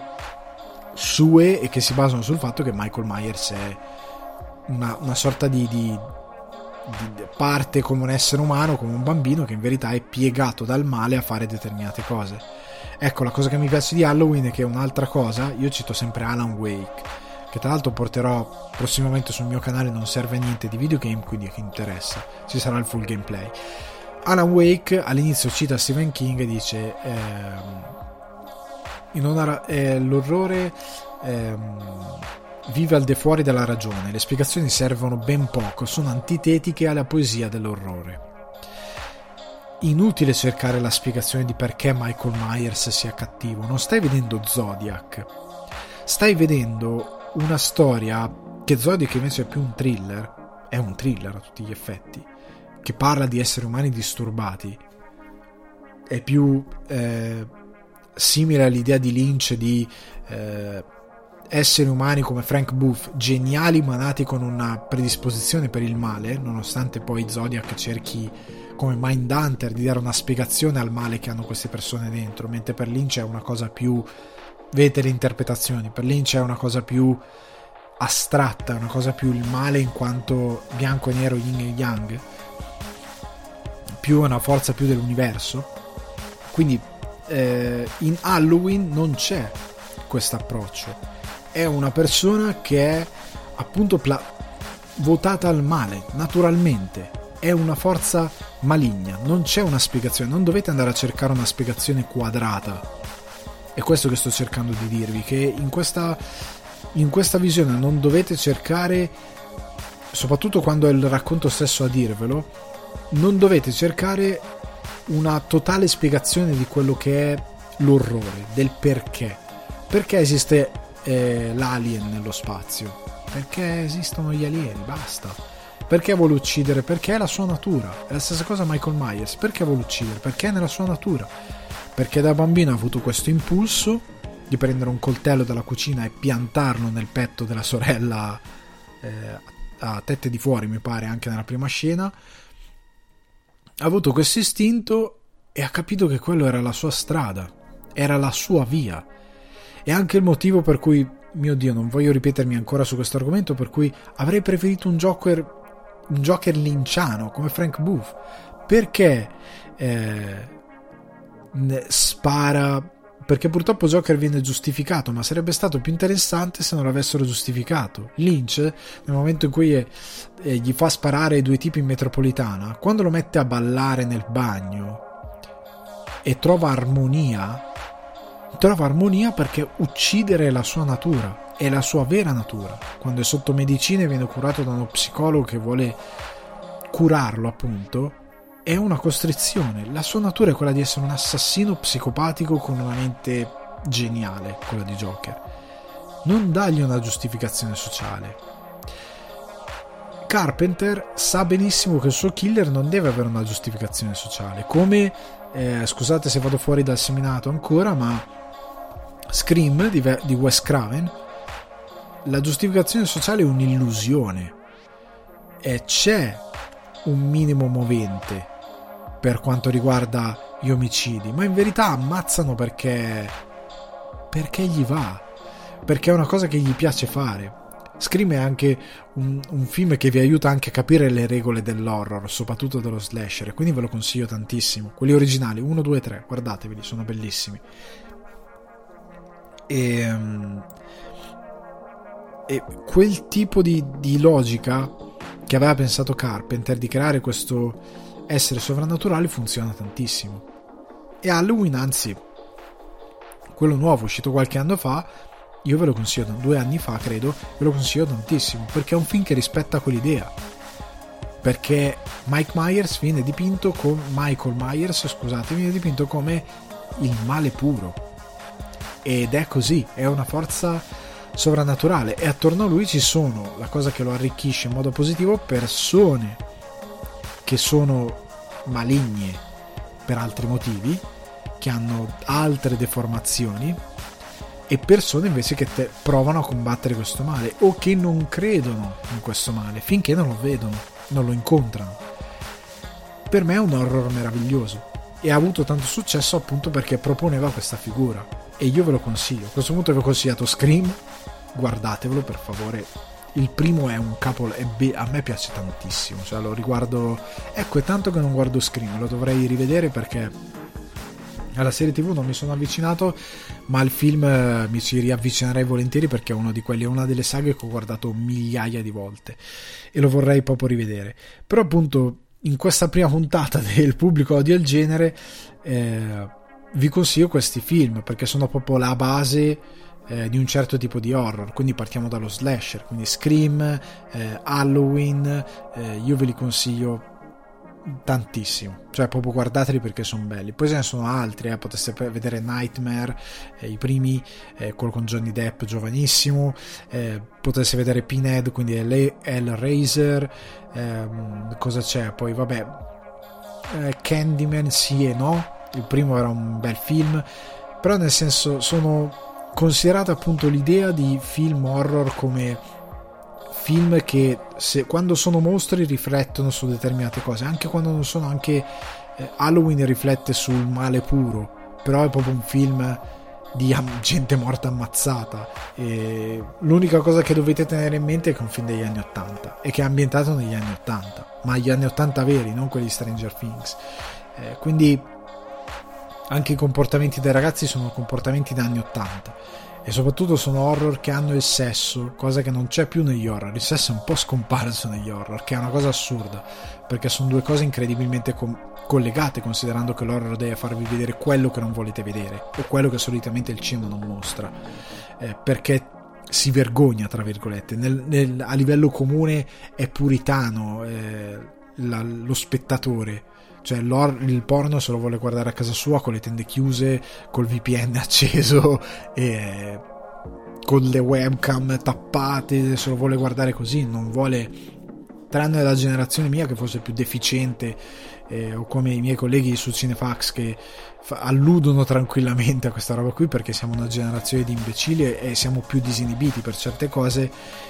sue e che si basano sul fatto che Michael Myers è una, una sorta di, di, di parte come un essere umano, come un bambino che in verità è piegato dal male a fare determinate cose. Ecco, la cosa che mi piace di Halloween è che un'altra cosa, io cito sempre Alan Wake, che tra l'altro porterò prossimamente sul mio canale, non serve a niente di videogame, quindi a chi interessa ci sarà il full gameplay. Alan Wake all'inizio cita Stephen King e dice ehm, in una, eh, l'orrore ehm, vive al di fuori della ragione, le spiegazioni servono ben poco, sono antitetiche alla poesia dell'orrore. Inutile cercare la spiegazione di perché Michael Myers sia cattivo, non stai vedendo Zodiac, stai vedendo una storia che Zodiac invece è più un thriller, è un thriller a tutti gli effetti, che parla di esseri umani disturbati, è più eh, simile all'idea di Lynch di eh, esseri umani come Frank Booth, geniali ma nati con una predisposizione per il male, nonostante poi Zodiac cerchi come Mindhunter di dare una spiegazione al male che hanno queste persone dentro, mentre per Lynch è una cosa più, vedete le interpretazioni, per Lynch è una cosa più astratta, una cosa più il male in quanto bianco e nero, yin e yang, più una forza più dell'universo. Quindi eh, in Halloween non c'è questo approccio, è una persona che è appunto pla- votata al male naturalmente, è una forza maligna, non c'è una spiegazione, non dovete andare a cercare una spiegazione quadrata. È questo che sto cercando di dirvi, che in questa in questa visione non dovete cercare, soprattutto quando è il racconto stesso a dirvelo, non dovete cercare una totale spiegazione di quello che è l'orrore, del perché perché esiste eh, l'alien nello spazio, perché esistono gli alieni, basta. Perché vuole uccidere? Perché è la sua natura. È la stessa cosa Michael Myers. Perché vuole uccidere? Perché è nella sua natura. Perché da bambino ha avuto questo impulso di prendere un coltello dalla cucina e piantarlo nel petto della sorella eh, a tette di fuori, mi pare, anche nella prima scena. Ha avuto questo istinto e ha capito che quello era la sua strada, era la sua via. E anche il motivo per cui, mio Dio, non voglio ripetermi ancora su questo argomento, per cui avrei preferito un Joker un Joker linciano come Frank Booth, perché eh, spara, perché purtroppo Joker viene giustificato, ma sarebbe stato più interessante se non l'avessero giustificato. Lynch nel momento in cui è, eh, gli fa sparare i due tipi in metropolitana, quando lo mette a ballare nel bagno e trova armonia trova armonia perché uccidere è la sua natura, è la sua vera natura. Quando è sotto medicina e viene curato da uno psicologo che vuole curarlo, appunto, è una costrizione. La sua natura è quella di essere un assassino psicopatico con una mente geniale, quella di Joker. Non dagli una giustificazione sociale. Carpenter sa benissimo che il suo killer non deve avere una giustificazione sociale, come eh, scusate se vado fuori dal seminato ancora, ma Scream di, di Wes Craven, la giustificazione sociale è un'illusione, e c'è un minimo movente per quanto riguarda gli omicidi, ma in verità ammazzano perché perché gli va, perché è una cosa che gli piace fare. Scream è anche un, un film che vi aiuta anche a capire le regole dell'horror, soprattutto dello slasher, quindi ve lo consiglio tantissimo. Quelli originali, uno, due, tre, guardateveli, sono bellissimi. E, e quel tipo di, di logica che aveva pensato Carpenter di creare questo essere sovrannaturale funziona tantissimo. E Halloween, anzi, quello nuovo uscito qualche anno fa, io ve lo consiglio, due anni fa credo, ve lo consiglio tantissimo, perché è un film che rispetta quell'idea, perché Mike Myers viene dipinto con Michael Myers scusate viene dipinto come il male puro, ed è così, è una forza sovrannaturale, e attorno a lui ci sono, la cosa che lo arricchisce in modo positivo, persone che sono maligne per altri motivi, che hanno altre deformazioni, e persone invece che te provano a combattere questo male o che non credono in questo male finché non lo vedono, non lo incontrano. Per me è un horror meraviglioso e ha avuto tanto successo appunto perché proponeva questa figura, e io ve lo consiglio. A questo punto vi ho consigliato Scream, guardatevelo per favore. Il primo è un capo, è be- a me piace tantissimo, cioè lo riguardo, ecco, è tanto che non guardo Scream, lo dovrei rivedere perché alla serie tv non mi sono avvicinato, ma al film eh, mi ci riavvicinerei volentieri, perché è uno di quelli, è una delle saghe che ho guardato migliaia di volte e lo vorrei proprio rivedere. Però appunto in questa prima puntata del Pubblico Odia il Genere eh, vi consiglio questi film perché sono proprio la base eh, di un certo tipo di horror. Quindi partiamo dallo slasher, quindi Scream, eh, Halloween, eh, io ve li consiglio tantissimo, cioè proprio guardateli perché sono belli. Poi ce ne sono altri, eh. Potreste vedere Nightmare, eh, i primi, eh, quello con Johnny Depp giovanissimo, eh, potreste vedere Pinhead, quindi Hellraiser, eh, cosa c'è poi, vabbè, eh, Candyman sì e no, il primo era un bel film, però nel senso sono considerato appunto l'idea di film horror come film che se, quando sono mostri riflettono su determinate cose, anche quando non sono, anche eh, Halloween riflette sul male puro, però è proprio un film di am- gente morta ammazzata, e l'unica cosa che dovete tenere in mente è che è un film degli anni ottanta e che è ambientato negli anni ottanta, ma gli anni ottanta veri, non quelli di Stranger Things, eh, quindi anche i comportamenti dei ragazzi sono comportamenti da anni ottanta. E soprattutto sono horror che hanno il sesso, cosa che non c'è più negli horror. Il sesso è un po' scomparso negli horror, che è una cosa assurda, perché sono due cose incredibilmente com- collegate, considerando che l'horror deve farvi vedere quello che non volete vedere o quello che solitamente il cinema non mostra, eh, perché si vergogna, tra virgolette, nel, nel, a livello comune è puritano, eh, la, lo spettatore, cioè il porno se lo vuole guardare a casa sua con le tende chiuse, col V P N acceso e con le webcam tappate, se lo vuole guardare così, non vuole, tranne la generazione mia che forse è più deficiente, eh, o come i miei colleghi su Cinefax che fa- alludono tranquillamente a questa roba qui, perché siamo una generazione di imbecilli e siamo più disinibiti per certe cose,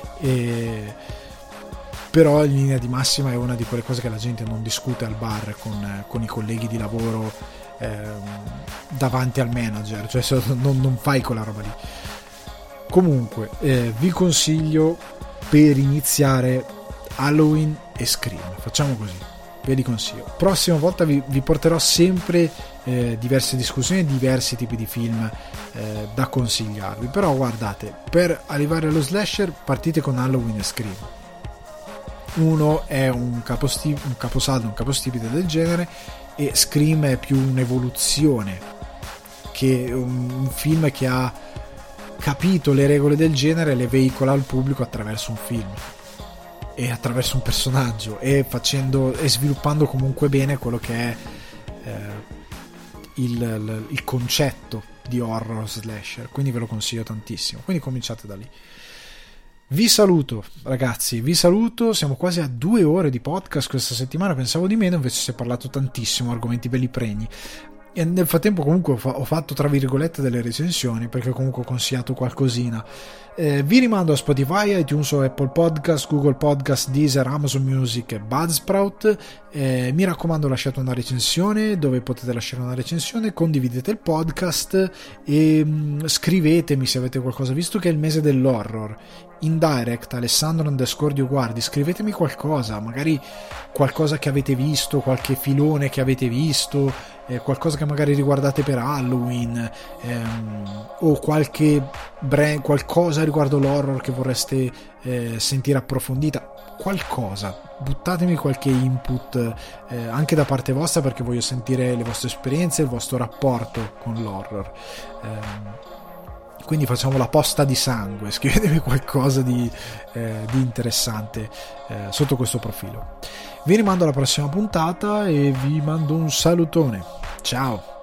e però in linea di massima è una di quelle cose che la gente non discute al bar con, con i colleghi di lavoro, ehm, davanti al manager, cioè se non, non fai quella roba lì. Comunque eh, vi consiglio per iniziare Halloween e Scream, facciamo così, ve li consiglio. Prossima volta vi, vi porterò sempre eh, diverse discussioni, diversi tipi di film eh, da consigliarvi, però guardate, per arrivare allo slasher partite con Halloween e Scream. Uno è un, caposti- un caposaldo, un capostipite del genere, e Scream è più un'evoluzione, che un, un film che ha capito le regole del genere e le veicola al pubblico attraverso un film e attraverso un personaggio, e facendo e sviluppando comunque bene quello che è eh, il, il, il concetto di horror slasher. Quindi ve lo consiglio tantissimo, quindi cominciate da lì. Vi saluto ragazzi, vi saluto, siamo quasi a due ore di podcast questa settimana, pensavo di meno, invece si è parlato tantissimo, argomenti belli pregni. e nel frattempo comunque ho fatto tra virgolette delle recensioni, perché comunque ho consigliato qualcosina. Eh, vi rimando a Spotify, iTunes o Apple Podcast, Google Podcast, Deezer, Amazon Music e Buzzsprout. Eh, mi raccomando, lasciate una recensione dove potete lasciare una recensione, condividete il podcast e mh, scrivetemi se avete qualcosa, visto che è il mese dell'horror. In direct, Alessandro underscore Dio Guardi, scrivetemi qualcosa, magari qualcosa che avete visto, qualche filone che avete visto, eh, qualcosa che magari riguardate per Halloween, ehm, o qualche brand, qualcosa riguardo l'horror che vorreste eh, sentire approfondita, qualcosa, buttatemi qualche input eh, anche da parte vostra, perché voglio sentire le vostre esperienze, il vostro rapporto con l'horror. ehm, Quindi facciamo la posta di sangue, scrivetemi qualcosa di, eh, di interessante eh, sotto questo profilo. Vi rimando alla prossima puntata e vi mando un salutone. Ciao!